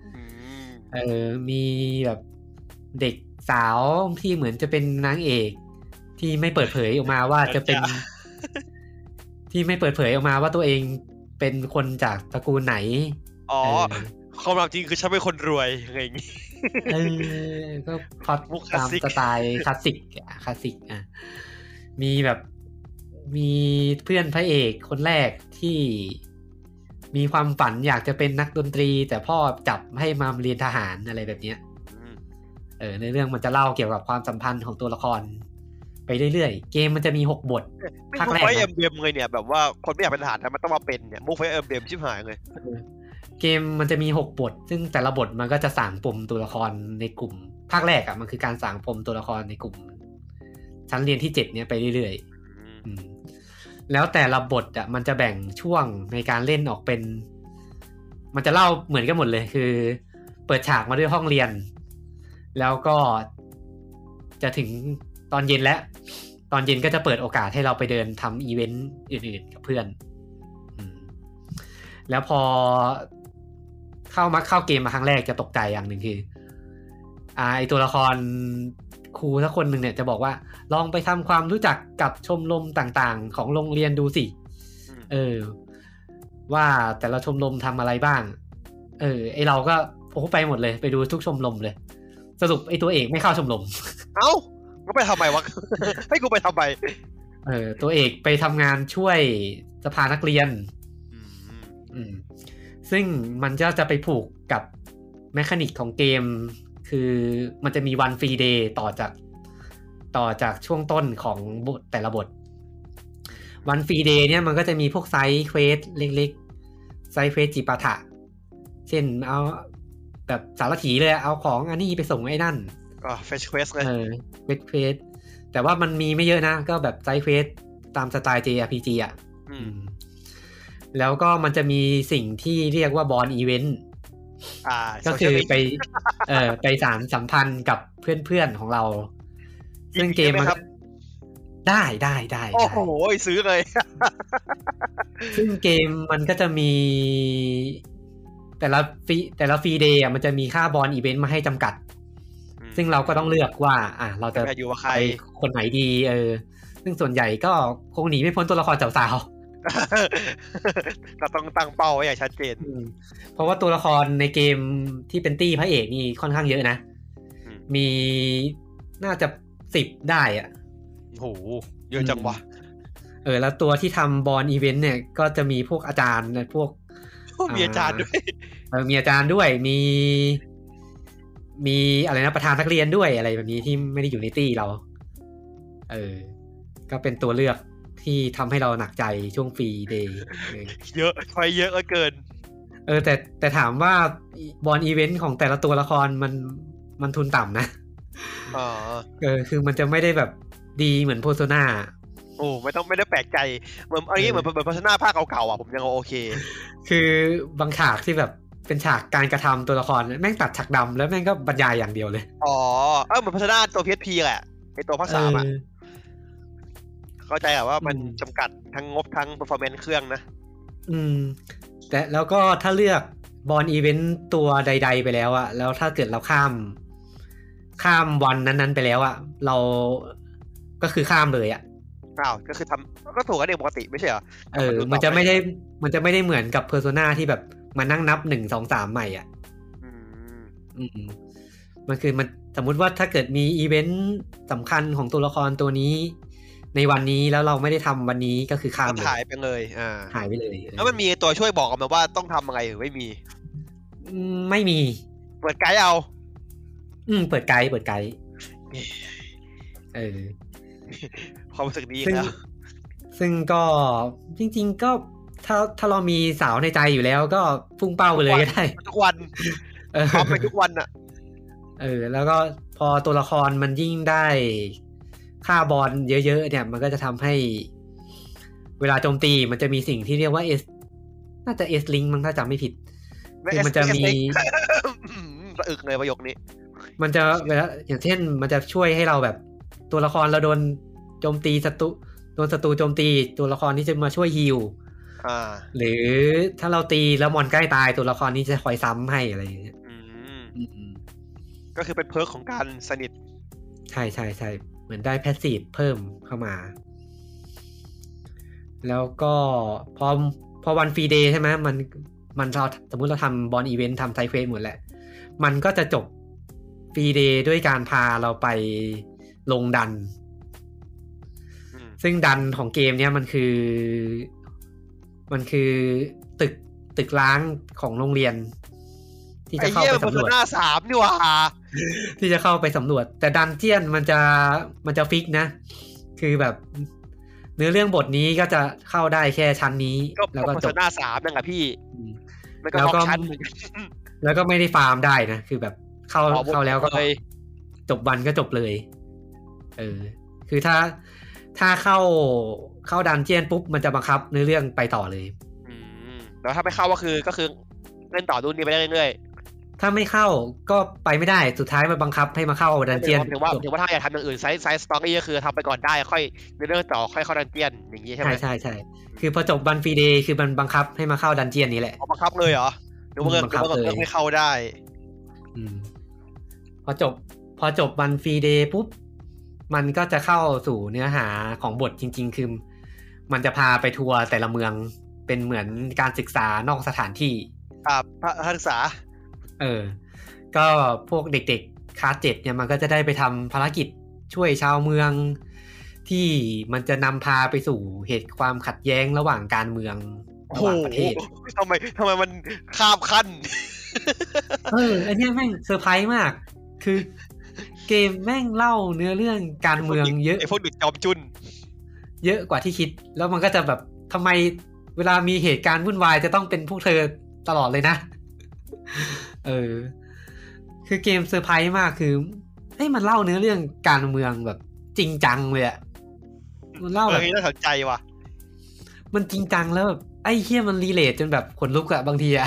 มีแบบเด็กสาวที่เหมือนจะเป็นนางเอกที่ไม่เปิดเผยออกมาว่าจะเป็นที่ไม่เปิดเผยออกมาว่าตัวเองเป็นคนจากตระกูลไหนความจริงคือฉันเป็นคนรวยอะไรอย่างงี้ก็พล็อตตามสไตล์คลาสสิกมีแบบมีเพื่อนพระเอกคนแรกที่มีความฝันอยากจะเป็นนักดนตรีแต่พ่อจับให้มาเรียนทหารอะไรแบบนี้ในเรื่องมันจะเล่าเกี่ยวกับความสัมพันธ์ของตัวละครไปเรื่อยๆเกมมันจะมี6บทภาคแรกมุกไฟเอ็มเบมเลยเนี่ยแบบว่าคนไม่อยากเป็นทหารแต่มันต้องมาเป็นเนี่ยมุกไฟเอ็มเบมชิบหายเลยเกมมันจะมี6บทซึ่งแต่ละบทมันก็จะสานปมตัวละครในกลุ่มภาคแรกมันคือการสานปมตัวละครในกลุ่มชั้นเรียนที่7เนี่ยไปเรื่อยๆแล้วแต่ละบทมันจะแบ่งช่วงในการเล่นออกเป็นมันจะเล่าเหมือนกันหมดเลยคือเปิดฉากมาด้วยห้องเรียนแล้วก็จะถึงตอนเย็นแล้วตอนเย็นก็จะเปิดโอกาสให้เราไปเดินทำอีเวนต์อื่นๆกับเพื่อนแล้วพอเข้าเกมมาครั้งแรกจะตกใจอย่างหนึ่งคือไอตัวละครครูสักคนหนึ่งเนี่ยจะบอกว่าลองไปทำความรู้จักกับชมรมต่างๆของโรงเรียนดูสิว่าแต่ละชมรมทำอะไรบ้างไอเราก็ไปหมดเลยไปดูทุกชมรมเลยสรุปไอตัวเอกไม่เข้าชมรมเอ้าก็ไปทำไมวะ ให้กูไปทำไมตัวเอกไปทำงานช่วยสภานักเรียนซึ่งมันจะไปผูกกับแมคานิกของเกมคือมันจะมีวันฟรีเดย์ต่อจากช่วงต้นของบทแต่ละบทวันฟรีเดย์เนี่ยมันก็จะมีพวกไซด์เควสเล็กๆไซด์เควสจิปาถะเช่นเอาแบบสารถีเลยเอาของอันนี้ไปส่งไอ้นั่นเฟชเควสเลยเควสแต่ว่ามันมีไม่เยอะนะก็แบบไซด์เควสตามสไตล์ JRPG แล้วก็มันจะมีสิ่งที่เรียกว่าบอนอีเวนต์ก็คือไปสานสัมพันธ์กับเพื่อนๆของเราซึ่งเกมมันได้โอ้โหซื้อเลยซึ่งเกมมันก็จะมีแต่ละฟรีเดย์มันจะมีค่าบอนอีเวนต์มาให้จำกัดซึ่งเราก็ต้องเลือกว่าเราจะไปคนไหนดีซึ่งส่วนใหญ่ก็คงหนีไม่พ้นตัวละครสาวเราต้องตั้งเป้าไว้อย่างชัดเจนเพราะว่าตัวละครในเกมที่เป็นตี้พระเอกนี่ค่อนข้างเยอะนะมีน่าจะ10ได้โหเยอะจังวะแล้วตัวที่ทำบอลอีเวนต์เนี่ยก็จะมีพวกอาจารย์พวกมีอาจารย์ด้วยมีอาจารย์ด้วยมีอะไรนะประธานนักเรียนด้วยอะไรแบบนี้ที่ไม่ได้อยู่ในตี้เราก็เป็นตัวเลือกที่ทำให้เราหนักใจช่วงฟรีเดย์เยอะไปเยอะเกินแต่ถามว่าบอลอีเวนต์ของแต่ละตัวละครมันทุนต่ำนะคือมันจะไม่ได้แบบดีเหมือนโพโซนาไม่ได้แปลกใจเหมือนอันนี้เหมือนโพโซนาภาคเก่าๆผมยังโอเคคือบางฉากที่แบบเป็นฉากการกระทำตัวละครแม่งตัดฉากดำแล้วแม่งก็บรรยายอย่างเดียวเลยเหมือนโพโซนาตัว PSP แหละไอตัวภาค3เข้าใจว่ามันจำกัดทั้งงบทั้ง performance เครื่องนะแต่แล้วก็ถ้าเลือกบอลอีเวนต์ตัวใดๆไปแล้วแล้วถ้าเกิดเราข้ามวันนั้นๆไปแล้วเราก็คือข้ามเลยก็คือทำก็ถูกกันเองปกติไม่ใช่เหรอมันจะไม่ได้เหมือนกับ Persona ที่แบบมานั่งนับ1 2 3ใหม่มันคือมันสมมุติว่าถ้าเกิดมีอีเวนต์สำคัญของตัวละครตัวนี้ในวันนี้แล้วเราไม่ได้ทำวันนี้ก็คือข้ามหายไปเลยหายไปเลยแล้วมันมีตัวช่วยบอกมาว่าต้องทำอะไรหรือไม่มีไม่มีเปิดไกด์เอาเปิดไกด์ความรู้สึกดีนะซึ่งก็จริงๆก็ถ้าเรามีสาวในใจอยู่แล้วก็พุ่งเป้าไปเลยก็ได้ทุกวันพร้อมไปทุกวันแล้วก็พอตัวละครมันยิ่งได้ค่าบอลเยอะๆเนี่ยมันก็จะทำให้เวลาโจมตีมันจะมีสิ่งที่เรียกว่า น่าจะ S link มันถ้าจำไม่ผิดคือมันจะมีสะอึกเลยประโยคนี้มันจะเวลาอย่างเช่นมันจะช่วยให้เราแบบตัวละครเราโดนโจมตีโดนศัตรูโจมตีตัวละครที่จะมาช่วยฮีลหรือถ้าเราตีแล้วมอนใกล้ตายตัวละครนี้จะคอยซ้ำให้อะไรอย่างเงี้ยก็คือเป็นเพิร์กของการสนิทใช่ใช่ใช่เหมือนได้แพสซีฟเพิ่มเข้ามาแล้วก็พอวันฟรีเดย์ใช่ไหมมันเราสมมุติเราทำบอลอีเวนต์ทำไซเควสหมดแหละมันก็จะจบฟรีเดย์ด้วยการพาเราไปลงดันซึ่งดันของเกมเนี้ยมันคือตึกล้างของโรงเรียนที่จะเข้าไปสำรวจหน้า3นี่หว่าที่จะเข้าไปสำรวจแต่ดันเจียนมันจะฟิกนะคือแบบเนื้อเรื่องบทนี้ก็จะเข้าได้แค่ชั้นนี้แล้วก็จบหน้า3นั่นแหละพี่แล้วก็แล้วก็ไม่ได้ฟาร์มได้นะคือแบบเข้าแล้วก็จบวันก็จบเลยคือถ้าเข้าดันเจียนปุ๊บมันจะบังคับเนื้อเรื่องไปต่อเลยแล้วถ้าไม่เข้าก็คือเล่นต่อรุ่นนี้ไปได้เรื่อยๆถ้าไม่เข้าก็ไปไม่ได้สุดท้ายมันบังคับให้มาเข้าดันเจียนถือว่าถ้าอยากทำอย่างอื่นไซส์สตอรี่ก็คือทำไปก่อนได้ค่อยเรื่องต่อค่อยเข้าดันเจียนอย่างนี้ใช่ไหมใช่คือพอจบวันฟรีเดย์คือมันบังคับให้มาเข้าดันเจียนนี้แหละบังคับเลยเหรอหรือว่าบังคับเลยไม่เข้าได้พอจบวันฟรีเดย์ปุ๊บมันก็จะเข้าสู่เนื้อหาของบทจริงๆคือมันจะพาไปทัวร์แต่ละเมืองเป็นเหมือนการศึกษานอกสถานที่การศึกษาก็พวกเด็กๆคลาส7เนี่ยมันก็จะได้ไปทำภารกิจช่วยชาวเมืองที่มันจะนำพาไปสู่เหตุความขัดแย้งระหว่างการเมืองระหว่างประเทศทำไมมันข้ามขั้นอันนี้แม่งเซอร์ไพรส์มากคือเกมแม่งเล่าเนื้อเรื่องการเมืองเยอะไอ้พวกดึกจอมจุนเยอะกว่าที่คิดแล้วมันก็จะแบบทำไมเวลามีเหตุการณ์วุ่นวายจะต้องเป็นพวกเธอตลอดเลยนะคือเกมเซอร์ไพรส์มากคือให้มันเล่าเนื้อเรื่องการเมืองแบบจริงจังเลยอะมันเล่าแบบน่าสนใจว่ะมันจริงจังแล้วแบบไอ้เหี้ยมันรีเลทจนแบบขนลุกอะบางทีอะ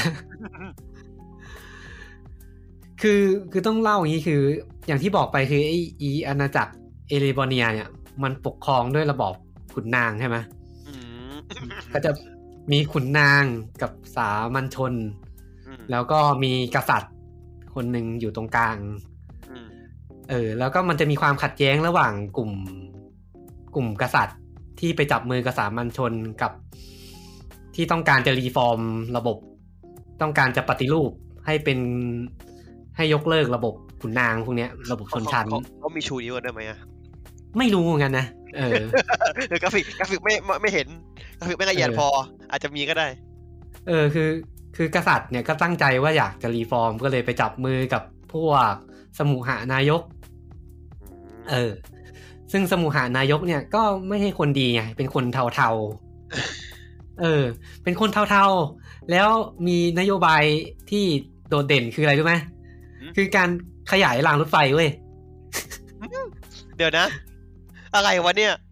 คือต้องเล่าอย่างนี้คืออย่างที่บอกไปคือไอ้อาณาจักรเอเลบอเนียเนี่ยมันปกครองด้วยระบอบขุนนางใช่ไหมก็จะมีขุนนางกับสามัญชนแล้วก็มีกษัตริย์คนหนึ่งอยู่ตรงกลางแล้วก็มันจะมีความขัดแย้งระหว่างกลุ่มกษัตริย์ที่ไปจับมือกับสามัญชนกับที่ต้องการจะรีฟอร์มระบบต้องการจะปฏิรูปให้ยกเลิกระบบขุนนางพวกนี้ระบบชนชั้นเขามีชูนิ้วได้ไหมไม่รู้เหมือนกันนะกราฟิกไม่เห็นกราฟิกไม่ละเอียดพออาจจะมีก็ได้คือกษัตริย์เนี่ยก็ตั้งใจว่าอยากจะรีฟอร์มก็เลยไปจับมือกับพวกสมุหานายกซึ่งสมุหานายกเนี่ยก็ไม่ใช่คนดีไงเป็นคนเทาๆเป็นคนเทาๆแล้วมีนโยบายที่โดดเด่นคืออะไรรู้ไหมคือการขยายรางรถไฟเว้ยเดี๋ยวนะอะไรวะเนี่ย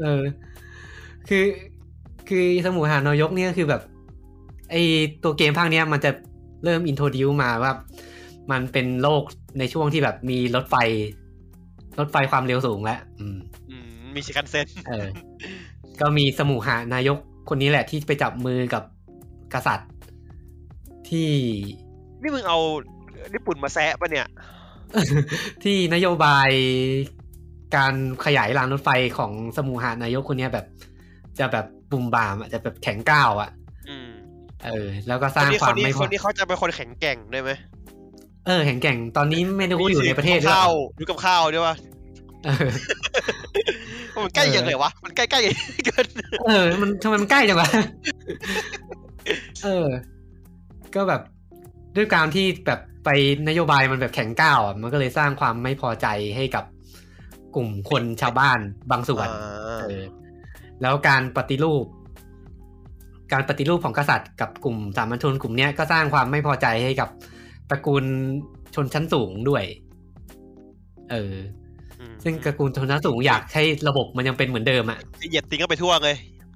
คือสมุหานายกเนี่ยคือแบบไอตัวเกมภาคเนี้ยมันจะเริ่มอินโทรดิวมาว่ามันเป็นโลกในช่วงที่แบบมีรถไฟความเร็วสูงแล้วมีชิคันเซ็นก็มีสมุหานายกคนนี้แหละที่ไปจับมือกับกษัตริย์ที่นี่มึงเอาญี่ปุ่นมาแซะป่ะเนี่ยที่นโยบายการขยายรางรถไฟของสมุหานายกคนนี้แบบจะแบบบุมบามจะแบบแข็งก้าวแล้วก็สร้างความไม่คนนี้เขาจะเป็นคนแข็งแกร่งได้ไหมแข็งแกร่งตอนนี้ไม่รู้อยู่ในประเทศด้วยดูกับข้าวด้วยวะมันใกล้ยังไงวะมันใกล้เกินมันทำไมมันใกล้จังวะก็แบบด้วยการที่แบบไปนโยบายมันแบบแข็งก้าวมันก็เลยสร้างความไม่พอใจให้กับกลุ่มคนชาวบ้านบางส่วนแล้วการปฏิรูปของกษัตริย์กับกลุ่มสามัญชนกลุ่มนี้ก็สร้างความไม่พอใจให้กับตระกูลชนชั้นสูงด้วยซึ่งตระกูลชนชั้นสูงอยากให้ระบบมันยังเป็นเหมือนเดิมเหยียดตีก็ไปทั่วเลย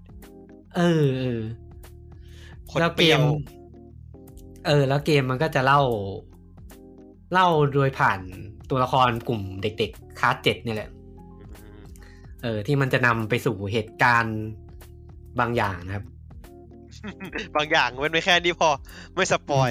แล้วเกมแล้วเกมมันก็จะเล่าโดยผ่านตัวละครกลุ่มเด็กๆคลาส7เนี่ยแหละที่มันจะนำไปสู่เหตุการณ์บางอย่างนะครับบางอย่างเว้นไว้แค่นี้พอไม่สปอย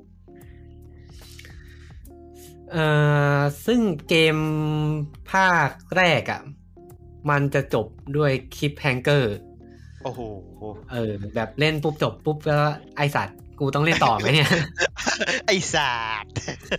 ซึ่งเกมภาคแรกอ่ะมันจะจบด้วยคลิปแฮงเกอร์โอ้โหแบบเล่นปุ๊บจบปุ๊บแล้วไอสัตว์กูต้องเล่นต่อไหมเนี่ยไอสัตว์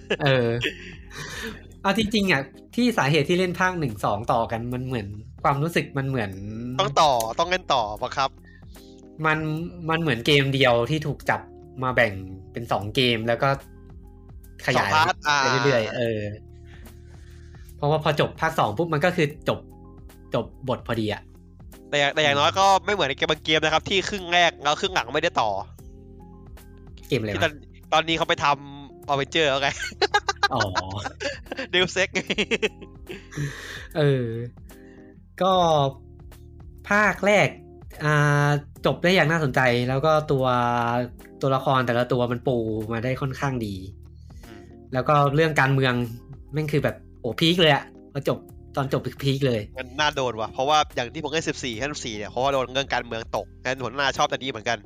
เอาจริงๆอ่ะที่สาเหตุที่เล่นภาค1-2ต่อกันมันเหมือนความรู้สึกมันเหมือนต้องเล่นต่อปะครับมันเหมือนเกมเดียวที่ถูกจับมาแบ่งเป็น2เกมแล้วก็ขยายไปเรื่อยๆเพราะว่าพอจบภาค2ปุ๊บมันก็คือจบบทพอดีอ่ะแต่อย่างน้อยก็ไม่เหมือนในเกมบางเกมนะครับที่ครึ่งแรกแล้วครึ่งหลังไม่ได้ต่อเกมอะไรวะตอนนี้เขาไปทำอเวนเจอร์แล้วไงอ๋อเดลเซ็กก็ภาคแรกจบได้อย่างน่าสนใจแล้วก็ตัวละครแต่ละตัวมันปูมาได้ค่อนข้างดีแล้วก็เรื่องการเมืองแม่งคือแบบโอ้พีคเลยอะพอจบตอนจบพีคเลยมันน่าโดนว่ะเพราะว่าอย่างที่ผมเล่น14เนี่ยเพราะว่าโดนเรื่องการเมืองตกงั้นหัวหน้าชอบแต่นี้เหมือนกัน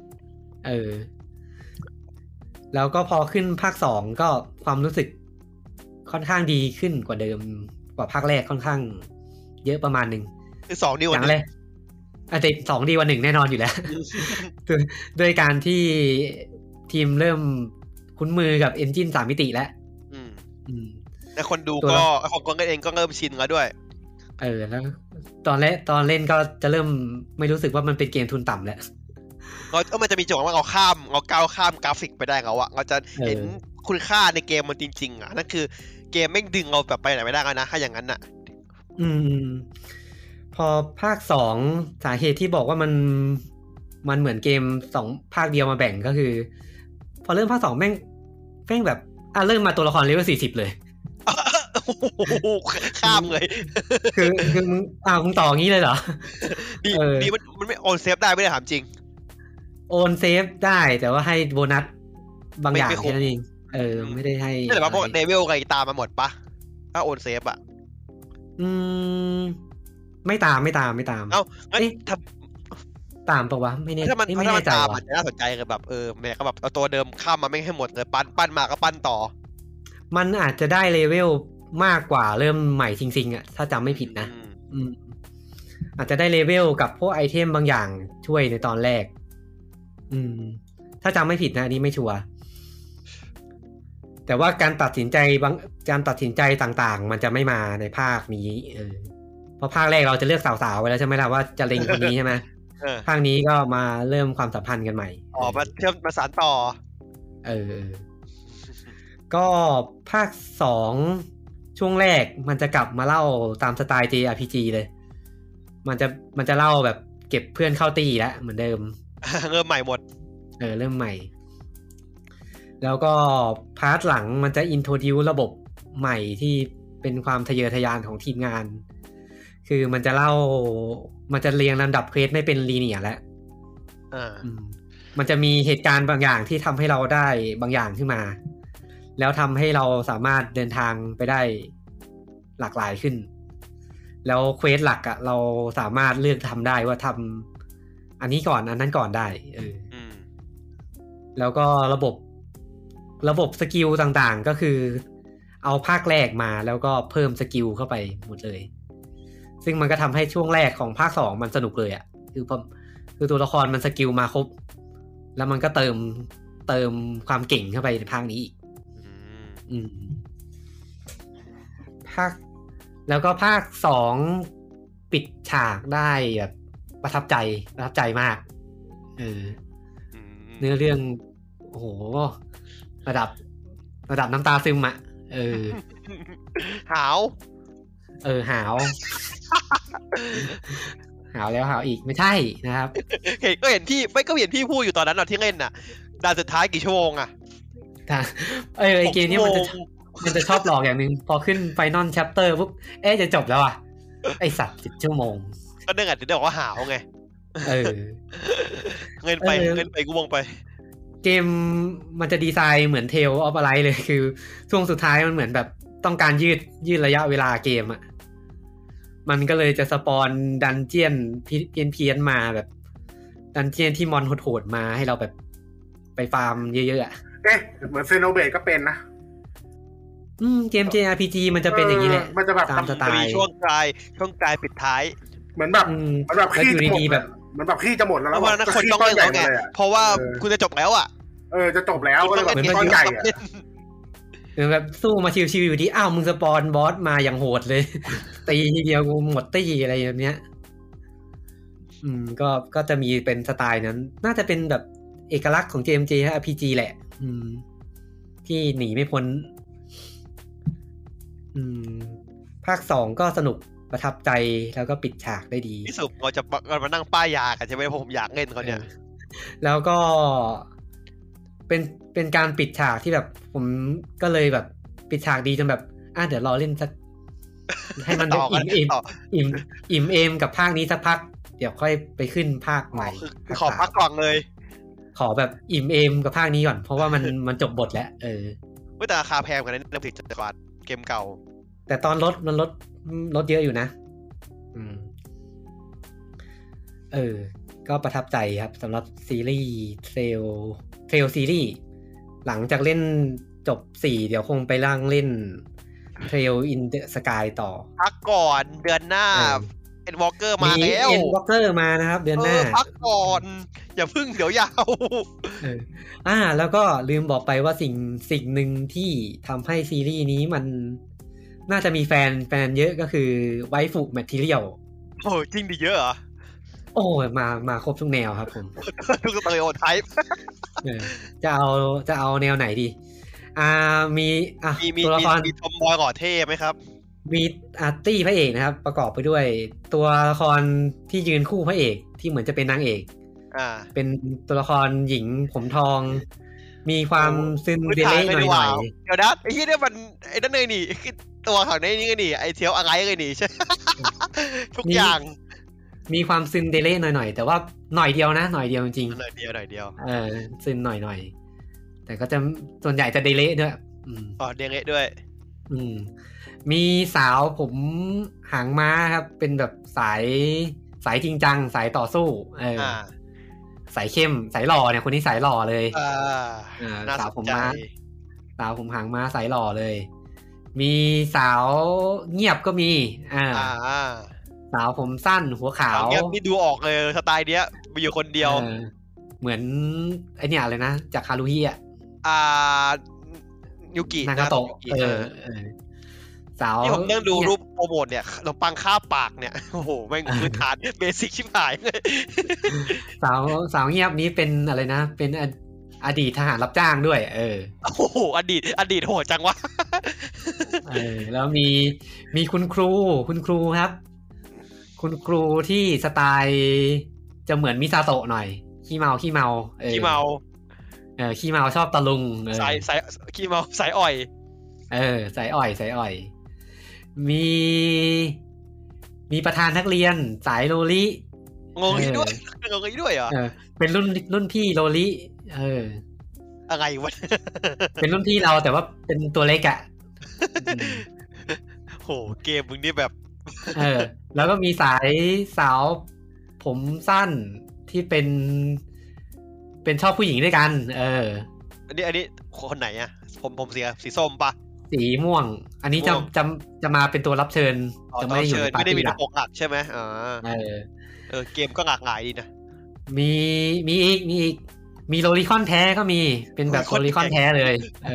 แล้วก็พอขึ้นภาค2ก็ความรู้สึกค่อนข้างดีขึ้นกว่าเดิมกว่าภาคแรกค่อนข้างเยอะประมาณนึงคือ2ดีกว่า 1แต่2ดีกว่า1แน่นอนอยู่แล้วด้วยการที่ทีมเริ่มคุ้นมือกับเอนจิน3มิติแล้วแต่คนดูก็คนเองก็เริ่มชินแล้วด้วยแล้วตอนเล่นก็จะเริ่มไม่รู้สึกว่ามันเป็นเกมทุนต่ำแล้วก็มันจะมีจังหวะว่าเราก้าวข้ามกราฟิกไปได้เราจะเห็นคุณค่าในเกมมันจริงๆนั่นคือเกมไม่ดึงเราแบบไปไหนไม่ได้นะถ้าอย่างนั้นพอภาค2สาเหตุที่บอกว่ามันเหมือนเกม2ภาคเดียวมาแบ่งก็คือพอเริ่มภาค2แม่งแบบเริ่มมาตัวละครเลเวล40เลยข้ามเลยคือมึงต่องี้เลยเหรอดีมันไม่โอนเซฟได้ไม่ได้ถามจริงโอนเซฟได้แต่ว่าให้โบนัสบางอย่างแค่นั้นเองไม่ได้ให้แต่ว่าพวกเลเวลอะไรตามมาหมดปะถ้าโอนเซฟอ่ะไม่ตามเอ้างั้นตามปะวะไม่แน่ใจว่ะมันน่าสนใจคือแบบแม่ก็แบบเอาตัวเดิมข้ามมาไม่ให้หมดเลยปั้นมาก็ปั้นต่อมันอาจจะได้เลเวลมากกว่าเริ่มใหม่จริงๆอ่ะถ้าจำไม่ผิดนะอาจจะได้เลเวลกับพวกไอเทมบางอย่างช่วยในตอนแรกถ้าจำไม่ผิดนะนี่ไม่ชัวร์แต่ว่าการตัดสินใจต่างๆมันจะไม่มาในภาคนี้เพราะภาคแรกเราจะเลือกสาวๆไว้แล้วใช่ไหมล่ะว่าจะเล็งคนนี้ใช่ไหมภาคนี้ก็มาเริ่มความสัมพันธ์กันใหม่มาเชื่อมมาสานต่อก็ภาค2ช่วงแรกมันจะกลับมาเล่าตามสไตล์ JRPG เลยมันจะเล่าแบบเก็บเพื่อนเข้าตีแล้วเหมือนเดิมเริ่มใหม่หมดเริ่มใหม่แล้วก็พาร์ทหลังมันจะอินโทรดิวระบบใหม่ที่เป็นความทะเยอทะยานของทีมงานคือมันจะเรียงลำดับเควสไม่เป็นลีเนียร์แล้วมันจะมีเหตุการณ์บางอย่างที่ทำให้เราได้บางอย่างขึ้นมาแล้วทำให้เราสามารถเดินทางไปได้หลากหลายขึ้นแล้วเควสหลักอ่ะเราสามารถเลือกทำได้ว่าทำอันนี้ก่อนอันนั้นก่อนได้แล้วก็ระบบสกิลต่างๆก็คือเอาภาคแรกมาแล้วก็เพิ่มสกิลเข้าไปหมดเลยซึ่งมันก็ทำให้ช่วงแรกของภาค2มันสนุกเลยอ่ะคือตัวละครมันสกิลมาครบแล้วมันก็เติมความเก่งเข้าไปในภาคนี้อีกแล้วก็ภาค2ปิดฉากได้แบบประทับใจมากเนื้อเรื่องโอ้โหระดับน้ำตาซึมอ่ะหาวหาวแล้วหาวอีกไม่ใช่นะครับก็เห็นพี่พูดอยู่ตอนนั้นที่เล่นน่ะด่านสุดท้ายกี่ชั่วโมงอ่ะไอเกมนี้มันจะชอบหลอกอย่างนึงพอขึ้นไฟนอลแชปเตอร์ปุ๊บจะจบแล้วอ่ะไอสัตว์10 ชั่วโมงก็เนื่องจากที่บอกว่าหาวไงเงินไปกูวงไปเกมมันจะดีไซน์เหมือน Tale of Arise เลยคือช่วงสุดท้ายมันเหมือนแบบต้องการยืดระยะเวลาเกมอ่ะมันก็เลยจะสปอนดันเจียนเพี้ยนมาแบบดันเจียนที่มอนโหดๆมาให้เราแบบไปฟาร์มเยอะๆอ่ะเหมือนเซโนเบดก็เป็นนะเกม JRPG มันจะเป็นอย่างนี้แหละมันจะแบบตามสไตล์ช่วงกลายปิดท้ายเหมือนแบบขี้จะหมดแบบเหมือนแบบขี้จะหมดแล้วเพราะว่านั้นคนต้องเล่นแล้วไงเพราะว่าคุณจะจบแล้วอ่ะจะจบแล้วก็เลยแบบก้อนใหญ่อ่ะแบบสู้มาชิวๆอยู่ที่อ้าวมึงสปอนบอสมาอย่างโหดเลยตีทีเดียวกูหมดตีอะไรแบบเนี้ยก็จะมีเป็นสไตล์นั้นน่าจะเป็นแบบเอกลักษณ์ของ JRPG แหละที่หนีไม่พ้นภาค2ก็สนุกประทับใจแล้วก็ปิดฉากได้ดีที่สุดเราจะมานั่งป้ายยากันใช่ไหมเพราะผมอยากเล่นเขาเนี่ยแล้วก็เป็นการปิดฉากที่แบบผมก็เลยแบบปิดฉากดีจนแบบเดี๋ยวรอเล่นสักให้มันอิ่มเอมกับภาคนี้สักพักเดี๋ยวค่อยไปขึ้นภาคใหม่ขอพักก่อนเลยขอแบบอิ่มเอมกับภาคนี้ก่อนเพราะว่ามันจบบทแล้วแต่ราคาแพงกว่านั้นผลิตจักรวาลเกมเก่าแต่ตอนมันลดเยอะอยู่นะก็ประทับใจครับสำหรับซีรีส์เทรลซีรีส์หลังจากเล่นจบ4เดี๋ยวคงไปล่างเล่น Trail in the Sky ต่อพักก่อนเดือนหน้าEndwalker มาแล้ว Endwalker มานะครับเดือนหน้าพักก่อนอย่าพึ่งเดี๋ยวยาวแล้วก็ลืมบอกไปว่าสิ่งหนึ่งที่ทำให้ซีรีส์นี้มันน่าจะมีแฟนเยอะก็คือไวฟุแมททีเรียลโอ้จริงดิเยอะเหรอโอ้มาครบทุกแนวครับผมทุกสเตอริโอไทป์จะเอาแนวไหนดีมีตัวละครมีทอมบอยก่อเท่ไหมครับมีตี้พระเอกนะครับประกอบไปด้วยตัวละครที่ยืนคู่พระเอกที่เหมือนจะเป็นนางเอกเป็นตัวละครหญิงผมทองมีความซึนเดเล่หน่อยเดี๋ยวนะไอ้ที่เนี่ยมันไอ้นั่นเลยนี่ตัวของในนี่ก็นี่ไอ้เทียวอะไรก็นี่ใช่ทุกอย่างมีความซึนเดเล่หน่อยแต่ว่าหน่อยเดียวนะหน่อยเดียวจริงหน่อยเดียวซึนหน่อยแต่ก็จะส่วนใหญ่จะเดเล่ด้วยเดเล่ด้วยมีสาวผมหางม้าครับเป็นแบบสายจริงจังสายต่อสู้สายเข้มสายหล่อเนี่ยคนนี้สายหล่อเลยสาวผมหางม้าสายหล่อเลยมีสาวเงียบก็มีสาวผมสั้นหัวขาวเงียบนี่ดูออกเลยสไตล์เนี้ยมีอยู่คนเดียวเหมือนไอเนี่ยเลยนะจากฮารุฮิยูกินากาโตะสาวที่ผมนั่งดูรูปโปรโมทเนี่ยขนมปังข้าวปากเนี่ยโอ้โหแม่งพื้นฐานเบสิกชิบหายเลยสาวเงียบนี้เป็นอะไรนะเป็นอดีตทหารรับจ้างด้วยโอ้โหอดีตโหดจังวะแล้วมีคุณครูครับคุณครูที่สไตล์จะเหมือนมิซาโตะหน่อยขี้เมาขี้เมาชอบตะลุงสายขี้เมาสายอ่อยสายอ่อยมีประธานนักเรียนสายโลลิงงด้วยเหรอเป็นรุ่นพี่โลลิอะไรวะเป็นรุ่นพี่เราแต่ว่าเป็นตัวเล็กอ่ะโหเกมมึงนี่แบบแล้วก็มีสายสาวผมสั้นที่เป็นชอบผู้หญิงด้วยกันอันนี้คนไหนอ่ะผมสีส้มปะสีม่วงอันนี้จะมาเป็นตัวรับเชิญจะไม่อยู่ไม่ได้มีตัวปกหลักใช่ไหมเกมก็หลากหลายดีนะมีอีกมีโลลิคอนแท้ก็มีเป็นแบบโลลิคอนแท้เลย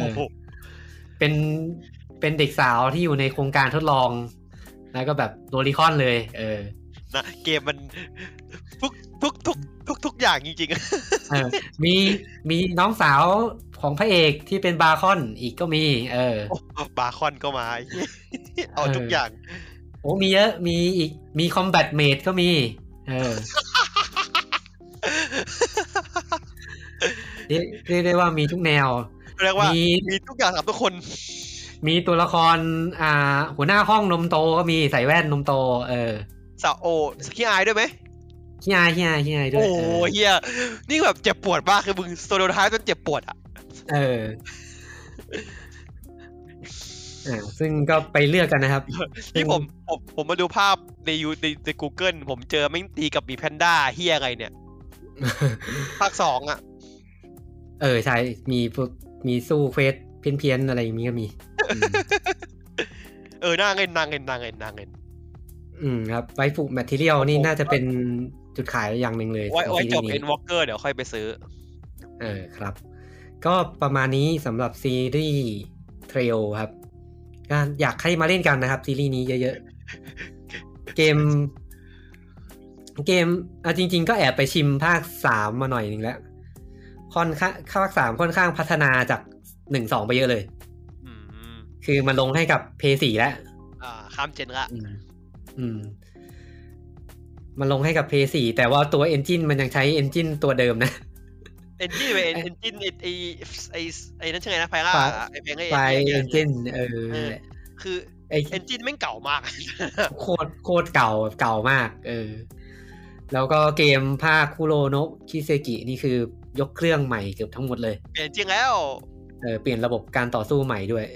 เป็นเด็กสาวที่อยู่ในโครงการทดลองแล้วก็แบบโลลิคอนเลยนะเกมมันทุกอย่างจริงๆมีน้องสาวของพระเอกที่เป็นบาคอนอีกก็มีบาคอนก็มาเอาทุกอย่างโอ้มีเยอะมีอีกมีคอมแบทเมดก็มีเรียกได้ว่ามีทุกแนวเรียกว่ามีทุกอย่างสำหรับทุกคนมีตัวละครหัวหน้าห้องนมโตก็มีใส่แว่นนมโตสาวโอขี้อายด้วยไหมขี้อายด้วยโอ้เฮียนี่แบบเจ็บปวดมากคือมึงโซโลไทป์จนเจ็บปวดอ่ะซึ่งก็ไปเลือกกันนะครับที่ผมมาดูภาพใน Google ผมเจอไม่ตีกับบีแพนด้าเฮียอะไรเนี่ยภาค2อ่ะใช่มีสู้เควสเพี้ยนๆอะไรอย่างนี้ก็มีน่าเงินครับไวฟุแมททีเรียลนี่น่าจะเป็นจุดขายอย่างหนึ่งเลยไว้จบเอ็นวอล์กเกอร์เดี๋ยวค่อยไปซื้อครับก็ประมาณนี้สำหรับซีรีส์เทรลครับอยากให้มาเล่นกันนะครับซีรีส์นี้เยอะๆเกมจริงๆก็แอบไปชิมภาค3มาหน่อยนึงแล้วค่อนข้างภาค3ค่อนข้างพัฒนาจาก 1-2 ไปเยอะเลยคือมันลงให้กับ PS4 แล้วข้ามเจนละมันลงให้กับ PS4 แต่ว่าตัว Engine มันยังใช้ Engine ตัวเดิมนะ Engine เป็น Engine ไอ้นั่นใช่ไงนะไฟล่าไอ้เพลงไอ้ Engine คือไอ้ Engine แม่งเก่ามากโคตรเก่ามากแล้วก็เกมภาคคุโรโนะคิเซกินี่คือยกเครื่องใหม่เกือบทั้งหมดเลยเปลี่ยนจริงแล้วเปลี่ยนระบบการต่อสู้ใหม่ด้วย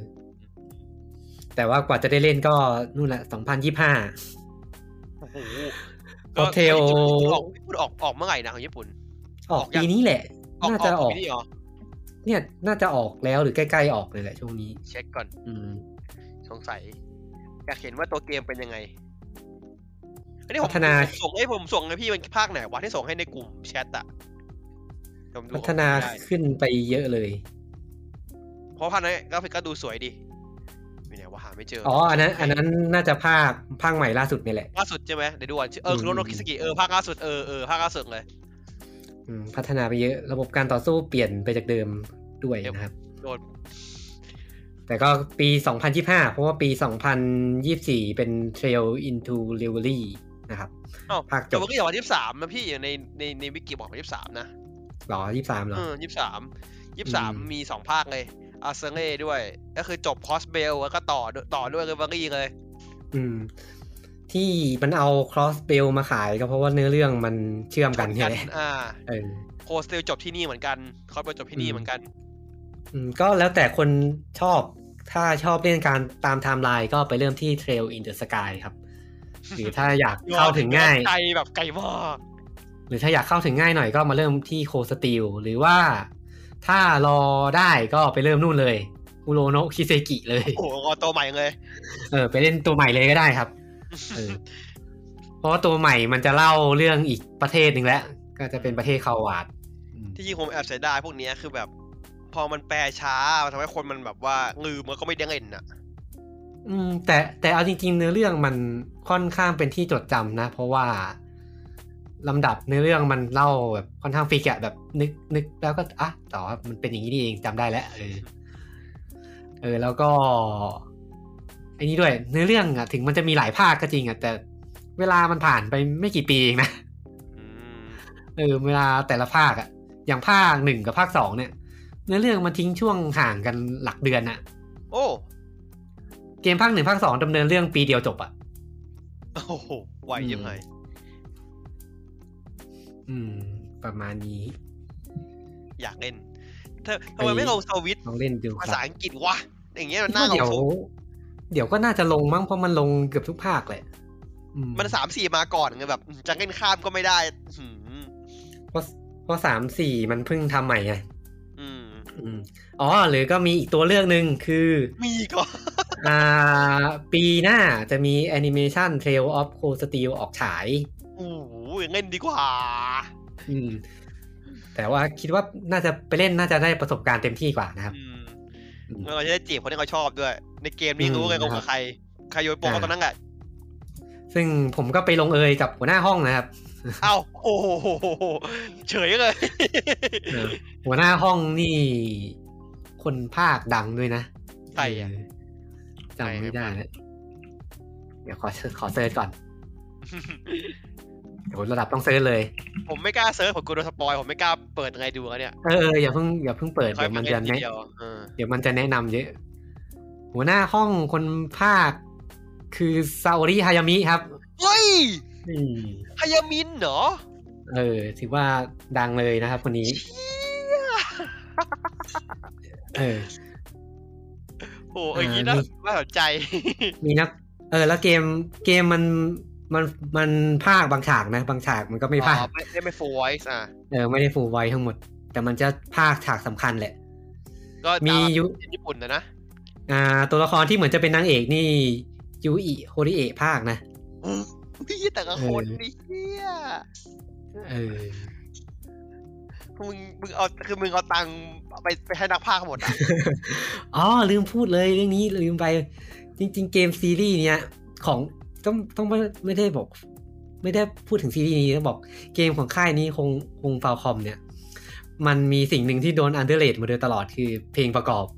แต่ว่ากว่าจะได้เล่นก็นู่นแหละ2025 โอ้โหก็เทลออกเมื่อไหร่นะของญี่ปุ่นออกปีนี้แหละน่าจะออกเนี่ยน่าจะออกแล้วหรือใกล้ๆออกเลยแหละช่วงนี้เช็คก่อนสงสัยอยากเห็นว่าตัวเกมเป็นยังไงอันนี้ผมส่งให้พี่มันภาคไหนวะที่ส่งให้ในกลุ่มแชทอะพัฒนาขึ้นไปเยอะเลยเพราะภาคนั้นกราฟิกก็ดูสวยดีมีไหนว่าหาไม่เจออันนั้นน่าจะภาคใหม่ล่าสุดนี่แหละล่าสุดใช่ไหมเดี๋ยวดูก่อนคุโรโนะคิเซกิภาคล่าสุดภาคล่าสุดเลยพัฒนาไปเยอะระบบการต่อสู้เปลี่ยนไปจากเดิมด้วยนะครับแต่ก็ปี 2025 เพราะว่าปี 2024 เป็น Trail into Reverie นะครับภาคจบก็อย่างวัน23นะพี่ในวิกิบอกว่า23นะหรอ23เหรอ 23มี2ภาคเลยอาเซเล่ด้วยก็คือจบคอสเบลแล้วก็ต่อด้วยเรเวอรี่เลยที่มันเอาครอสเบลมาขายก็เพราะว่าเนื้อเรื่องมันเชื่อมกันใช่ไหมโคสเตลจบที่นี่เหมือนกันคอสเบลจบที่นี่เหมือนกันก็แล้วแต่คนชอบถ้าชอบเล่นการตามไทม์ไลน์ก็ไปเริ่มที่ Trail in the Sky ครับหรือถ้าอยากเข้าถึงง่ายไกลแบบไกลมากหรือถ้าอยากเข้าถึงง่ายหน่อยก็มาเริ่มที่ Cold Steel หรือว่าถ้ารอได้ก็ไปเริ่มนู่นเลยคุโรโนะคิเซกิเลยโอ้โหตัวใหม่เลยไปเล่นตัวใหม่เลยก็ได้ครับเพราะว่าตัวใหม่มันจะเล่าเรื่องอีกประเทศนึงแล้วก็จะเป็นประเทศคาวาดที่จริงผมแอบเสียดายพวกนี้คือแบบพอมันแปลช้าทำให้คนมันแบบว่าลืมมันก็ไม่ได้เงินอ่ะแต่เอาจริงๆเนื้อเรื่องมันค่อนข้างเป็นที่จดจำนะเพราะว่าลำดับเนื้อเรื่องมันเล่าแบบค่อนข้างฟิกอะแบบนึกแล้วก็ต่อมันเป็นอย่างนี้นี่เองจำได้แล้วแล้วก็ไอ้นี้ด้วยเนื้อเรื่องอะถึงมันจะมีหลายภาคก็จริงอะแต่เวลามันผ่านไปไม่กี่ปีเองนะเวลาแต่ละภาคอะอย่างภาค1กับภาค2เนี่ยเนื้อเรื่องมันทิ้งช่วงห่างกันหลักเดือนอะโอ้เกมภาค1ภาค2ดำเนินเรื่องปีเดียวจบอะโอ้โหไวยังไงประมาณนี้อยากเล่นทำไมไม่ลงสวิตช์ภาษาอังกฤษวะอย่างเงี้ยมันน่าลงเดี๋ยวก็น่าจะลงมั้งเพราะมันลงเกือบทุกภาคแหละมัน 3-4 มาก่อนไงแบบจะเล่นข้ามก็ไม่ได้เพราะ 3-4 มันเพิ่งทำใหม่ไงหรือก็มีอีกตัวเลือกนึงคือมีก็ปีหน้าจะมีแอนิเมชัน Trail of Cold Steel ออกฉายโอ้โหเล่นดีกว่าแต่ว่าคิดว่าน่าจะไปเล่นน่าจะได้ประสบการณ์เต็มที่กว่านะครับเราจะได้จีบคนที่เขาชอบด้วยในเกมนี้รู้ไงกับใครโยนโปรตอนนั้นแหละซึ่งผมก็ไปลงเอยกับหัวหน้าห้องนะครับโอ้โหเฉยเลยหัวหน้าห้องนี่คนภาคดังด้วยนะใช่จำไม่ได้แล้วเดี๋ยวขอเซิร์ชก่อนเดี๋ยวระดับต้องเซิร์ชเลยผมไม่กล้าเซิร์ชผมกลัวโดนสปอยผมไม่กล้าเปิดไงดูแล้วเนี่ยอย่าเพิ่งเปิดเดี๋ยวมันจะแนะนำเยอะหัวหน้าห้องคนภาคคือซาโอริฮายามิครับเฮ้ยฮายามินเหรอถือว่าดังเลยนะครับคนนี้โอ้ยนี่น่าสนใจมีนักแล้วเกมมันพากย์บางฉากนะบางฉากมันก็ไม่พากย์ไม่ full voice ไม่ได้ full voice ทั้งหมดแต่มันจะพากย์ฉากสำคัญแหละก็มีญี่ปุ่นนะตัวละครที่เหมือนจะเป็นนางเอกนี่ยูอิโฮริเอะพากย์นะพี่แต่ละคนนี่เหี้ยมึงเอาตังค์ไปให้นักพากย์หมดอ๋อลืมพูดเลยเรื่องนี้ลืมไปจริงๆเกมซีรีส์เนี้ยของต้องไม่ได้บอกไม่ได้พูดถึงซีรีส์นี้ต้องบอกเกมของค่ายนี้คงฟาวคอมเนี่ยมันมีสิ่งหนึ่งที่โดนอันเดอร์เรทมาโดยตลอดคือเพลงประกอบ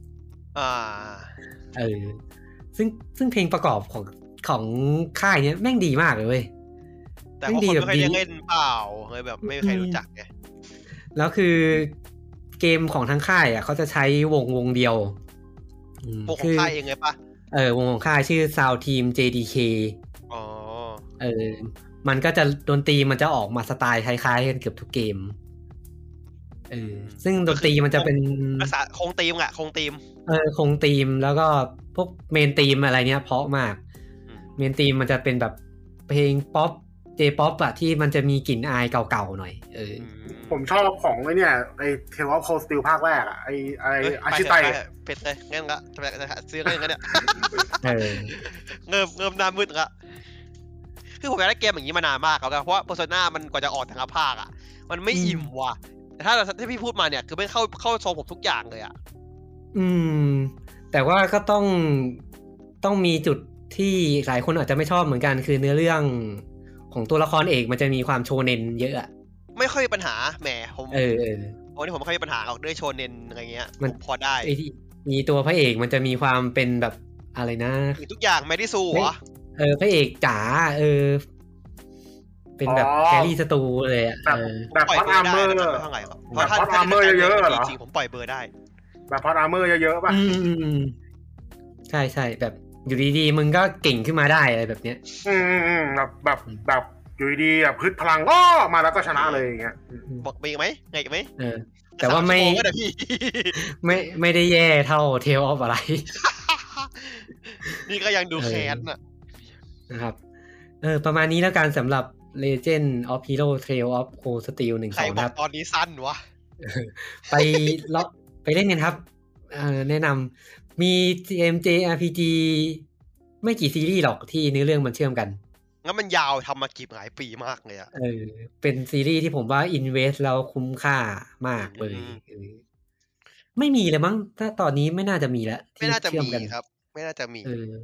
ซึ่งเพลงประกอบของค่ายเนี้ยแม่งดีมากเลยเว้ยแต่คนไม่เคยเล่นเปล่าเลยแบบไม่เคยรู้จักไงแล้วคือเกมของทั้งค่ายเขาจะใช้วงเดียววงของค่ายเองไงปะวงของค่ายชื่อ Sound Team JDK มันก็จะดนตรีมันจะออกมาสไตล์คล้ายๆกันเกือบทุกเกมซึ่งดนตรีมันจะเป็นภาษาคงธีมคงธีมคงธีมแล้วก็พวกเมนธีมอะไรเนี้ยเพราะมากเมนธีมมันจะเป็นแบบเพลงป๊อปเจป๊อปอะที่มันจะมีกลิ่นอายเก่าๆหน่อยผมชอบของไอ้เนี่ยไอ้เทลโคสติลภาคแรกอะไอ้อาชิไตเผ็ดเลยงั้นละซื้อเล่นกันเนี่ยเงิมหน้ามืดละคือผมอยากได้เกมอย่างนี้มานานมากแล้วเพราะว่า Persona มันกว่าจะออกทั้งภาคอะมันไม่อิ่มว่ะแต่ถ้าพี่พูดมาเนี่ยคือไม่เข้าโซนผมทุกอย่างเลยอะแต่ว่าก็ต้องมีจุดที่หลายคนอาจจะไม่ชอบเหมือนกันคือเนื้อเรื่องของตัวละครเอกมันจะมีความโชเน็นเยอะอะไม่ค่อยมีปัญหาแหมผมวันนี้ผมไม่ค่อยมีปัญหากับเรื่องโชเน็นอะไรเงี้ยมันพอได้มีตัวพระเอกมันจะมีความเป็นแบบอะไรนะทุกอย่างไม่ได้สู้เหรอพระเอกจ๋าเป็นแบบแครี่สตูเลยอ่ะแบบพอดอาร์เมอร์เท่าไหร่ครับพอดอาร์เมอร์เยอะๆเหรอจริงผมปล่อยเบอร์ได้แบบพอดอาร์เมอร์เยอะๆป่ะใช่แบบอยู่ดีๆมึงก็เก่งขึ้นมาได้อะไรแบบเนี้ยแบบอยู่ดีๆพืชพลังก็มาแล้วก็ชนะเลยอย่างเงี้ยบอกมีไหมไงไหมแต่ว่าไม่ได้แย่เท่าเทลออฟอะไรนี่ก็ยังดูแค้นนะครับประมาณนี้แล้วกันสำหรับ Legend of Hero Trail of Cold Steel 1-2 ครับตอนนี้สั้นวะไปเล่นกันครับแนะนำมี JRPG ไม่กี่ซีรีส์หรอกที่เนื้อเรื่องมันเชื่อมกันงั้นมันยาวทำมากี่หลายปีมากเลยเป็นซีรีส์ที่ผมว่า invest แล้วคุ้มค่ามากเลยไม่มีเลยมั้งถ้าตอนนี้ไม่น่าจะมีแล้วไม่น่าจะมีครับไม่น่าจะมี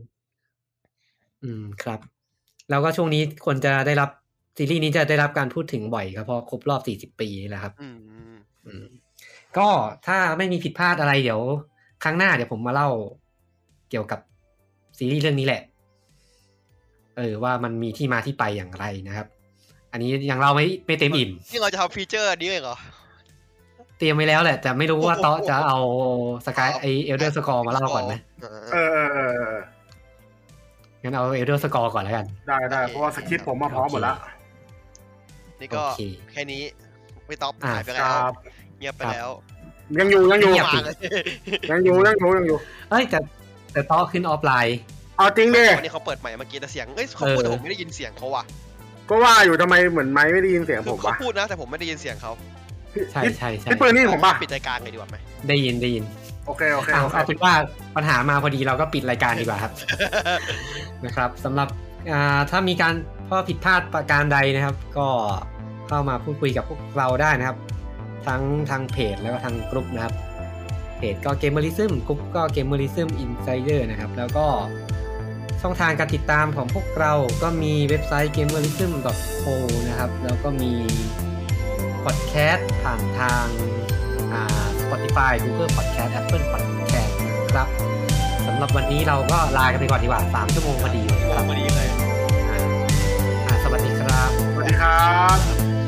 ครับแล้วก็ช่วงนี้คนจะได้รับซีรีส์นี้จะได้รับการพูดถึงบ่อยครับเพราะครบรอบ40 ปีแล้วครับก็ถ้าไม่มีผิดพลาดอะไรเดี๋ยวครั้งหน้าเดี๋ยวผมมาเล่าเกี่ยวกับซีรีส์เรื่องนี้แหละว่ามันมีที่มาที่ไปอย่างไรนะครับอันนี้ยังเล่าไม่เต็มอิ่มนี่เราจะทำฟีเจอร์นี้เหรอเตรียมไว้แล้วแหละแต่ไม่รู้ว่าต๊อจะเอาสกายเอลเดอร์สกอร์มาเล่าก่อนไหมงั้นเอาเอลเดอร์สกอร์ก่อนแล้วกันได้เพราะว่าสคริปต์ผมมาพร้อมหมดแล้วนี่ก็แค่นี้ไม่ต๊อปหายไปแล้วเงียบไปแล้วยังอยู่เอ้ยแต่ต๊อขึ้นออฟไลน์จริงดิวันนี้เขาเปิดใหม่เมื่อกี้แต่เสียงเขาพูดแต่ผมไม่ได้ยินเสียงเขาว่ะก็ว่าอยู่ทำไมเหมือนไม้ไม่ได้ยินเสียงผมวะเขาพูดนะแต่ผมไม่ได้ยินเสียงเขาใช่พี่ปืนนี่ผมป่ะปิดรายการเลยดีกว่าไหมได้ยินโอเคเอาเป็นว่าปัญหามาพอดีเราก็ปิดรายการดีกว่าครับนะครับสำหรับถ้ามีการข้อผิดพลาดประการใดนะครับก็เข้ามาพูดคุยกับพวกเราได้นะครับทั้งทางเพจแล้วก็ทางกลุ่มนะครับเพจก็ Gamerism กลุ่มก็ Gamerism Insider นะครับแล้วก็ช่องทางการติดตามของพวกเราก็มีเว็บไซต์ gamerism.co นะครับแล้วก็มีพอดแคสต์ผ่านทาง Spotify Google Podcast Apple Podcast นะครับสำหรับวันนี้เราก็ลากันไปก่อนดีกว่า3 ชั่วโมงพอดีพอดีเลยสวัสดีครับสวัสดีครับ